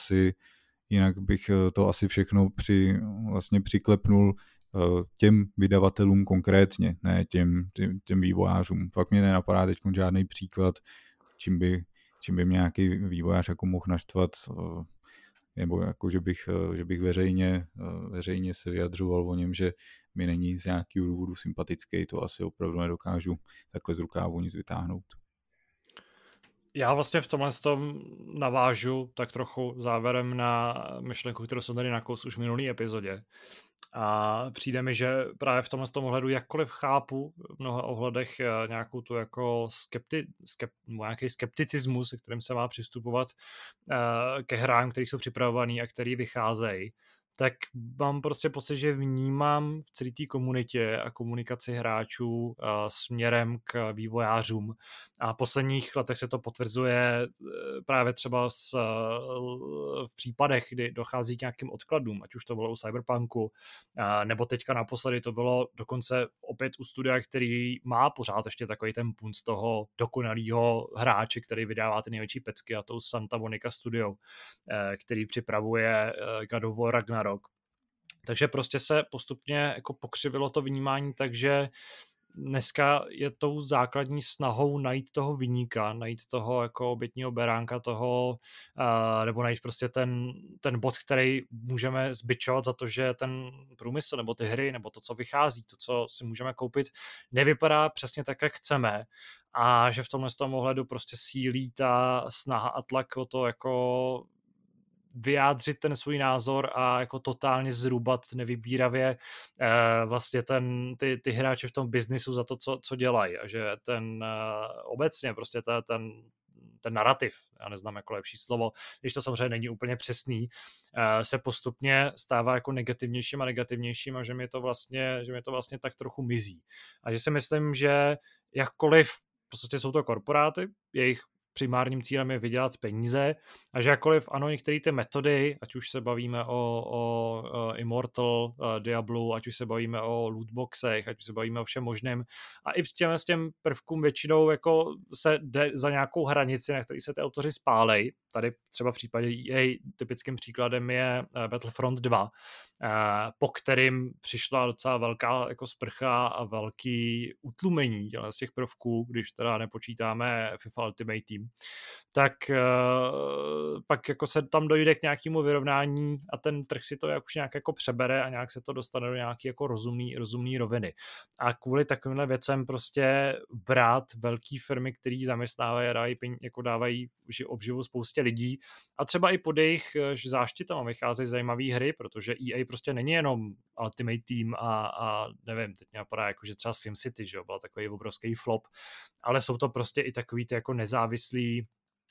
bych to asi všechno přiklepnul těm vydavatelům konkrétně, ne těm vývojářům. Fakt mě nenapadá teď žádný příklad, čím by mě nějaký vývojář jako mohl naštvat, nebo jako, že bych veřejně se vyjadřoval o něm, že mi není z nějakého důvodu sympatický, to asi opravdu nedokážu takhle z rukávu nic vytáhnout. Já vlastně v tomhle tom navážu tak trochu závěrem na myšlenku, kterou jsem tady nakous už v minulý epizodě. A přijde mi, že právě v tomhle tom ohledu jakkoliv chápu v mnoha ohledech nějakou tu jako nějaký skepticismus, se kterým se má přistupovat ke hrám, které jsou připravované a které vycházejí, tak mám prostě pocit, že vnímám v celé té komunitě a komunikaci hráčů směrem k vývojářům. A v posledních letech se to potvrzuje právě třeba v případech, kdy dochází k nějakým odkladům, ať už to bylo u Cyberpunku, nebo teďka naposledy to bylo dokonce opět u studia, který má pořád ještě takový ten punc toho dokonalého hráče, který vydává ty největší pecky, a to Santa Monica Studio, který připravuje God of War Ragnarok. Takže prostě se postupně jako pokřivilo to vnímání, takže dneska je tou základní snahou najít toho viníka, najít toho jako obětního beránka toho, nebo najít prostě ten bod, který můžeme zbičovat za to, že ten průmysl nebo ty hry, nebo to, co vychází, to, co si můžeme koupit, nevypadá přesně tak, jak chceme, a že v tomhle ohledu prostě sílí ta snaha a tlak o to jako vyjádřit ten svůj názor a jako totálně zrubat nevybíravě vlastně ty hráče v tom biznisu za to, co dělají, a že obecně prostě ten narrativ, já neznám jako lepší slovo, když to samozřejmě není úplně přesný, se postupně stává jako negativnějším a negativnějším, a že mi to vlastně tak trochu mizí. A že si myslím, že jakkoliv prostě jsou to korporáty, jejich primárním cílem je vydělat peníze a že jakkoliv ano, některé ty metody, ať už se bavíme o Immortal Diablu, ať už se bavíme o lootboxech, ať už se bavíme o všem možném a i s těm prvkům většinou jako se jde za nějakou hranici, na který se ty autoři spálej. Tady třeba v případě EA typickým příkladem je Battlefront 2, po kterým přišla docela velká jako sprcha a velký utlumení z těch prvků, když teda nepočítáme FIFA Ultimate Team, tak pak jako se tam dojde k nějakému vyrovnání a ten trh si to už nějak jako přebere a nějak se to dostane do nějaký jako rozumný roviny. A kvůli takovýmhle věcem prostě brát velký firmy, který zaměstnávají a dávají obživu spoustě lidí a třeba i pod jejich záštitou vycházejí zajímavé hry, protože EA prostě není jenom Ultimate Team a nevím, teď mě napadá jako, že třeba SimCity, že jo, byl takový obrovský flop, ale jsou to prostě i takový ty jako nezávislý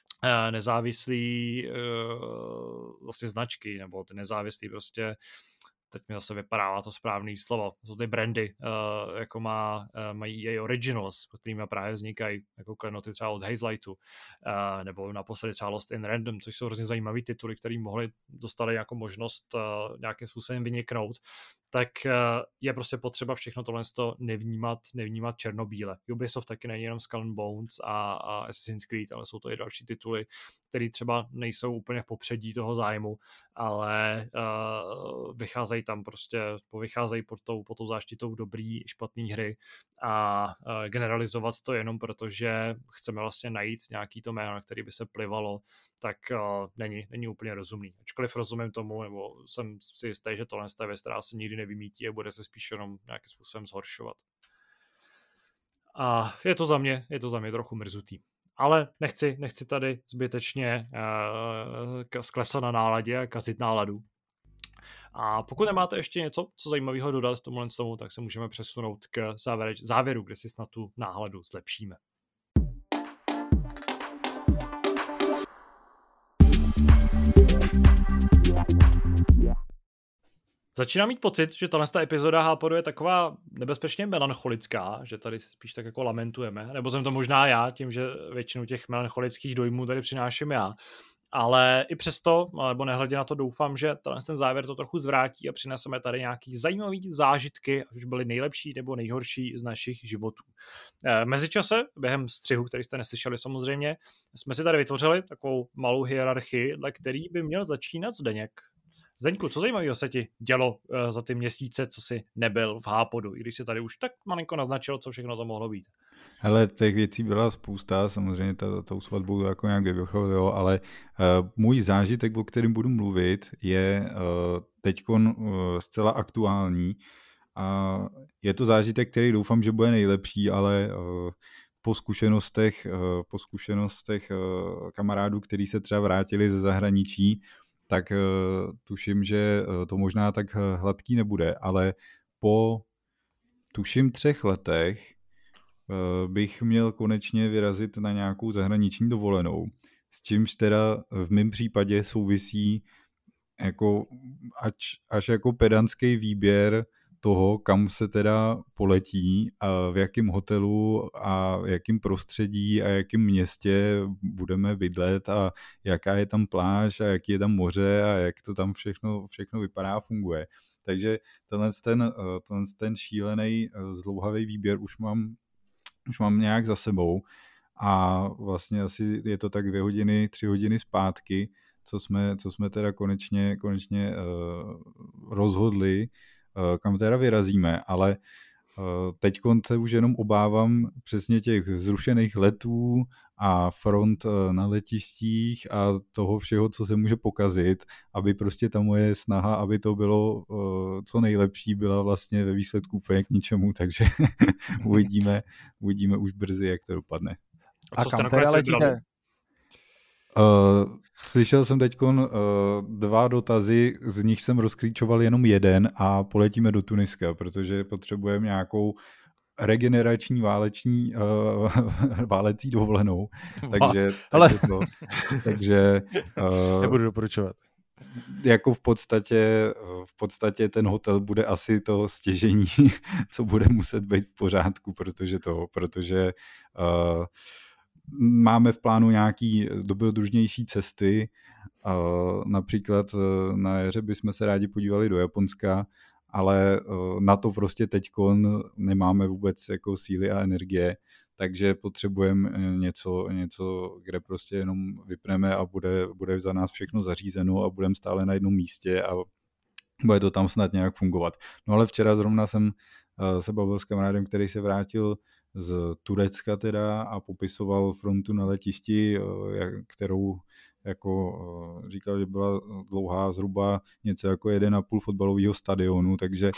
vlastně značky, nebo ty nezávislý prostě, teď mi zase vypadává to správné slovo, jsou ty brandy, jako mají EA Originals, kterými právě vznikají jako klenoty třeba od Hazelightu, nebo naposledy třeba Lost in Random, což jsou hrozně zajímavý tituly, který dostali nějakou možnost nějakým způsobem vyniknout, tak je prostě potřeba všechno tohle nevnímat černobíle. Ubisoft taky není jenom Skull and Bones a Assassin's Creed, ale jsou to i další tituly, které třeba nejsou úplně v popředí toho zájmu, ale vycházejí pod tou záštitou dobrý, špatný hry a generalizovat to jenom proto, že chceme vlastně najít nějaký to jméno, na který by se plivalo, tak není úplně rozumný. Ačkoliv rozumím tomu, nebo jsem si jistý, že tohle je věc, která se nikdy nevymítí a bude se spíš jenom nějakým způsobem zhoršovat. A je to za mě trochu mrzutý. Ale nechci tady zbytečně sklesat na náladě a kazit náladu. A pokud nemáte ještě něco, co zajímavého dodat tomu, tak se můžeme přesunout k závěru, kde si snad tu náhladu zlepšíme. Začínám mít pocit, že tato epizoda Hápodu je taková nebezpečně melancholická, že tady spíš tak jako lamentujeme, nebo jsem to možná já, tím, že většinu těch melancholických dojmů tady přináším já. Ale i přesto, nebo nehledě na to, doufám, že ten závěr to trochu zvrátí a přineseme tady nějaký zajímavý zážitky, ať už byly nejlepší nebo nejhorší z našich životů. V mezičase, během střihu, který jste neslyšeli samozřejmě, jsme si tady vytvořili takovou malou hierarchii, dle který by měl začínat Zdeněk. Zdeňku, co zajímavého se ti dělo za ty měsíce, co jsi nebyl v Hápodu, i když si tady už tak malinko naznačil, co všechno to mohlo být? Hele, těch věcí byla spousta, samozřejmě tou svatbou jako nějak vyvrcholilo, ale můj zážitek, o kterém budu mluvit, je teďkon zcela aktuální a je to zážitek, který doufám, že bude nejlepší, ale po zkušenostech kamarádů, kteří se třeba vrátili ze zahraničí, tak tuším, že to možná tak hladký nebude, ale po tuším 3 letech bych měl konečně vyrazit na nějakou zahraniční dovolenou, s čímž teda v mém případě souvisí jako až jako pedantský výběr toho, kam se teda poletí a v jakém hotelu a v jakém prostředí a jakém městě budeme bydlet a jaká je tam pláž a jaký je tam moře a jak to tam všechno vypadá a funguje. Takže ten šílený zdlouhavý výběr už mám nějak za sebou a vlastně asi je to tak 3 hodiny zpátky, co jsme teda konečně rozhodli, kam teda vyrazíme, ale teď se už jenom obávám přesně těch zrušených letů a front na letištích a toho všeho, co se může pokazit, aby prostě ta moje snaha, aby to bylo co nejlepší, byla vlastně ve výsledku úplně k ničemu, takže uvidíme už brzy, jak to dopadne. A kam teda letíte? Slyšel jsem teď 2 dotazy, z nich jsem rozklíčoval jenom jeden a poletíme do Tuniska, protože potřebujeme nějakou regenerační válecí dovolenou. Takže nebudu doporučovat. Jako v podstatě ten hotel bude asi to stěžení, co bude muset být v pořádku, protože máme v plánu nějaký dobrodružnější cesty. Například na jaře bychom se rádi podívali do Japonska, ale na to prostě teďkon nemáme vůbec jako síly a energie, takže potřebujeme něco, kde prostě jenom vypneme a bude za nás všechno zařízeno a budeme stále na jednom místě a bude to tam snad nějak fungovat. No ale včera zrovna jsem se bavil s kamarádem, který se vrátil z Turecka teda a popisoval frontu na letišti, kterou jako říkal, že byla dlouhá zhruba něco jako 1,5 fotbalového stadionu, takže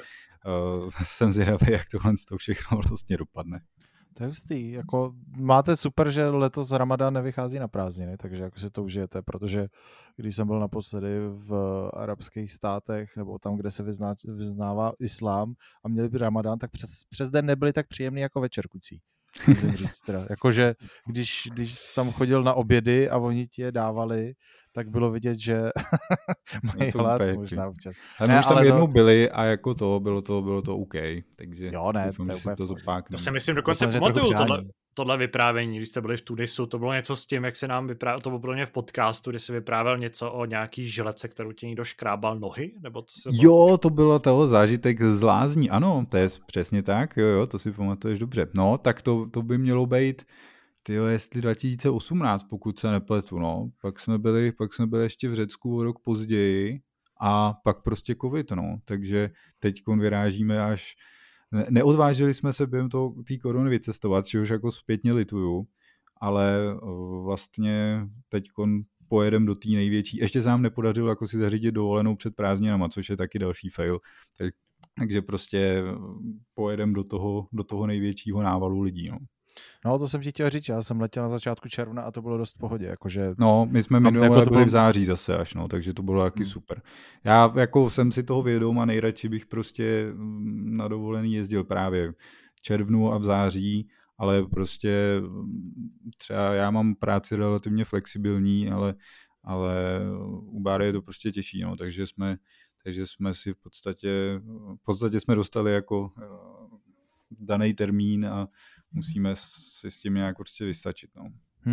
jsem zvědavý, jak tohle všechno vlastně dopadne. To je hustý. Jako, máte super, že letos Ramadán nevychází na prázdniny, takže jako si to užijete, protože když jsem byl naposledy v arabských státech, nebo tam, kde se vyznává islám a měli by Ramadán, tak přes den nebyli tak příjemný jako večer kucí. Musím říct teda. Jakože když tam chodil na obědy a oni ti je dávali, tak bylo vidět, že mají hlad možná občas. Ale už tam jednou byli a jako bylo to OK, takže jo, ne, to si myslím dokonce pamatuju, tohle vyprávění, když jste byli v Tunisu, to bylo něco s tím, jak se nám vyprávěl, to bylo pro mě v podcastu, kdy si vyprávěl něco o nějaký žilece, kterou ti někdo škrábal nohy, nebo to se Jo, to bylo toho zážitek z lázní, ano, to je přesně tak, jo, to si pamatuješ dobře. No, tak to by mělo být, jestli 2018, pokud se nepletu, no. Pak jsme byli ještě v Řecku o rok později a pak prostě covid, no. Takže teď vyrážíme až... Neodvážili jsme se během té korony vycestovat, čehož jako zpětně lituju, ale vlastně teď pojedem do té největší. Ještě se nám nepodařilo jako si zařídit dovolenou před prázdninama, což je taky další fail. Takže prostě pojedem do toho největšího návalu lidí, no. No, to jsem ti chtěl říct, já jsem letěl na začátku června a to bylo dost v pohodě, jakože... No, my jsme minulé byli v září zase až, no, takže to bylo taky super. Já jako jsem si toho vědom a nejradši bych prostě na dovolený jezdil právě v červnu a v září, ale prostě třeba já mám práci relativně flexibilní, ale u Báry je to prostě těžší, no, takže jsme si v podstatě jsme dostali jako daný termín a musíme si s tím nějak prostě vystačit. No.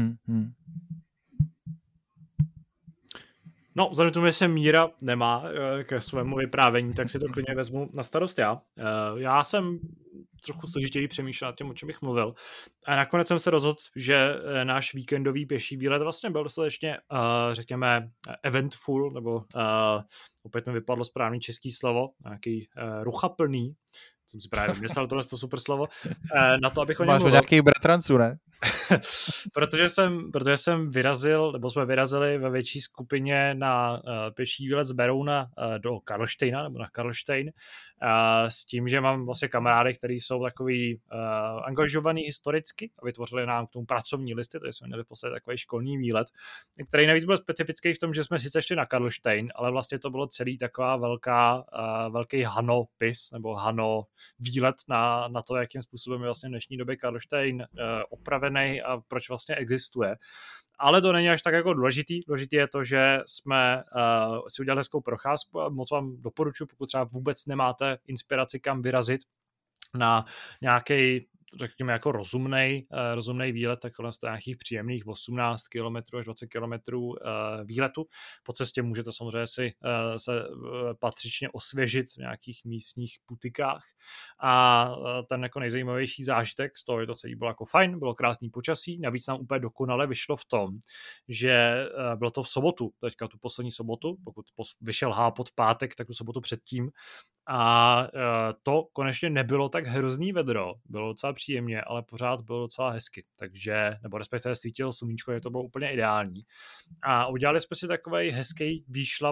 No, vzhledem k tomu, že se Míra nemá ke svému vyprávění, tak si to klidně vezmu na starost já. Já jsem trochu složitěji přemýšlel nad tím, o čem bych mluvil. A nakonec jsem se rozhodl, že náš víkendový pěší výlet vlastně byl dostatečně, řekněme, eventful, nebo opět mi vypadlo správný český slovo, nějaký ruchaplný, jsem si právě vymyslel tohle super slovo, na to, abych o něm mluvil. Máš nějaký bratranců, ne? protože jsem vyrazil, nebo jsme vyrazili ve větší skupině na pěší výlet z Berouna do Karlštejna, nebo na Karlštejn, s tím, že mám vlastně kamarády, kteří jsou takový angažovaní historicky a vytvořili nám k tomu pracovní listy, takže jsme měli v podstatě takový školní výlet, který navíc byl specifický v tom, že jsme sice šli na Karlštejn, ale vlastně to bylo celý taková velký hanopis, nebo hano výlet na to, jakým způsobem je vlastně v dnešní době Karlštejn opravený a proč vlastně existuje. Ale to není až tak jako důležitý. Důležitý je to, že jsme si udělali hezkou procházku a moc vám doporučuji, pokud třeba vůbec nemáte inspiraci kam vyrazit na nějaký, řekněme, jako rozumnej výlet, tak tohle je nějakých příjemných 18 km až 20 km výletu. Po cestě můžete samozřejmě si se patřičně osvěžit v nějakých místních butikách. A ten jako nejzajímavější zážitek z toho, je to celý bylo jako fajn, bylo krásný počasí, navíc nám úplně dokonale vyšlo v tom, že bylo to v sobotu, teďka tu poslední sobotu, pokud vyšel Hápot v pátek, tak tu sobotu předtím. A to konečně nebylo tak hrozný vedro, bylo docela příjemně, ale pořád bylo docela hezky, takže, nebo respektive svítilo sluníčko, že to bylo úplně ideální. A udělali jsme si takovej hezký výšlap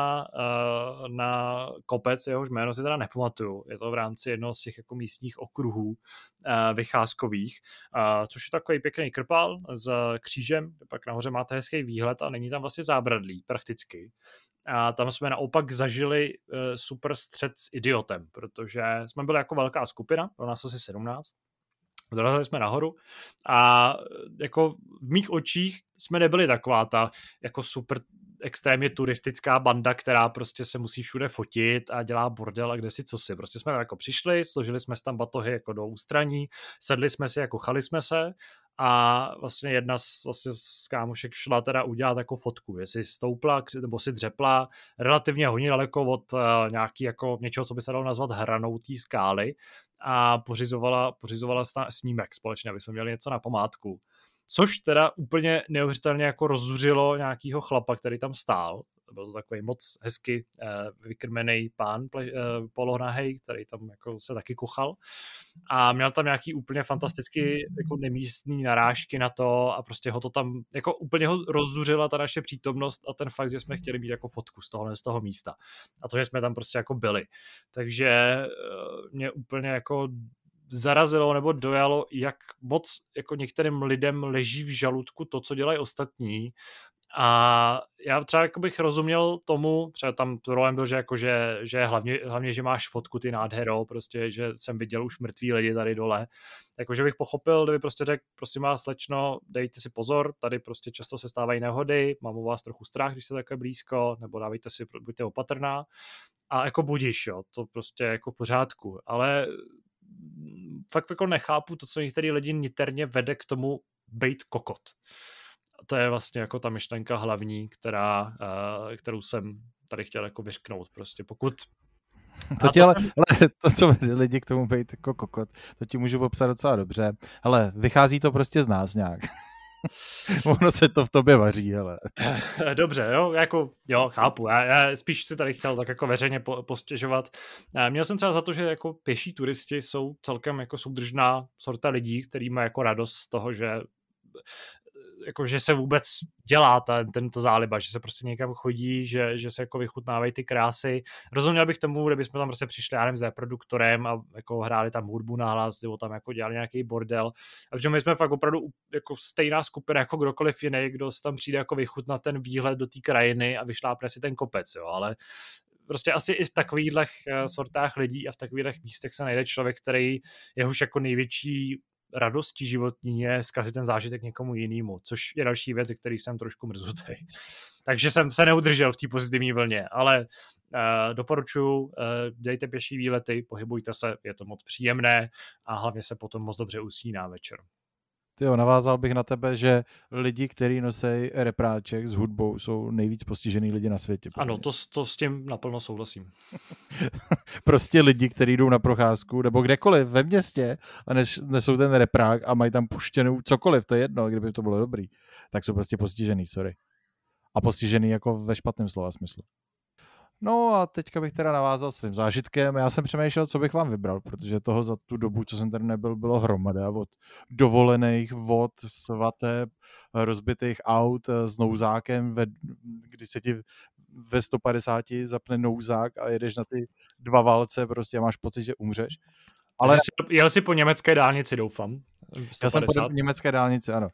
na kopec, jehož jméno si teda nepamatuju, je to v rámci jednoho z těch jako místních okruhů vycházkových, což je takový pěkný krpal s křížem, pak nahoře máte hezký výhled a není tam vlastně zábradlí prakticky. A tam jsme naopak zažili super střet s idiotem, protože jsme byli jako velká skupina, bylo nás asi 17, dorazili jsme nahoru a jako v mých očích jsme nebyli taková ta jako super extrémně turistická banda, která prostě se musí všude fotit a dělá bordel a kdesi cosi. Prostě jsme tam jako přišli, složili jsme tam batohy jako do ústraní, sedli jsme si, jako chali jsme se a vlastně jedna z kámošek šla teda udělat jako fotku, jestli stoupla nebo si dřepla relativně hodně daleko od nějaký jako něčeho, co by se dalo nazvat hranou té skály a pořizovala snímek společně, aby jsme měli něco na památku. Což teda úplně neuvěřitelně jako rozzuřilo nějakýho chlapa, který tam stál. Byl to takový moc hezky vykrmený pán polohnahej, který tam jako se taky kuchal. A měl tam nějaký úplně fantasticky jako nemístný narážky na to a prostě ho to tam, jako úplně ho rozzuřila ta naše přítomnost a ten fakt, že jsme chtěli mít jako fotku z toho místa. A to, že jsme tam prostě jako byli. Takže mě úplně jako zarazilo nebo dojalo, jak moc jako některým lidem leží v žaludku to, co dělají ostatní. A já třeba jako bych rozuměl tomu, třeba tam problém byl, že, jako, že hlavně, že máš fotku, ty nádhero, prostě, že jsem viděl už mrtví lidi tady dole. Jakože bych pochopil, kdyby prostě řekl, prosím vás, slečno, dejte si pozor, tady prostě často se stávají nehody, mám u vás trochu strach, když jste takhle blízko, nebo dávejte si, buďte opatrná. A jako budíš, jo, to prostě jako v pořádku, ale fakt jako nechápu to, co některý lidi niterně vede k tomu bejt kokot. A to je vlastně jako ta myšlenka hlavní, kterou jsem tady chtěl jako vyřknout prostě. Pokud ale to, co vede lidi k tomu bejt jako kokot, to ti můžu popsat docela dobře. Hele, vychází to prostě z nás nějak. Ono se to v tobě vaří, hele. Dobře, jo, chápu. Já spíš si tady chtěl tak jako veřejně postěžovat. Měl jsem třeba za to, že jako pěší turisti jsou celkem jako soudržná sorta lidí, který má jako radost z toho, že se vůbec dělá tento záliba, že se prostě někam chodí, že se jako vychutnávají ty krásy. Rozuměl bych tomu, kdybychom tam prostě přišli, já nevím, s reproduktorem a jako hráli tam hudbu nahlas, nebo tam jako dělali nějaký bordel. A protože my jsme fakt opravdu jako stejná skupina jako kdokoliv jiný, kdo tam přijde jako vychutnat ten výhled do té krajiny a vyšlápne si ten kopec, jo, ale prostě asi i v takových sortách lidí a v takových místech se najde člověk, který je už jako největší radostí životní je zkazit ten zážitek někomu jinému, což je další věc, který jsem trošku mrzutej. Takže jsem se neudržel v té pozitivní vlně, ale doporučuji, dělejte pěší výlety, pohybujte se, je to moc příjemné a hlavně se potom moc dobře usíná večer. Tyjo, navázal bych na tebe, že lidi, kteří nosí repráček s hudbou, jsou nejvíc postižený lidi na světě. Ano, to s tím naplno souhlasím. Prostě lidi, kteří jdou na procházku nebo kdekoliv ve městě a nesou ten reprák a mají tam puštěnou cokoliv, to je jedno, kdyby to bylo dobrý, tak jsou prostě postižený, sorry. A postižený jako ve špatném slova smyslu. No a teďka bych teda navázal svým zážitkem. Já jsem přemýšlel, co bych vám vybral, protože toho za tu dobu, co jsem tady nebyl, bylo hromada od dovolených, vod, svateb, rozbitých aut s nouzákem, kdy se ti ve 150 zapne nouzák a jedeš na ty 2 válce prostě a máš pocit, že umřeš. Ale jel jsi po německé dálnici, doufám. 150. Já jsem po německé dálnici, ano.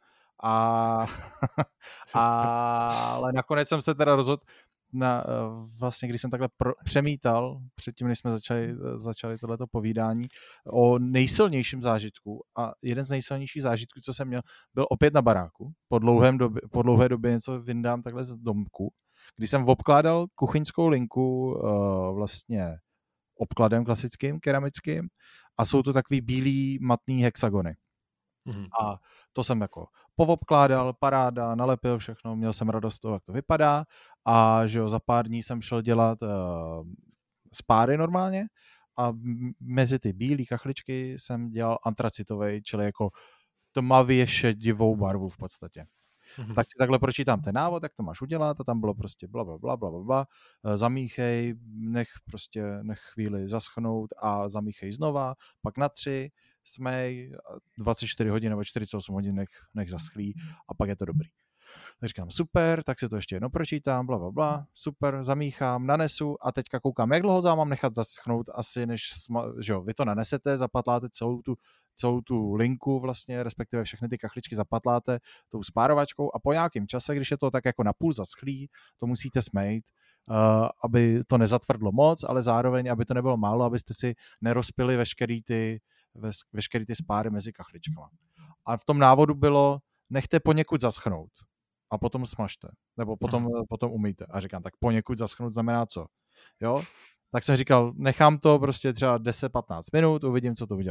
Ale nakonec jsem se teda rozhodl, vlastně, když jsem takhle přemítal předtím, než jsme začali tohleto povídání o nejsilnějším zážitku a jeden z nejsilnějších zážitků, co jsem měl, byl opět na baráku. Po dlouhé době něco vyndám takhle z domku, když jsem obkládal kuchyňskou linku vlastně obkladem klasickým, keramickým a jsou to takový bílý matný hexagony. Mm-hmm. A to jsem jako povobkládal, paráda, nalepil všechno, měl jsem radost z toho, jak to vypadá a že jo, za pár dní jsem šel dělat spáry normálně a mezi ty bílý kachličky jsem dělal antracitovej, čili jako tmavě šedivou barvu v podstatě. Mm-hmm. Tak si takhle pročítám ten návod, jak to máš udělat a tam bylo prostě blablabla, zamíchej, nech chvíli zaschnout a zamíchej znova, pak na 3, smej, 24 hodin nebo 48 hodin nech zaschlí a pak je to dobrý. Tak říkám, super, tak si to ještě jednou pročítám, blablabla, super, zamíchám, nanesu a teďka koukám, jak dlouho to mám nechat zaschnout, asi než, že jo, vy to nanesete, zapatláte celou tu linku vlastně, respektive všechny ty kachličky zapatláte tou spárovačkou a po nějakém čase, když je to tak jako napůl zaschlý, to musíte smejt, aby to nezatvrdlo moc, ale zároveň, aby to nebylo málo, abyste si nerozpili veškerý ty spáry mezi kachličkama. A v tom návodu bylo, nechte poněkud zaschnout a potom smažte, nebo potom umýjte. A říkám, tak poněkud zaschnout znamená co? Jo? Tak jsem říkal, nechám to prostě třeba 10-15 minut, uvidím, co to udělám.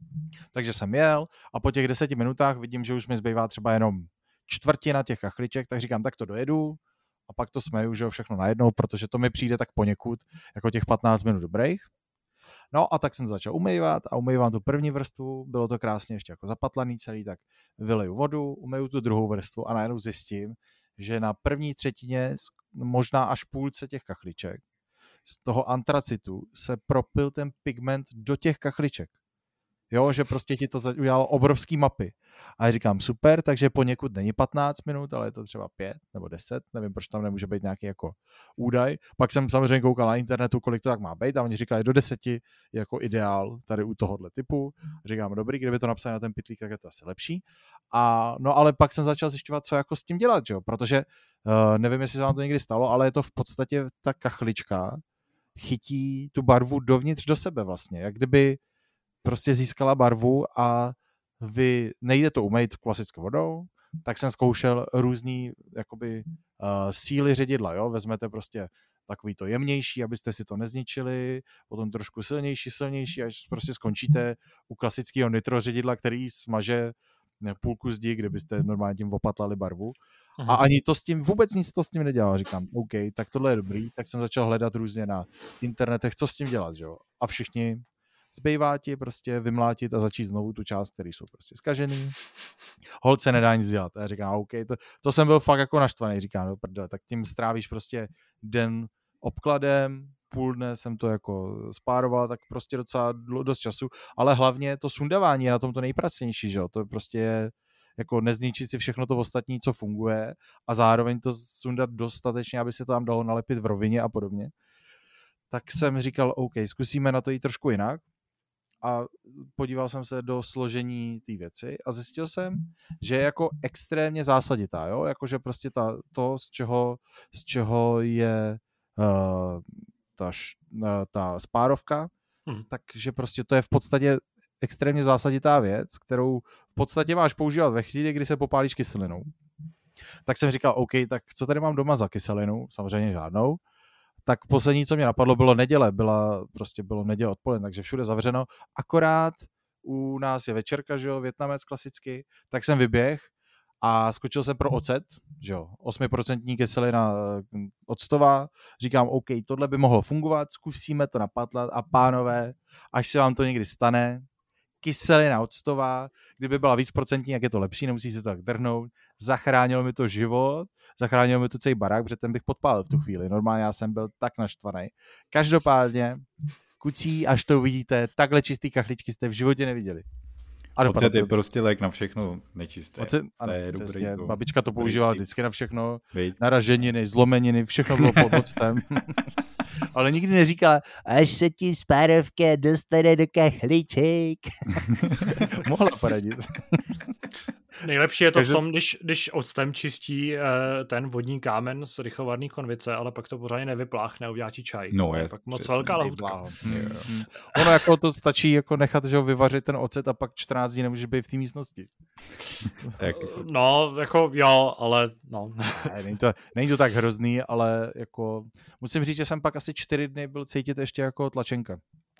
Takže jsem jel a po těch 10 minutách vidím, že už mi zbývá třeba jenom čtvrtina těch kachliček, tak říkám, tak to dojedu a pak to smeju, že jo, všechno najednou, protože to mi přijde tak poněkud jako těch 15 minut dobrých. No a tak jsem začal umývat a umývám tu první vrstvu, bylo to krásně ještě jako zapatlaný celý, tak vyleju vodu, umyju tu druhou vrstvu a najednou zjistím, že na první třetině, možná až půlce těch kachliček, z toho antracitu se propil ten pigment do těch kachliček. Jo, že prostě ti to udělalo obrovský mapy. A já říkám, super, takže poněkud není 15 minut, ale je to třeba 5 nebo 10, nevím, proč tam nemůže být nějaký jako údaj. Pak jsem samozřejmě koukal na internetu, kolik to tak má být a oni říkali, do 10 je jako ideál tady u tohohle typu. Říkám, dobrý, kdyby to napsali na ten pytlík, tak je to asi lepší. A no ale pak jsem začal zjišťovat, co jako s tím dělat, jo? Protože nevím, jestli se vám to někdy stalo, ale je to v podstatě ta kachlička chytí tu barvu dovnitř do sebe vlastně, jak kdyby prostě získala barvu a vy nejde to umýt klasickou vodou, tak jsem zkoušel různý jakoby síly ředidla, jo, vezmete prostě takový to jemnější, abyste si to nezničili, potom trošku silnější, až prostě skončíte u klasického nitroředidla, který smaže půlku zdi, kdybyste normálně tím opatlali barvu. A ani to s tím, vůbec nic to s tím nedělal. Říkám, OK, tak tohle je dobrý, tak jsem začal hledat různě na internetech, co s tím dělat, jo. A všichni zbývá ti prostě vymlátit a začít znovu tu část, který jsou prostě zkažený. Holt se nedá nic dělat. A já říkám, OK, to jsem byl fakt jako naštvaný. Říkám, no prdele, tak tím strávíš prostě den obkladem, půl dne jsem to jako spároval, tak prostě docela dost času, ale hlavně to sundavání je na tom to nejpracnější, že jo, to prostě je jako nezničit si všechno to ostatní, co funguje a zároveň to sundat dostatečně, aby se to tam dalo nalepit v rovině a podobně. Tak jsem říkal, OK, zkusíme na to jít trošku jinak a podíval jsem se do složení té věci a zjistil jsem, že je jako extrémně zásaditá, jo, jakože prostě to, z čeho je ta spárovka, takže prostě to je v podstatě extrémně zásaditá věc, kterou v podstatě máš používat ve chvíli, kdy se popálíš kyselinou. Tak jsem říkal, OK, tak co tady mám doma za kyselinu? Samozřejmě žádnou. Tak poslední, co mě napadlo, bylo neděle. Bylo neděle odpoledne, takže všude zavřeno. Akorát u nás je večerka, že jo, Vietnamec klasicky, tak jsem vyběh a skočil jsem pro ocet, že jo, 8% kyselina octová. Říkám, OK, tohle by mohlo fungovat, zkusíme to napatlat a pánové, až se vám to někdy stane, kyselina octová, kdyby byla víc procentní, jak je to lepší, nemusí se to tak drhnout. Zachránilo mi to život, zachránilo mi to celý barák, protože ten bych podpálil v tu chvíli. Normálně já jsem byl tak naštvaný. Každopádně, kucí, až to uvidíte, takhle čistý kachličky jste v životě neviděli. Ocet je prostě lék na všechno nečisté. Ano, přesně, babička to používala vždycky na všechno, na raženiny, zlomeniny, všechno bylo pod octem. Ale nikdy neříkala, až se ti spárovka dostane do kachliček. Mohla poradit. Nejlepší je to v tom, když octem čistí ten vodní kámen z rychlovarné konvice, ale pak to pořádně nevypláchne a udělá ti čaj. No, je pak moc velká lahůdka. Ono jako to stačí jako nechat, že ho vyvařit ten ocet a pak 14 dní nemůžeš být v té místnosti. No, jako jo, ale no. Není to tak hrozný, ale jako musím říct, že jsem pak asi 4 dny byl cítit ještě jako tlačenka.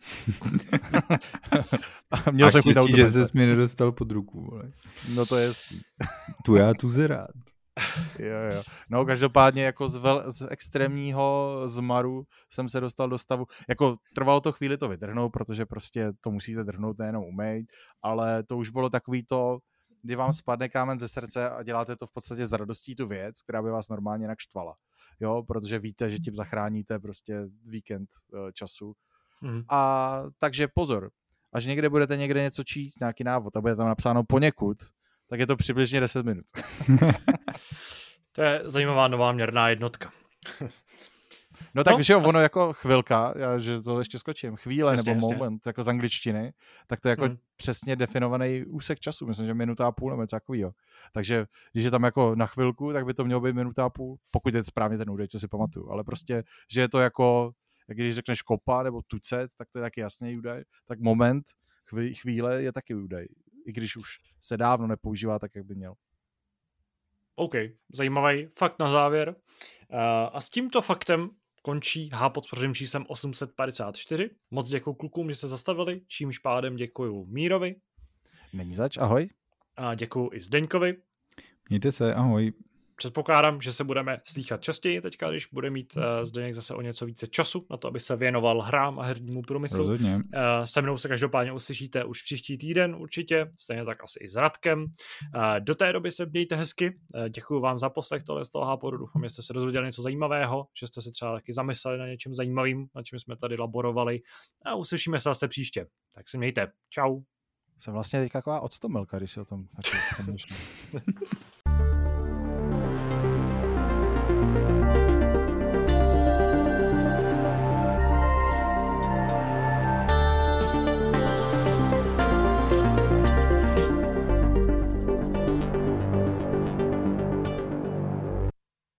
Měl jsem štěstí, že ses mi nedostal pod ruku. Vole. No to je jasný. Tu já tu zerát. Jo. No každopádně jako z extrémního zmaru jsem se dostal do stavu, jako trvalo to chvíli to vydrhnout, protože prostě to musíte drhnout, nejenom umýt, ale to už bylo takový to, kdy vám spadne kámen ze srdce a děláte to v podstatě s radostí tu věc, která by vás normálně jinak štvala. Jo, protože víte, že tím zachráníte prostě víkend času. A takže pozor, až někde budete někde něco číst, nějaký návod a bude tam napsáno poněkud, tak je to přibližně 10 minut. To je zajímavá nová měrná jednotka. No tak že jo, ono jako chvilka, že to ještě skočím, chvíle jasně, nebo moment, jako z angličtiny, tak to je jako přesně definovaný úsek času, myslím, že 1,5 minuty nebo něco takovýho. Takže když je tam jako na chvilku, tak by to mělo být 1,5 minuty, pokud je správně ten údaj, co si pamatuju. Ale prostě, že je to jako, jak když řekneš kopa nebo tucet, tak to je taky jasný údaj, tak moment, chvíle je taky údaj. I když už se dávno nepoužívá tak, jak by měl. OK, zajímavý fakt na závěr. A s tímto faktem končí H pod pořadovým číslem 854. Moc děkuju klukům, že se zastavili, čímž pádem děkuju Mírovi. Není zač, ahoj. A děkuju i Zdeňkovi. Mějte se, ahoj. Předpokládám, že se budeme slýchat častěji teďka, když bude mít Zdeněk zase o něco více času na to, aby se věnoval hrám a hernímu průmyslu. Rozhodně. Se mnou se každopádně uslyšíte už příští týden určitě, stejně tak asi i s Radkem. Do té doby se mějte hezky. Děkuji vám za poslech tohle z toho Hápodu. Doufám, že jste se dozvěděli něco zajímavého, že jste se třeba taky zamysleli na něčem zajímavým, na čem jsme tady laborovali a uslyšíme se zase příště. Tak se mějte. Čau. Jsem vlastně teď taková octomilka, když si o tom taky